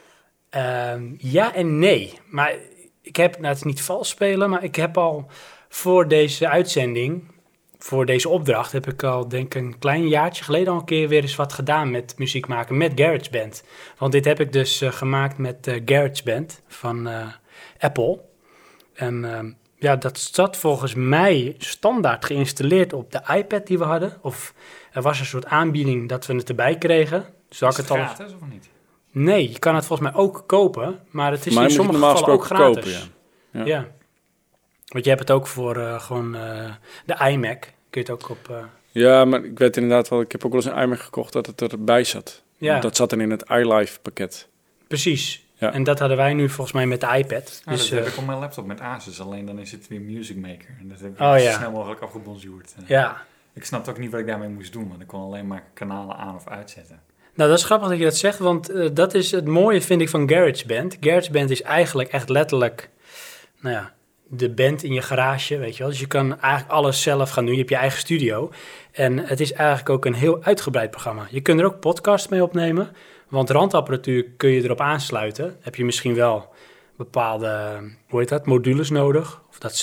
Ja en nee. Maar ik heb, nou het is niet vals spelen, maar ik heb al voor deze uitzending, voor deze opdracht, heb ik al denk ik een klein jaartje geleden al een keer weer eens wat gedaan met muziek maken, met GarageBand. Want dit heb ik dus gemaakt met GarageBand van Apple. En ja, dat zat volgens mij standaard geïnstalleerd op de iPad die we hadden. Of er was een soort aanbieding dat we het erbij kregen. Dus had Is ik het het al. gratis of niet? Nee, je kan het volgens mij ook kopen, maar het is Maar in je moet sommige normaal gevallen ook gesproken gratis. kopen, ja. Ja. Want je hebt het ook voor gewoon de iMac. Kun je het ook op... Ja, maar ik weet inderdaad wel, ik heb ook wel eens een iMac gekocht dat het erbij zat. Ja. Dat zat dan in het iLife pakket. Precies. Ja. En dat hadden wij nu volgens mij met de iPad. Nou, Dus, dat heb ik op mijn laptop met Asus, alleen dan is het weer Music Maker. En dat heb ik Oh, zo ja. snel mogelijk afgebonjourd. ja. Ik snapte ook niet wat ik daarmee moest doen, want ik kon alleen maar kanalen aan of uitzetten. Nou, dat is grappig dat je dat zegt, want dat is het mooie, vind ik, van GarageBand. GarageBand is eigenlijk echt letterlijk, nou ja, de band in je garage, weet je wel. Dus je kan eigenlijk alles zelf gaan doen. Je hebt je eigen studio. En het is eigenlijk ook een heel uitgebreid programma. Je kunt er ook podcasts mee opnemen, want randapparatuur kun je erop aansluiten. Heb je misschien wel bepaalde, hoe heet dat, modules nodig. Of dat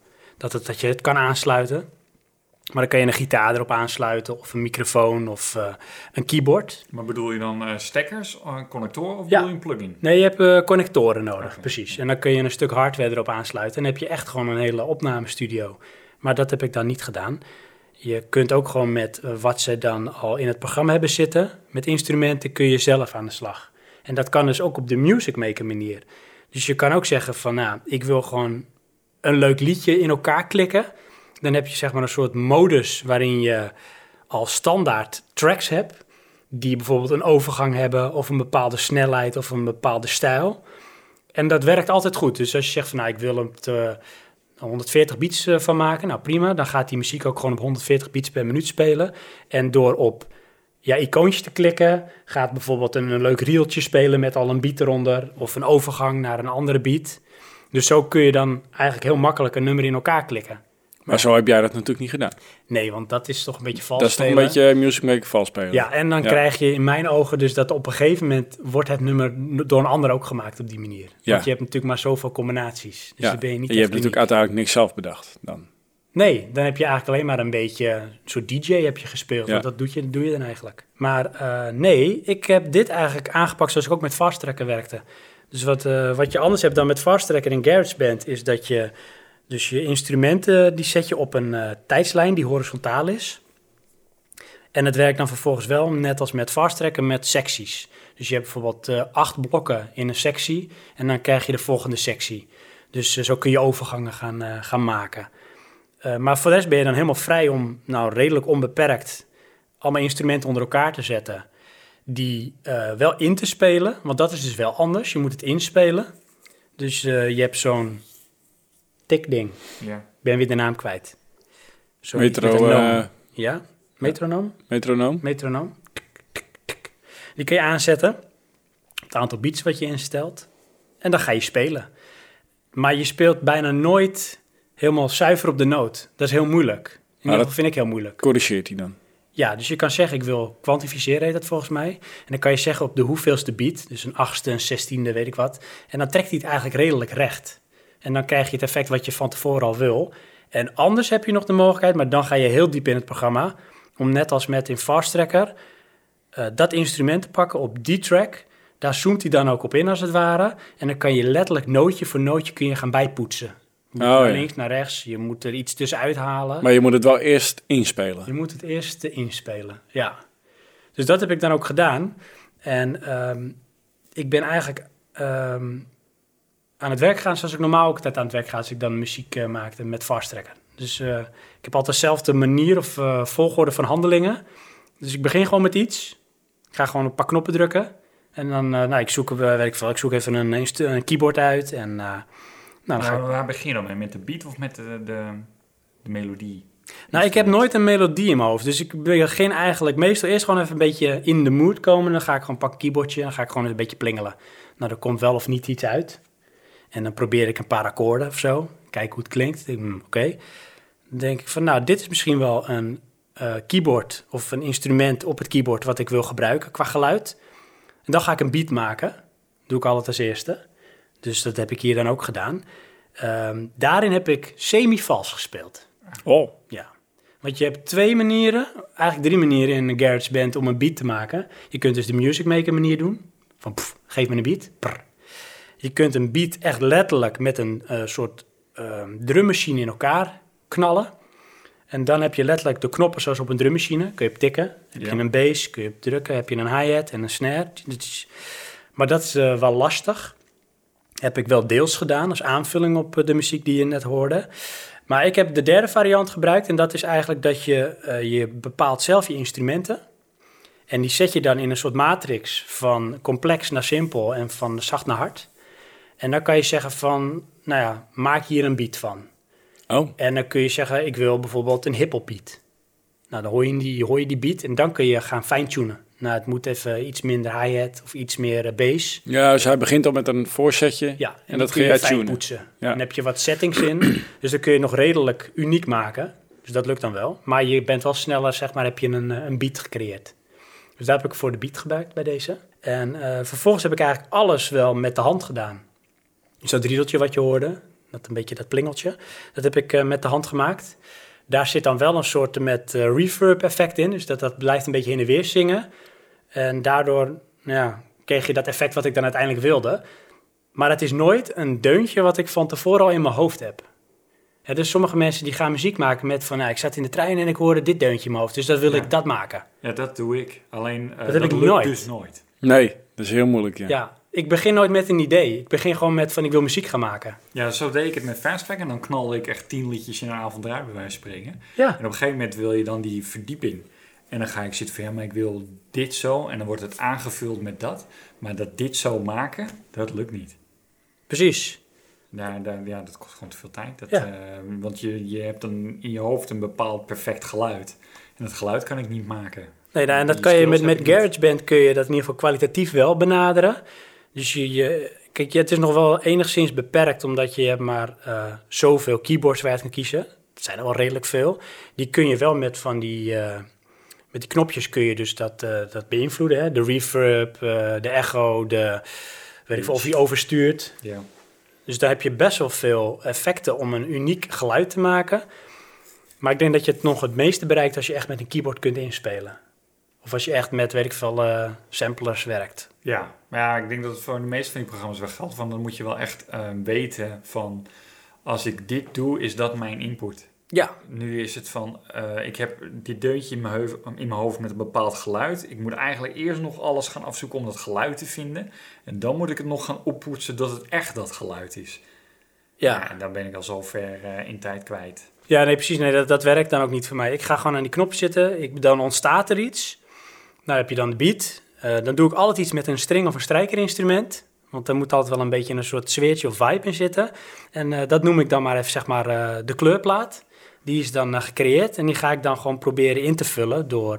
je het kan aansluiten. Maar dan kan je een gitaar erop aansluiten, of een microfoon, of een keyboard. Maar bedoel je dan stekkers, connectoren of Ja. bedoel je een plugin? Nee, je hebt connectoren nodig, Oké. precies. En dan kun je een stuk hardware erop aansluiten. En dan heb je echt gewoon een hele opnamestudio. Maar dat heb ik dan niet gedaan. Je kunt ook gewoon met wat ze dan al in het programma hebben zitten, met instrumenten kun je zelf aan de slag. En dat kan dus ook op de Music Maker manier. Dus je kan ook zeggen van, nou, ik wil gewoon een leuk liedje in elkaar klikken. Dan heb je zeg maar een soort modus waarin je al standaard tracks hebt, die bijvoorbeeld een overgang hebben of een bepaalde snelheid of een bepaalde stijl. En dat werkt altijd goed. Dus als je zegt van, nou, ik wil er 140 beats van maken, nou prima, dan gaat die muziek ook gewoon op 140 beats per minuut spelen. En door op icoontje te klikken, gaat bijvoorbeeld een leuk reeltje spelen met al een beat eronder of een overgang naar een andere beat. Dus zo kun je dan eigenlijk heel makkelijk een nummer in elkaar klikken. Maar zo heb jij dat natuurlijk niet gedaan. Nee, want dat is toch een beetje vals Dat is toch spelen. een beetje Music Maker vals spelen. Ja, en dan Ja. krijg je in mijn ogen dus dat op een gegeven moment wordt het nummer door een ander ook gemaakt op die manier. Ja. Want je hebt natuurlijk maar zoveel combinaties. Dus Ja. dan ben je niet En je echt hebt natuurlijk uniek. uiteindelijk niks zelf bedacht dan. Nee, dan heb je eigenlijk alleen maar een beetje een soort DJ heb je gespeeld. Ja. Want dat doe je dan eigenlijk. Maar nee, ik heb dit eigenlijk aangepakt zoals ik ook met Fast Tracker werkte. Dus wat je anders hebt dan met Fast Tracker in GarageBand is dat je dus je instrumenten die zet je op een tijdslijn die horizontaal is. En het werkt dan vervolgens wel net als met Fast Tracker met secties. Dus je hebt bijvoorbeeld 8 blokken in een sectie en dan krijg je de volgende sectie. Dus zo kun je overgangen gaan maken. Maar voor de rest ben je dan helemaal vrij om redelijk onbeperkt allemaal instrumenten onder elkaar te zetten. Die wel in te spelen, want dat is dus wel anders. Je moet het inspelen. Dus je hebt zo'n tikding. Ja. Ik ben weer de naam kwijt. Zo'n Metro, iets met een noom. Ja, metronoom? Metronoom? Metronoom. Die kun je aanzetten. Het aantal beats wat je instelt. En dan ga je spelen. Maar je speelt bijna nooit helemaal zuiver op de noot. Dat is heel moeilijk. In ieder geval vind ik heel moeilijk. Corrigeert hij dan? Ja, dus je kan zeggen, ik wil kwantificeren, heet dat volgens mij. En dan kan je zeggen op de hoeveelste beat, dus een 8e, een 16e, weet ik wat. En dan trekt hij het eigenlijk redelijk recht. En dan krijg je het effect wat je van tevoren al wil. En anders heb je nog de mogelijkheid, maar dan ga je heel diep in het programma, om net als met in Fast Tracker, dat instrument te pakken op die track. Daar zoomt hij dan ook op in als het ware. En dan kan je letterlijk nootje voor nootje kun je gaan bijpoetsen. Je moet naar links, naar rechts, je moet er iets tussenuit halen. Maar je moet het wel eerst inspelen. Je moet het eerst inspelen, ja. Dus dat heb ik dan ook gedaan. En ik ben eigenlijk aan het werk gegaan zoals ik normaal ook altijd aan het werk ga als ik dan muziek maakte met Fast Tracker. Dus ik heb altijd dezelfde manier of volgorde van handelingen. Dus ik begin gewoon met iets. Ik ga gewoon een paar knoppen drukken. En dan, ik zoek even een keyboard uit. En dan ga ik... Waar begin je dan mee? Met de beat of met de melodie? Nou, ik heb nooit een melodie in mijn hoofd. Dus ik begin eigenlijk meestal eerst gewoon even een beetje in de mood komen. Dan ga ik gewoon pakken een keyboardje en dan ga ik gewoon een beetje plingelen. Nou, er komt wel of niet iets uit. En dan probeer ik een paar akkoorden of zo. Kijk hoe het klinkt. Oké. Dan denk ik van, nou, dit is misschien wel een keyboard of een instrument op het keyboard wat ik wil gebruiken qua geluid. En dan ga ik een beat maken. Doe ik altijd als eerste. Dus dat heb ik hier dan ook gedaan. Daarin heb ik semi-vals gespeeld. Oh. Ja. Want je hebt 2 manieren, eigenlijk 3 manieren in GarageBand om een beat te maken. Je kunt dus de Music Maker manier doen. Van geef me een beat. Prr. Je kunt een beat echt letterlijk met een soort drummachine in elkaar knallen. En dan heb je letterlijk de knoppen zoals op een drummachine. Kun je op tikken. Heb je een bass, kun je op drukken. Heb je een hi-hat en een snare. Maar dat is wel lastig. Heb ik wel deels gedaan als aanvulling op de muziek die je net hoorde. Maar ik heb de derde variant gebruikt. En dat is eigenlijk dat je bepaalt zelf je instrumenten. En die zet je dan in een soort matrix van complex naar simpel en van zacht naar hard. En dan kan je zeggen van, nou ja, maak hier een beat van. Oh. En dan kun je zeggen, ik wil bijvoorbeeld een hip-hop beat. Nou, dan hoor je die beat en dan kun je gaan fine-tunen. Nou, het moet even iets minder hi-hat of iets meer bass. Ja, dus hij begint al met een voorzetje. Ja, en dat ga je tunen. poetsen. Ja. Dan heb je wat settings in, dus dan kun je nog redelijk uniek maken. Dus dat lukt dan wel. Maar je bent wel sneller, zeg maar, heb je een beat gecreëerd. Dus daar heb ik voor de beat gebruikt bij deze. En vervolgens heb ik eigenlijk alles wel met de hand gedaan. Dus dat riedeltje wat je hoorde, dat plingeltje, dat heb ik met de hand gemaakt. Daar zit dan wel een soort met reverb effect in, dus dat blijft een beetje heen en weer zingen. En daardoor kreeg je dat effect wat ik dan uiteindelijk wilde. Maar het is nooit een deuntje wat ik van tevoren al in mijn hoofd heb. Ja, dus sommige mensen die gaan muziek maken met van, ik zat in de trein en ik hoorde dit deuntje in mijn hoofd, dus dat wil ik dat maken. Ja, dat doe ik. Alleen dat heb ik lukt nooit. Dus nooit. Nee, dat is heel moeilijk, ja. Ja, ik begin nooit met een idee. Ik begin gewoon met van, ik wil muziek gaan maken. Ja, zo deed ik het met Fasttrack en dan knalde ik echt 10 liedjes in een avond eruit bij wijze van spreken. Ja. En op een gegeven moment wil je dan die verdieping. En dan ga ik zitten van, maar ik wil dit zo en dan wordt het aangevuld met dat. Maar dit zo maken, dat lukt niet. Precies. Dat kost gewoon te veel tijd. Ja. Want je hebt dan in je hoofd een bepaald perfect geluid. En dat geluid kan ik niet maken. Nee, en dat Die kan je skills met heb ik GarageBand kun je dat in ieder geval kwalitatief wel benaderen. Dus kijk, het is nog wel enigszins beperkt, omdat je hebt maar zoveel keyboards waar je uit kan kiezen. Dat zijn er wel redelijk veel. Die kun je wel met van die knopjes kun je dus dat beïnvloeden. Hè? De reverb, de echo, weet ik veel, of die overstuurt. Ja. Dus daar heb je best wel veel effecten om een uniek geluid te maken. Maar ik denk dat je het nog het meeste bereikt als je echt met een keyboard kunt inspelen. Of als je echt met, weet ik veel, samplers werkt. Ja, maar ja, ik denk dat het voor de meeste van die programma's wel geldt. Van dan moet je wel echt weten van, als ik dit doe, is dat mijn input. Ja. Nu is het van, ik heb dit deuntje in mijn hoofd met een bepaald geluid. Ik moet eigenlijk eerst nog alles gaan afzoeken om dat geluid te vinden. En dan moet ik het nog gaan oppoetsen dat het echt dat geluid is. Ja, en dan ben ik al zo ver in tijd kwijt. Ja, nee, precies. Nee, dat werkt dan ook niet voor mij. Ik ga gewoon aan die knop zitten. Dan ontstaat er iets. Nou, heb je dan de beat. Dan doe ik altijd iets met een string of een strijkerinstrument. Want er moet altijd wel een beetje een soort sfeertje of vibe in zitten. En dat noem ik dan maar even, zeg maar, de kleurplaat. Die is dan gecreëerd en die ga ik dan gewoon proberen in te vullen door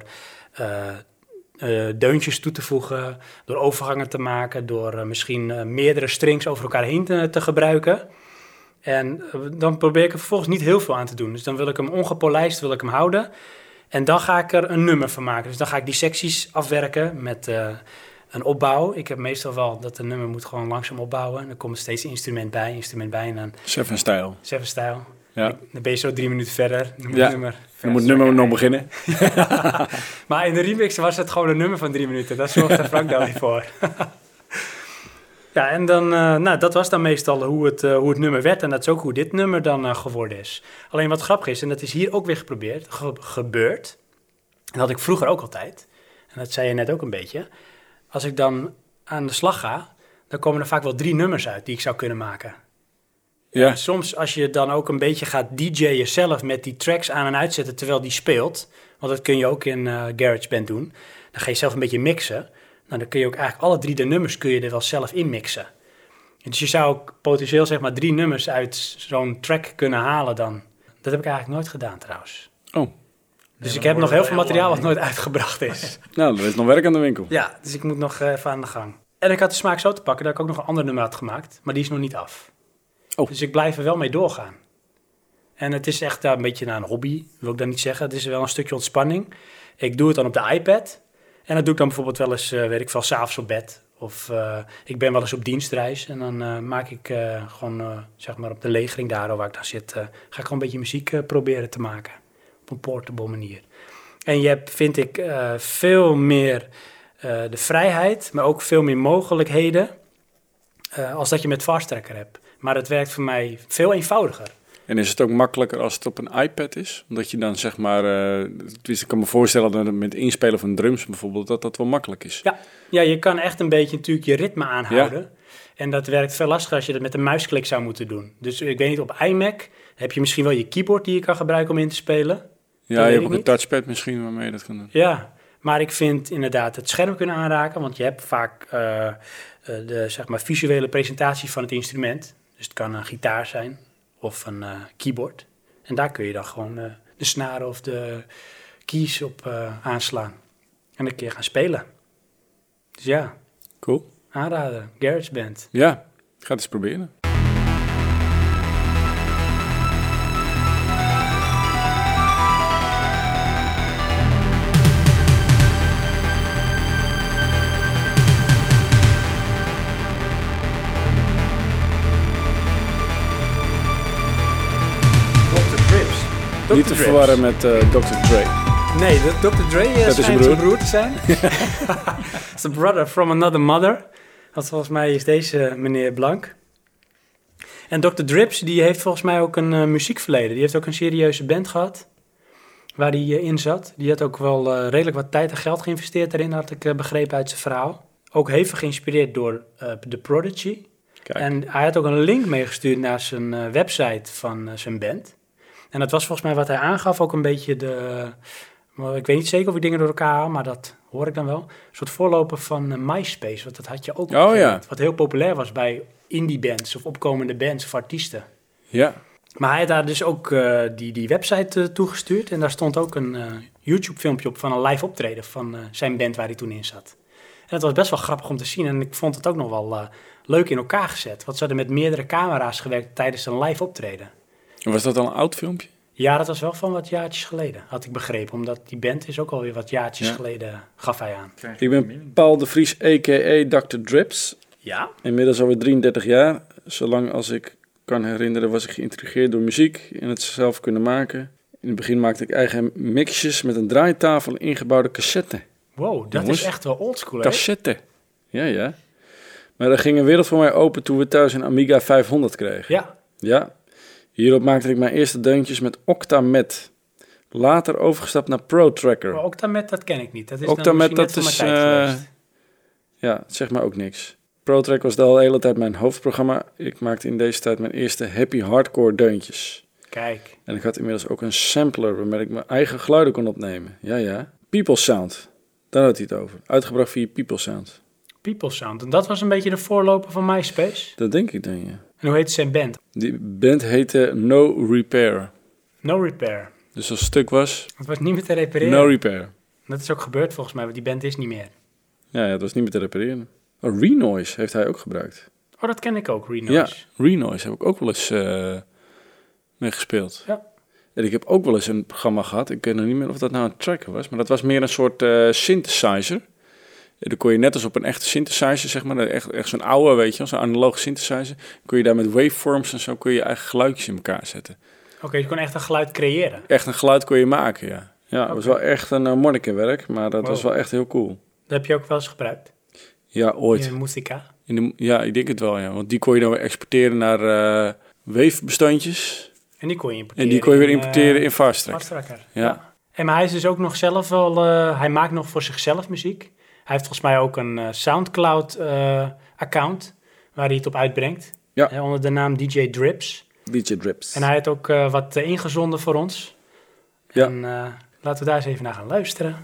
deuntjes toe te voegen, door overgangen te maken, door misschien meerdere strings over elkaar heen te gebruiken. En dan probeer ik er vervolgens niet heel veel aan te doen. Dus dan wil ik hem ongepolijst houden. En dan ga ik er een nummer van maken. Dus dan ga ik die secties afwerken met een opbouw. Ik heb meestal wel dat een nummer moet gewoon langzaam opbouwen. En dan komt er steeds instrument bij. En dan Seven Style. Seven Style. Ja. Dan ben je zo 3 minuten verder. Dan moet Ja. nummer. Dan moet het nummer nog beginnen. Maar in de remix was het gewoon een nummer van 3 minuten. Dat zorgde Frank dan niet voor. Ja, en dan, dat was dan meestal hoe het nummer werd. En dat is ook hoe dit nummer dan geworden is. Alleen wat grappig is, en dat is hier ook weer gebeurd. En dat had ik vroeger ook altijd. En dat zei je net ook een beetje. Als ik dan aan de slag ga, dan komen er vaak wel 3 nummers uit die ik zou kunnen maken. Ja. Soms als je dan ook een beetje gaat DJ'en zelf met die tracks aan en uitzetten terwijl die speelt, want dat kun je ook in GarageBand doen, dan ga je zelf een beetje mixen. Nou, dan kun je ook eigenlijk alle 3 de nummers kun je er wel zelf in mixen. Dus je zou ook potentieel zeg maar 3 nummers uit zo'n track kunnen halen dan. Dat heb ik eigenlijk nooit gedaan trouwens. Oh, Dus Nee, ik dan heb nog wordt heel het veel heel materiaal wat lang, nooit uitgebracht is. nou, er is nog werk aan de winkel. Ja, dus ik moet nog even aan de gang. En ik had de smaak zo te pakken dat ik ook nog een ander nummer had gemaakt, maar die is nog niet af. Oh. Dus ik blijf er wel mee doorgaan. En het is echt een beetje een hobby, wil ik dan niet zeggen. Het is wel een stukje ontspanning. Ik doe het dan op de iPad. En dat doe ik dan bijvoorbeeld wel eens, weet ik veel, 's avonds op bed. Of ik ben wel eens op dienstreis. En dan maak ik gewoon, zeg maar op de legering daar waar ik dan zit, ga ik gewoon een beetje muziek proberen te maken. Op een portable manier. En je hebt, vind ik, veel meer de vrijheid, maar ook veel meer mogelijkheden als dat je met Fast Tracker hebt. Maar het werkt voor mij veel eenvoudiger. En is het ook makkelijker als het op een iPad is? Omdat je dan zeg maar... dus ik kan me voorstellen dat met inspelen van drums bijvoorbeeld, dat wel makkelijk is. Ja, je kan echt een beetje natuurlijk je ritme aanhouden. En dat werkt veel lastiger als je dat met een muisklik zou moeten doen. Dus ik weet niet, op iMac heb je misschien wel je keyboard die je kan gebruiken om in te spelen. Ja, weet je hebt ik ook een niet. touchpad misschien waarmee je dat kan doen. Ja, maar ik vind inderdaad het scherm kunnen aanraken, want je hebt vaak de zeg maar, visuele presentatie van het instrument. Dus het kan een gitaar zijn of een keyboard. En daar kun je dan gewoon de snaren of de keys op aanslaan. En dan kun je gaan spelen. Dus ja, Cool. aanraden, GarageBand. Ja, ga het eens proberen. Dr. Drips. Niet te verwarren met Dr. Dre. Nee, Dr. Dre Dat is schijnt zijn zijn broer. broer te zijn. It's a brother from another mother. Want volgens mij is deze meneer blank. En Dr. Drips, die heeft volgens mij ook een muziekverleden. Die heeft ook een serieuze band gehad, waar hij in zat. Die had ook wel redelijk wat tijd en geld geïnvesteerd daarin, had ik begrepen uit zijn verhaal. Ook hevig geïnspireerd door The Prodigy. Kijk. En hij had ook een link meegestuurd naar zijn website van zijn band. En dat was volgens mij wat hij aangaf, ook een beetje maar ik weet niet zeker of ik dingen door elkaar haal, maar dat hoor ik dan wel. Een soort voorloper van MySpace, want dat had je ook op een gegeven ja. moment, wat heel populair was bij indie bands of opkomende bands of artiesten. Ja, Maar hij had daar dus ook die website toegestuurd en daar stond ook een YouTube filmpje op van een live optreden van zijn band waar hij toen in zat. En dat was best wel grappig om te zien en ik vond het ook nog wel leuk in elkaar gezet, want ze hadden met meerdere camera's gewerkt tijdens een live optreden. en was dat al een oud filmpje? Ja, dat was wel van wat jaartjes geleden, had ik begrepen. Omdat die band is ook alweer wat jaartjes Ja. geleden, gaf hij aan. Ik ben Paul de Vries, a.k.a. Dr. Drips. Ja? Inmiddels alweer 33 jaar. Zolang als ik kan herinneren was ik geïntrigeerd door muziek en het zelf kunnen maken. In het begin maakte ik eigen mixjes met een draaitafel en ingebouwde cassette. Wow, dat Jongens, is echt wel oldschool, hè? Cassette. Ja. Maar er ging een wereld voor mij open toen we thuis een Amiga 500 kregen. Ja, Hierop maakte ik mijn eerste deuntjes met Octamet. Later overgestapt naar ProTracker. maar Octamet, dat ken ik niet. Dat is Octamet, dan misschien dat net voor mijn tijd geweest. Ja, zeg maar ook niks. ProTrack was al de hele tijd mijn hoofdprogramma. Ik maakte in deze tijd mijn eerste happy hardcore deuntjes. Kijk, En ik had inmiddels ook een sampler waarmee ik mijn eigen geluiden kon opnemen. Ja. People Sound. Daar had hij het over. Uitgebracht via People Sound. People Sound. En dat was een beetje de voorloper van MySpace. Dat denk ik dan, ja. En hoe heet zijn band? Die band heette No Repair. No Repair. Dus als het stuk was, Het was niet meer te repareren. No Repair. Dat is ook gebeurd volgens mij, want die band is niet meer. Ja, dat was niet meer te repareren. Oh, Renoise heeft hij ook gebruikt. Oh, dat ken ik ook, Renoise. Ja, Renoise heb ik ook wel eens mee gespeeld. Ja. En ik heb ook wel eens een programma gehad. Ik weet nog niet meer of dat nou een tracker was. Maar dat was meer een soort synthesizer. En dan kon je net als op een echte synthesizer, zeg maar. Echt zo'n oude, weet je, zo'n analoge synthesizer. Kon je daar met waveforms en zo kon je eigen geluidjes in elkaar zetten. Oké, je kon echt een geluid creëren. Echt een geluid kon je maken, ja. Ja, het was Oké. wel echt een monnikenwerk. Maar dat was Wow. wel echt heel cool. Dat heb je ook wel eens gebruikt. Ja, ooit. In Musica. Ja, ik denk het wel, ja. Want die kon je dan weer exporteren naar wavebestandjes. En die kon je importeren. En die kon je weer importeren in Fasttrack. Fast Tracker. Ja. En maar hij is dus ook nog zelf wel... hij maakt nog voor zichzelf muziek. Hij heeft volgens mij ook een SoundCloud account waar hij het op uitbrengt. Ja. Onder de naam DJ Drips. DJ Drips. En hij heeft ook wat ingezonden voor ons. Ja. En laten we daar eens even naar gaan luisteren.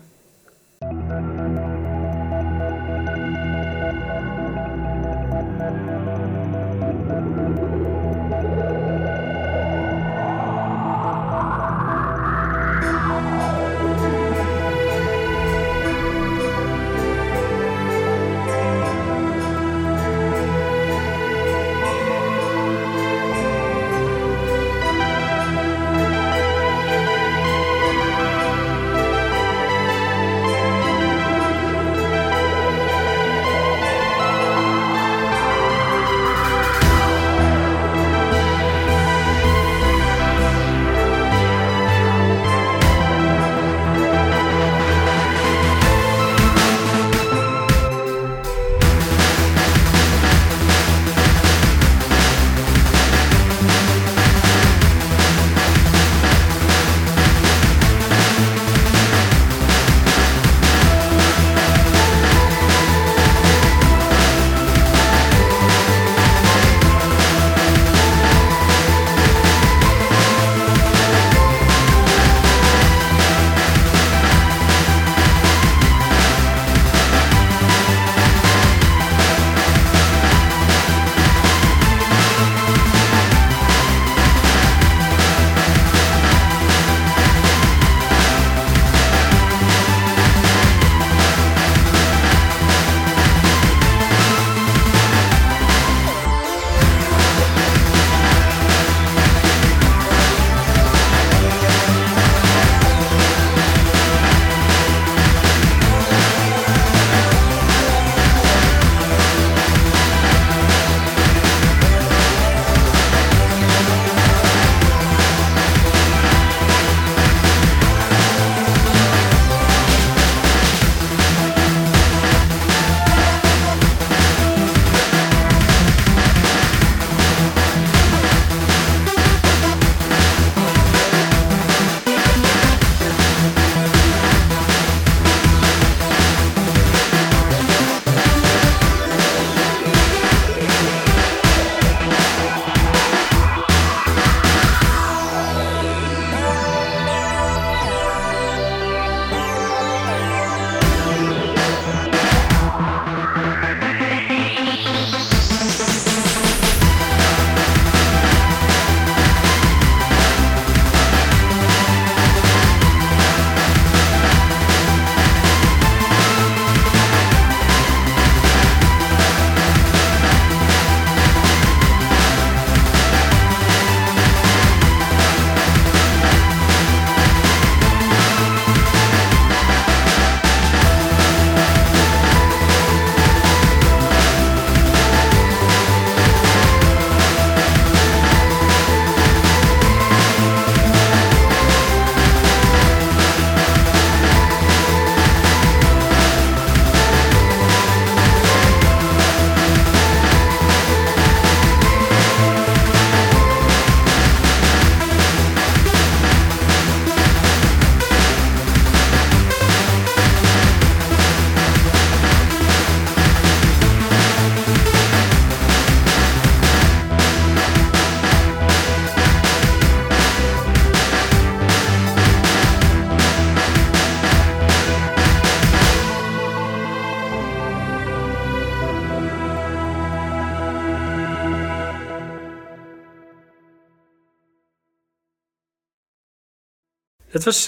Het was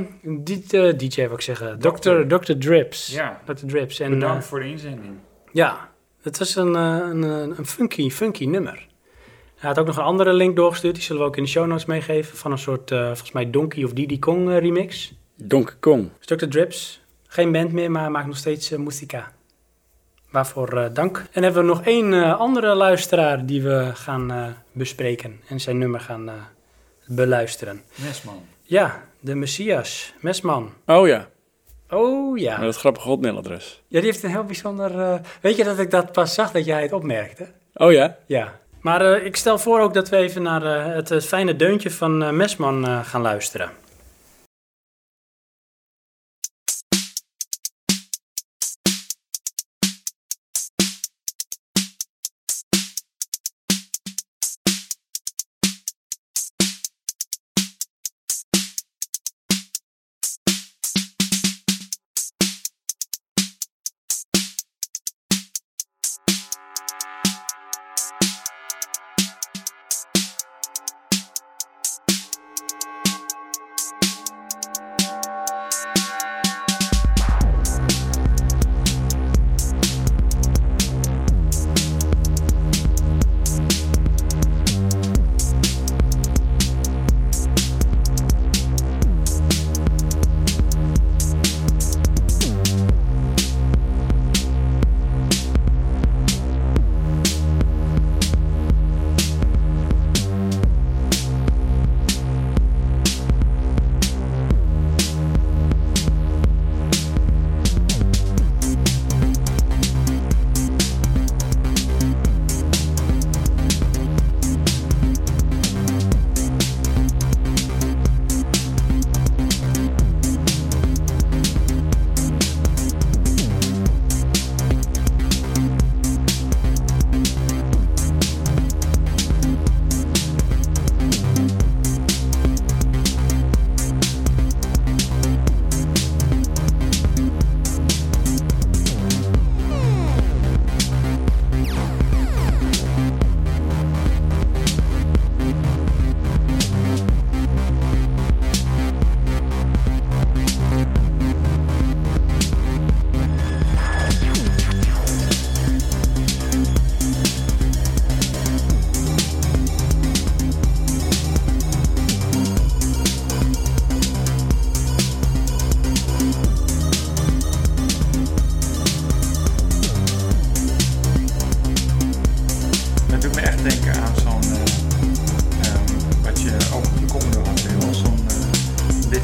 DJ, wou ik zeggen. Dr. Drips. Ja. Dr. Drips. En, Bedankt voor de inzending. Ja, het was een funky nummer. Hij had ook nog een andere link doorgestuurd. Die zullen we ook in de show notes meegeven. Van een soort, volgens mij Donkey of Diddy Kong remix. Donkey Kong. Dus Dr. Drips. Geen band meer, maar maakt nog steeds muzika. Waarvoor dank. En hebben we nog één andere luisteraar die we gaan bespreken. En zijn nummer gaan beluisteren. Mesman. Ja, de Messias. Mesman. Oh ja, Oh ja. met dat grappige hotmailadres. Ja, die heeft een heel bijzonder... weet je dat ik dat pas zag dat jij het opmerkte? Oh ja? Ja. Maar ik stel voor ook dat we even naar het fijne deuntje van Mesman gaan luisteren.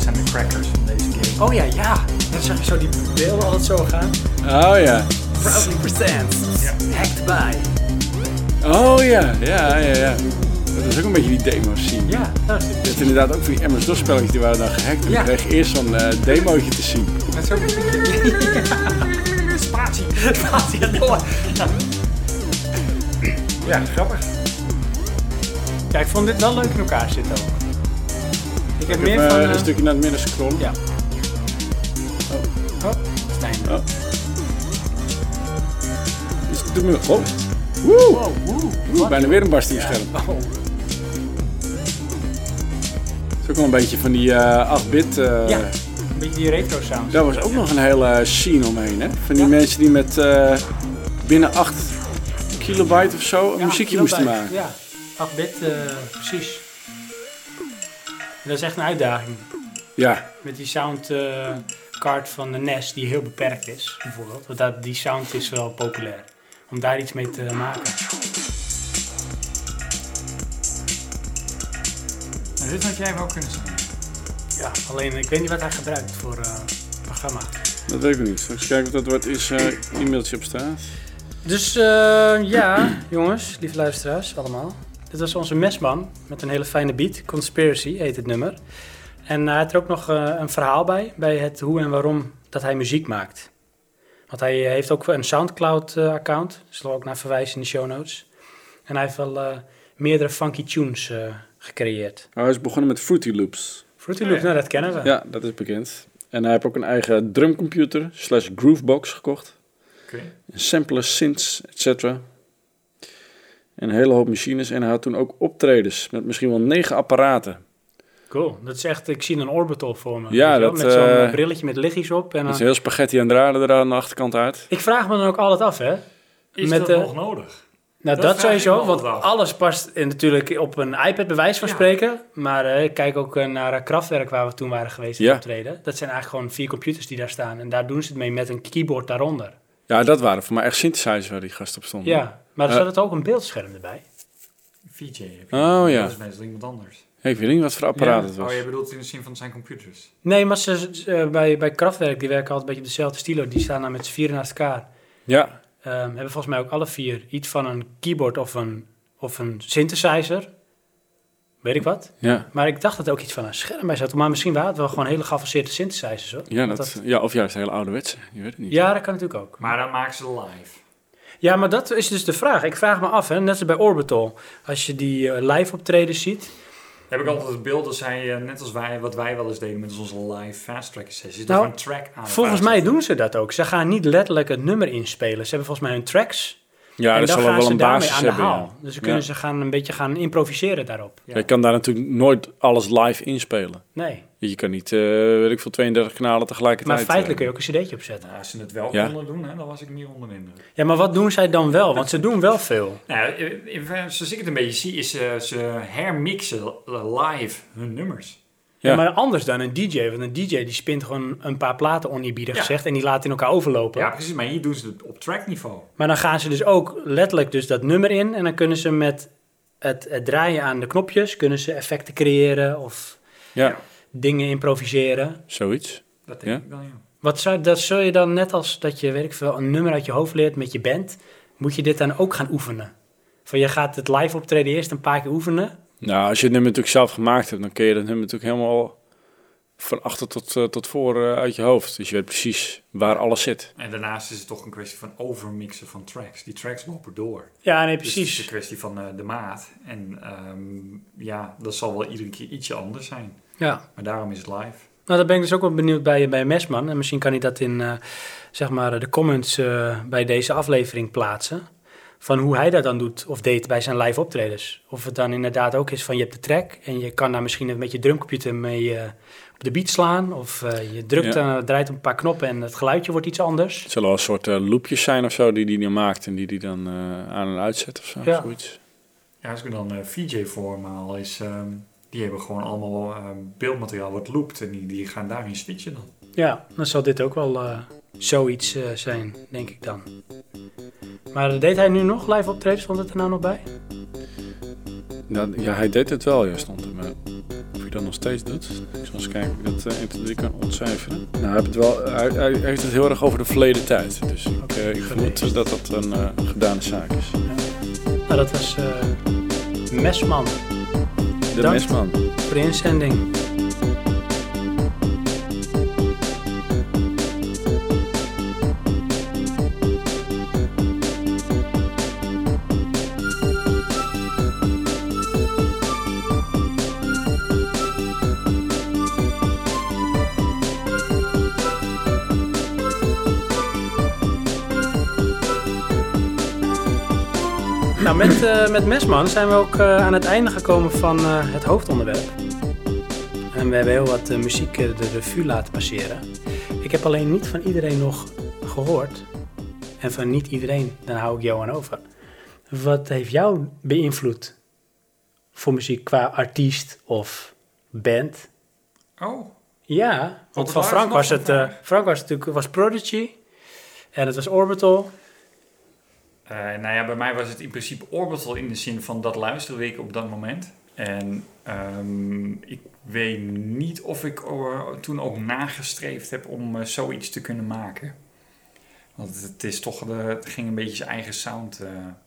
zijn de crackers van deze game. Oh ja. Dan zag je zo die beelden altijd zo gaan. Oh ja. Proudly presents. Hacked by. Oh ja. Dat is ook een beetje die demo's zien. Ja, dat is Je hebt inderdaad ook van die MS-DOS spelletjes die waren dan gehackt. En Ja. je kreeg eerst zo'n demootje te zien. Met zo'n spatie. Spatie door. Ja, grappig. Ja, ik vond dit wel leuk in elkaar zitten ook. Ik heb Ik meer heb van... een stukje naar het midden scrollen. Ja. Oh, Stijn. Oh. Is het de muur? Oh. Woe! Oeh, bijna weer een barstingscherm. Oh. Het is ook wel een beetje van die 8-bit... Ja, een beetje die retro sound. Daar was ook nog een hele scene omheen, hè? Van die mensen die met binnen 8 kilobyte of zo een muziekje moesten maken. Ja, 8-bit, precies. En dat is echt een uitdaging. Ja, Met die soundcard van de NES die heel beperkt is, bijvoorbeeld. Want die sound is wel populair. Om daar iets mee te maken. Nou, dit had jij wel kunnen zijn. Ja, alleen ik weet niet wat hij gebruikt voor het programma. dat weet ik niet. Eens kijken of dat wat is e-mailtje op staat. Dus ja, jongens, lieve luisteraars, allemaal. Dit was onze mesman met een hele fijne beat. Conspiracy heet het nummer. En hij had er ook nog een verhaal bij het hoe en waarom dat hij muziek maakt. Want hij heeft ook een Soundcloud-account. Daar zullen we ook naar verwijzen in de show notes. En hij heeft wel meerdere funky tunes gecreëerd. Hij is begonnen met Fruity Loops. Fruity Loops, nou dat kennen we. Ja, dat is bekend. En hij heeft ook een eigen drumcomputer / groovebox gekocht. Oké. Een sampler, synths, etc. En een hele hoop machines. En hij had toen ook optredens met misschien wel 9 apparaten. Cool, dat is echt, ik zie een orbital voor me. Ja, weet je wel, dat, met zo'n brilletje met lichtjes op. En Dat is dan... heel spaghetti en draden er aan de achterkant uit. Ik vraag me dan ook altijd af, hè. Is Met, dat nog nodig? Nou, Dat dat vraag ik me sowieso, want altijd af. alles past natuurlijk op een iPad bij wijze van Ja. spreken. Maar ik kijk ook naar Kraftwerk waar we toen waren geweest in Ja. optreden. Dat zijn eigenlijk gewoon 4 computers die daar staan. En daar doen ze het mee met een keyboard daaronder. Ja, dat waren voor mij echt synthesizers waar die gast op stond. Ja, maar er zat het ook een beeldscherm erbij. VJ heb je. Oh, ja. Dat is meestal iemand anders. Hey, ik weet niet wat voor apparaat Ja. het was. Oh, je bedoelt in de zin van zijn computers. Nee, maar bij Kraftwerk, die werken altijd een beetje op dezelfde stilo. Die staan dan met z'n 4 naast elkaar. Ja, Hebben volgens mij ook alle 4 iets van een keyboard of een synthesizer. Weet ik wat. ja. Maar ik dacht dat er ook iets van een scherm bij zat. Maar misschien waren het wel gewoon hele geavanceerde synthesizers, hoor. Ja, Want ja, of juist hele ouderwetse. Je weet het niet. ja, dat kan natuurlijk ook. Maar dan maken ze live. Ja, maar dat is dus de vraag. Ik vraag me af, hè, net als bij Orbital. Als je die live optredens ziet. Heb ik altijd het beeld dat zij, net als wij, wat wij wel eens deden met onze live fast track sessies, Nou, dat we een track aan Volgens mij doen ze dat ook. Ze gaan niet letterlijk het nummer inspelen. Ze hebben volgens mij hun tracks. Ja, en dat dan zal gaan wel ze een daarmee basis aan de hebben. haal. Ja. Dus dan kunnen ze een beetje gaan improviseren daarop. Ja. Je kan daar natuurlijk nooit alles live inspelen. Nee. Je kan niet, weet ik veel, 32 kanalen tegelijkertijd. Maar feitelijk kun je ook een cd'tje opzetten. Nou, als ze het wel Ja. konden doen, hè, dan was ik niet onder de indruk. Ja, maar wat doen zij dan wel? Want ze doen wel veel. Nou, zoals ik het een beetje zie, is ze hermixen live hun nummers. Ja. Ja, maar anders dan een DJ. Want een DJ die spint gewoon een paar platen oneerbiedig Ja. gezegd. En die laat in elkaar overlopen. Ja, precies. Maar hier doen ze het op trackniveau. Maar dan gaan ze dus ook letterlijk dus dat nummer in. En dan kunnen ze met het draaien aan de knopjes, kunnen ze effecten creëren of Ja, dingen improviseren. zoiets. Dat denk Ja. ik dan, ja. Dat zul je dan net als dat je, weet ik veel, een nummer uit je hoofd leert met je band, moet je dit dan ook gaan oefenen. Van je gaat het live optreden eerst een paar keer oefenen. Nou, als je het nummer natuurlijk zelf gemaakt hebt, dan kun je dat nummer natuurlijk helemaal van achter tot voor uit je hoofd. Dus je weet precies waar alles zit. En daarnaast is het toch een kwestie van overmixen van tracks. Die tracks lopen door. Ja, nee, Dus het is precies. een kwestie van de maat. En ja, dat zal wel iedere keer ietsje anders zijn. Ja. Maar daarom is het live. Nou, daar ben ik dus ook wel benieuwd bij Mesman. En misschien kan hij dat in zeg maar de comments bij deze aflevering plaatsen. Van hoe hij dat dan doet of deed bij zijn live optredens. Of het dan inderdaad ook is van je hebt de track en je kan daar misschien een beetje drumcomputer mee op de beat slaan. Of je drukt, draait op een paar knoppen en het geluidje wordt iets anders. Het zullen wel een soort loopjes zijn of zo die hij dan maakt en die dan aan en uitzet of zo. Ja. Zoiets. Ja, als ik dan VJ voor me haal, is... die hebben gewoon allemaal beeldmateriaal wat loopt. En die gaan daarin switchen dan. Ja, dan zal dit ook wel zoiets zijn, denk ik dan. Maar deed hij nu nog live optredens? Stond het er nou nog bij? Nou, ja, hij deed het wel, ja, stond er. Maar of hij dat nog steeds doet. Ik zal eens kijken of ik dat 1, 2, 3 kan ontcijferen. Nou, hij heeft het heel erg over de verleden tijd. Dus ik vermoed dat dat een gedane zaak is. Nou, dat was Mesman. De Bedankt Mesman. voor de inzending. Nou, met Mesman zijn we ook aan het einde gekomen van het hoofdonderwerp. En we hebben heel wat muziek de revue laten passeren. Ik heb alleen niet van iedereen nog gehoord. En van niet iedereen, dan hou ik Johan over. Wat heeft jou beïnvloed voor muziek qua artiest of band? Oh, Ja, want het van Frank laatste was nog het een vraag? Frank was natuurlijk was Prodigy. En het was Orbital. nou ja, bij mij was het in principe Orbital in de zin van dat luisterde ik op dat moment. En ik weet niet of ik toen ook nagestreefd heb om zoiets te kunnen maken. Want het is toch, het ging een beetje zijn eigen sound,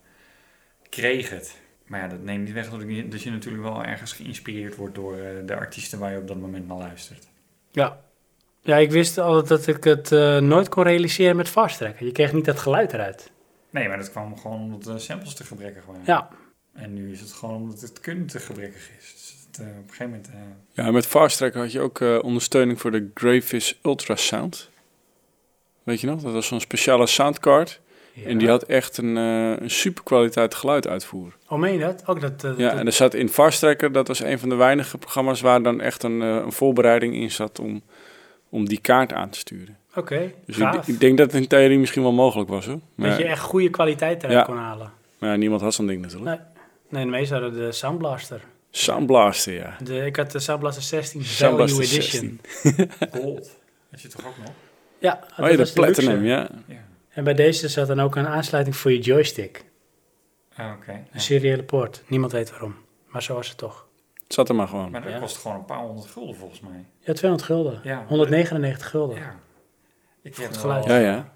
kreeg het. Maar ja, dat neemt niet weg dat je natuurlijk wel ergens geïnspireerd wordt door de artiesten waar je op dat moment naar luistert. Ja. Ja, ik wist altijd dat ik het nooit kon realiseren met fast tracken. Je kreeg niet dat geluid eruit. Nee, maar dat kwam gewoon omdat de samples te gebrekkig waren. Ja. En nu is het gewoon omdat het kunnen te gebrekkig is. Dus op een gegeven moment... Ja, met Fast Track had je ook ondersteuning voor de Gravis Ultrasound. Weet je nog? Dat was zo'n speciale soundcard. Ja. En die had echt een super kwaliteit geluiduitvoer. Oh, meen je dat? Ook dat... Ja, en er zat in Fast Tracker, dat was een van de weinige programma's waar dan echt een voorbereiding in zat om die kaart aan te sturen. Oké, Dus gaaf. ik denk dat het in theorie misschien wel mogelijk was, hoor. Maar, Dat je echt goede kwaliteit eruit Ja. kon halen. maar ja, niemand had zo'n ding natuurlijk. Nee, de meesten hadden de Sound Blaster. Sound Blaster, ja. Ik had de Sound Blaster 16 Sound Value Blaster Edition. Gold. Dat je toch ook nog? Ja, Oh ja, de was Platinum, luxe. ja. Ja. En bij deze zat dan ook een aansluiting voor je joystick. Oké. Een Ja. seriële poort. Niemand weet waarom. Maar zo was het toch. Het zat er maar gewoon. Maar dat Ja. kost gewoon een paar honderd gulden volgens mij. Ja, 200 gulden. Ja. 199 gulden. Ja. Ik Voor heb het geluid. wel, Ja, ja.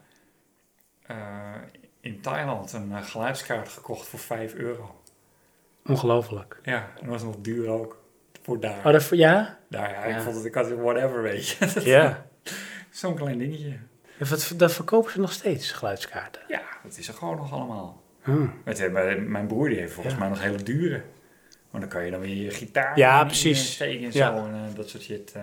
in Thailand een geluidskaart gekocht voor €5. Ongelooflijk. Ja, en dat was nog duur ook. Voor daar. Oh, ja? Nou ja, Ja. ik vond het, ik had het whatever, weet je. Ja. Zo'n klein dingetje. Dat verkopen ze nog steeds, geluidskaarten. Ja, dat is er gewoon nog allemaal. Hmm. Mijn broer die heeft volgens Ja. mij nog hele dure. Maar dan kan je dan weer je gitaar Ja, in precies. steken en Ja. zo. En dat soort shit.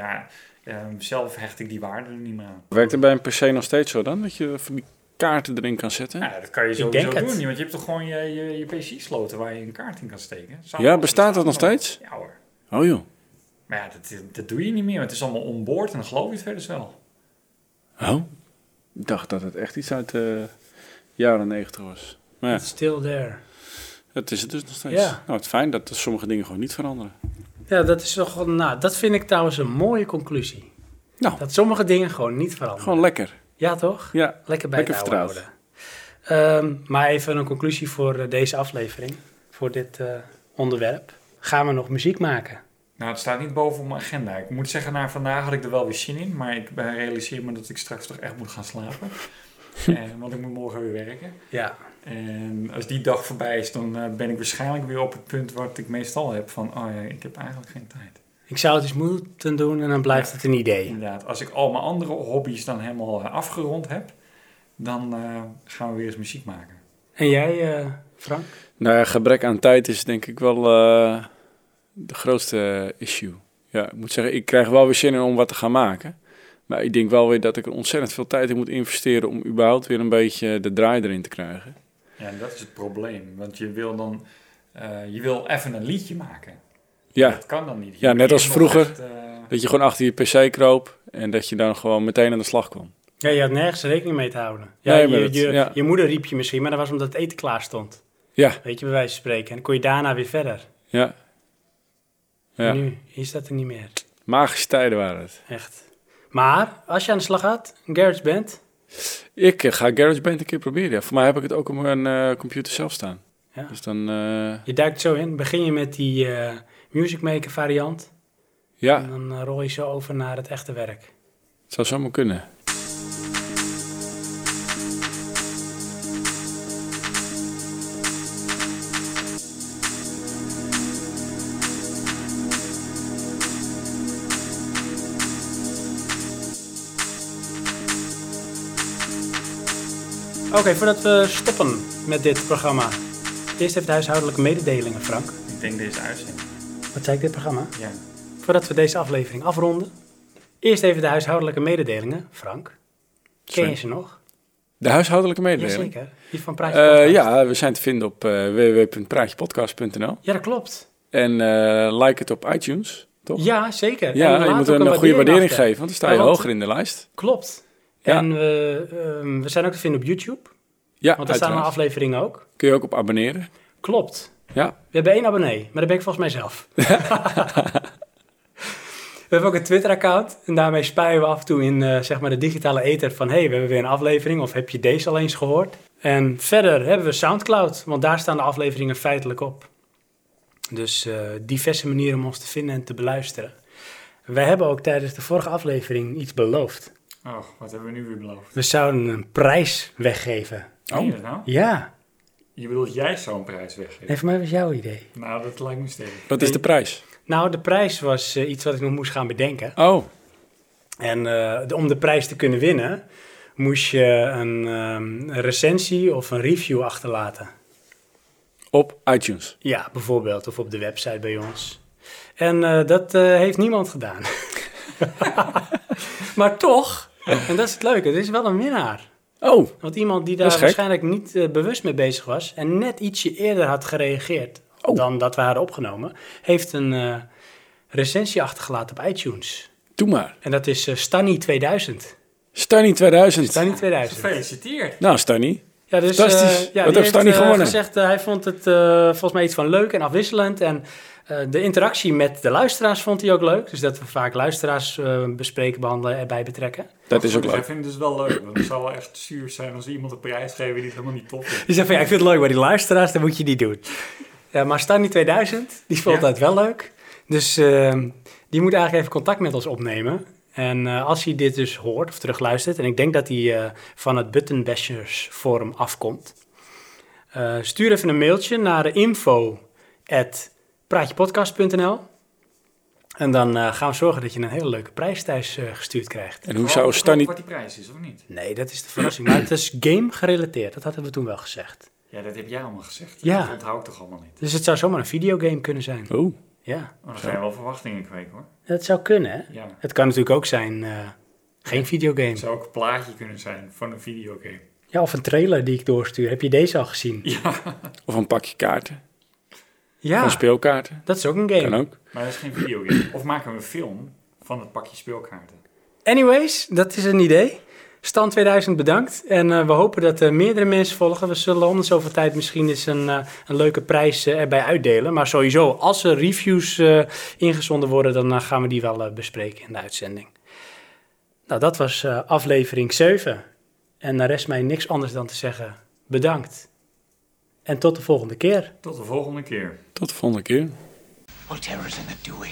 Zelf hecht ik die waarde er niet meer aan. Werkt het bij een PC nog steeds zo dan? Dat je van die kaarten erin kan zetten? Nou, dat kan je Ik sowieso denk het. doen. Want je hebt toch gewoon je PC-sloten waar je een kaart in kan steken. Ja, bestaat dat nog steeds? Ja hoor. Oh joh. Maar ja, dat doe je niet meer. Want het is allemaal onboard en dan geloof je het verder wel. Oh? Ik dacht dat het echt iets uit de jaren 90 was. Maar ja, It's still there. dat is het dus nog steeds. Ja. Nou, het fijn dat er sommige dingen gewoon niet veranderen. Ja, dat is toch... Nou, dat vind ik trouwens een mooie conclusie. Nou, Dat sommige dingen gewoon niet veranderen. gewoon lekker. Ja, toch? Ja, Lekker bij lekker het oude vertrouwd. houden. Maar even een conclusie voor deze aflevering. Voor dit onderwerp. Gaan we nog muziek maken? Nou, het staat niet boven op mijn agenda. Ik moet zeggen, na vandaag had ik er wel weer zin in. Maar ik realiseer me dat ik straks toch echt moet gaan slapen. Want ik moet morgen weer werken. Ja. En als die dag voorbij is, dan ben ik waarschijnlijk weer op het punt wat ik meestal heb. Van, oh ja, ik heb eigenlijk geen tijd. Ik zou het eens moeten doen en dan blijft het een idee. Inderdaad, als ik al mijn andere hobby's dan helemaal afgerond heb, dan gaan we weer eens muziek maken. En jij, Frank? Nou ja, gebrek aan tijd is denk ik wel de grootste issue. Ja, ik moet zeggen, ik krijg wel weer zin in om wat te gaan maken. Maar ik denk wel weer dat ik er ontzettend veel tijd in moet investeren om überhaupt weer een beetje de draai erin te krijgen. Ja, en dat is het probleem. Want je wil dan, je wil even een liedje maken. Ja, Dat kan dan niet. Je Ja, moet net als eerst nog vroeger. echt, dat je gewoon achter je pc kroop en dat je dan gewoon meteen aan de slag kwam. Ja, je had nergens rekening mee te houden. Ja, Nee, maar ja. je moeder riep je misschien, maar dat was omdat het eten klaar stond. Ja, Weet je, bij wijze van spreken. En dan kon je daarna weer verder. ja. Ja, En nu is dat er niet meer. magische tijden waren het. Echt. Maar, als je aan de slag gaat, een GarageBand. Ik ga GarageBand een keer proberen. Ja. Voor mij heb ik het ook op mijn computer zelf staan. Ja. Dus dan... Je duikt zo in. Begin je met die Music Maker variant. Ja, En dan rol je zo over naar het echte werk. het zou zomaar kunnen. Oké, voordat we stoppen met dit programma. Eerst even de huishoudelijke mededelingen, Frank. Ik denk deze uitzending. Wat zei ik, dit programma? Ja. Voordat we deze aflevering afronden. Eerst even de huishoudelijke mededelingen, Frank. Ken je ze nog? De huishoudelijke mededeling? Jazeker. Die van Praatje Podcast. Ja, we zijn te vinden op www.praatjepodcast.nl. Ja, dat klopt. En like het op iTunes, toch? Ja, zeker. Ja, En je laat moet ook een goede waardering achter. geven, want dan sta je Ja, want- hoger in de lijst. Klopt. Ja. En we zijn ook te vinden op YouTube. Ja, Want daar staan uiteraard. een aflevering ook. Kun je ook op abonneren. Klopt. Ja, We hebben 1 abonnee, maar dat ben ik volgens mij zelf. We hebben ook een Twitter-account en daarmee spuien we af en toe in zeg maar de digitale ether van hey, we hebben weer een aflevering of heb je deze al eens gehoord? En verder hebben we Soundcloud, want daar staan de afleveringen feitelijk op. Dus diverse manieren om ons te vinden en te beluisteren. Wij hebben ook tijdens de vorige aflevering iets beloofd. Oh, wat hebben we nu weer beloofd? We zouden een prijs weggeven. Meen je dat nou? Ja, Je bedoelt jij zo'n prijs weggeven? nee, voor mij was jouw idee. Nou, dat lijkt me sterk. wat is de prijs? Nou, de prijs was iets wat ik nog moest gaan bedenken. Oh, En om de prijs te kunnen winnen, moest je een recensie of een review achterlaten. op iTunes. Ja, bijvoorbeeld, of op de website bij ons. En dat heeft niemand gedaan. Maar toch, en dat is het leuke, er is wel een winnaar. Oh, Want iemand die Dat daar is gek. waarschijnlijk niet bewust mee bezig was en net ietsje eerder had gereageerd dan dat we hadden opgenomen, heeft een recensie achtergelaten op iTunes. doe maar. En dat is Stanny 2000. Stanny 2000. Stanny 2000. Gefeliciteerd. Nou, Stanny. Ja, dus, Fantastisch. Wat die heeft heeft Stanny gewonnen? gezegd, hij vond het volgens mij iets van leuk en afwisselend. En de interactie met de luisteraars vond hij ook leuk. Dus dat we vaak luisteraars bespreken, behandelen, erbij betrekken. Dat is ook Dus leuk. ik vind het dus wel leuk. Want het zou wel echt zuur zijn als iemand een prijs geven die het helemaal niet tof vindt. Die zei van, ja, ik vind het leuk, maar die luisteraars, dat moet je niet doen. Ja, maar Stanny 2000, die vond Ja. het wel leuk. Dus die moet eigenlijk even contact met ons opnemen. En als hij dit dus hoort of terugluistert, en ik denk dat hij van het Buttonbashers forum afkomt, stuur even een mailtje naar info@praatjepodcast.nl en dan gaan we zorgen dat je een hele leuke prijs thuis gestuurd krijgt. En hoe zou Stanny... Wat die prijs is, of niet? Nee, dat is de verrassing. Maar het is game gerelateerd, dat hadden we toen wel gezegd. Ja, dat heb jij allemaal gezegd. Ja. Dat onthoud ik toch allemaal niet. Dus het zou zomaar een videogame kunnen zijn. Oh, Ja, Maar dan ga je wel verwachtingen kweken, hoor. dat zou kunnen, hè? Ja. Het kan natuurlijk ook zijn geen videogame. Het zou ook een plaatje kunnen zijn van een videogame. Ja, of een trailer die ik doorstuur. Heb je deze al gezien? of een pakje kaarten. Ja, Van speelkaarten. dat is ook een game. Kan ook. Maar dat is geen videogame. Of maken we een film van het pakje speelkaarten. Anyways, dat is een idee. Stan 2000 bedankt. En we hopen dat meerdere mensen volgen. We zullen om de zoveel tijd misschien eens een leuke prijs erbij uitdelen. Maar sowieso, als er reviews ingezonden worden, dan gaan we die wel bespreken in de uitzending. Nou, dat was aflevering 7. En er rest mij niks anders dan te zeggen bedankt. En tot de volgende keer. Tot de volgende keer. Tot de volgende keer. What terror's in the doing?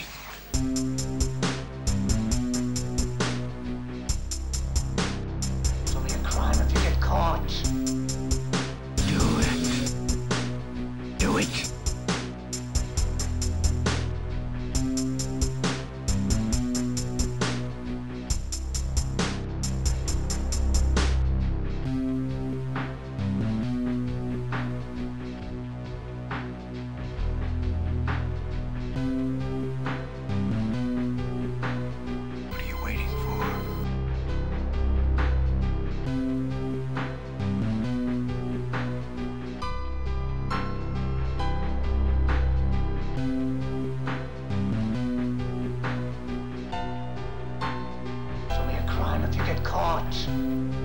It's only a crime if you get caught. Do it. Do it. What are you waiting for? It's only a crime if you get caught.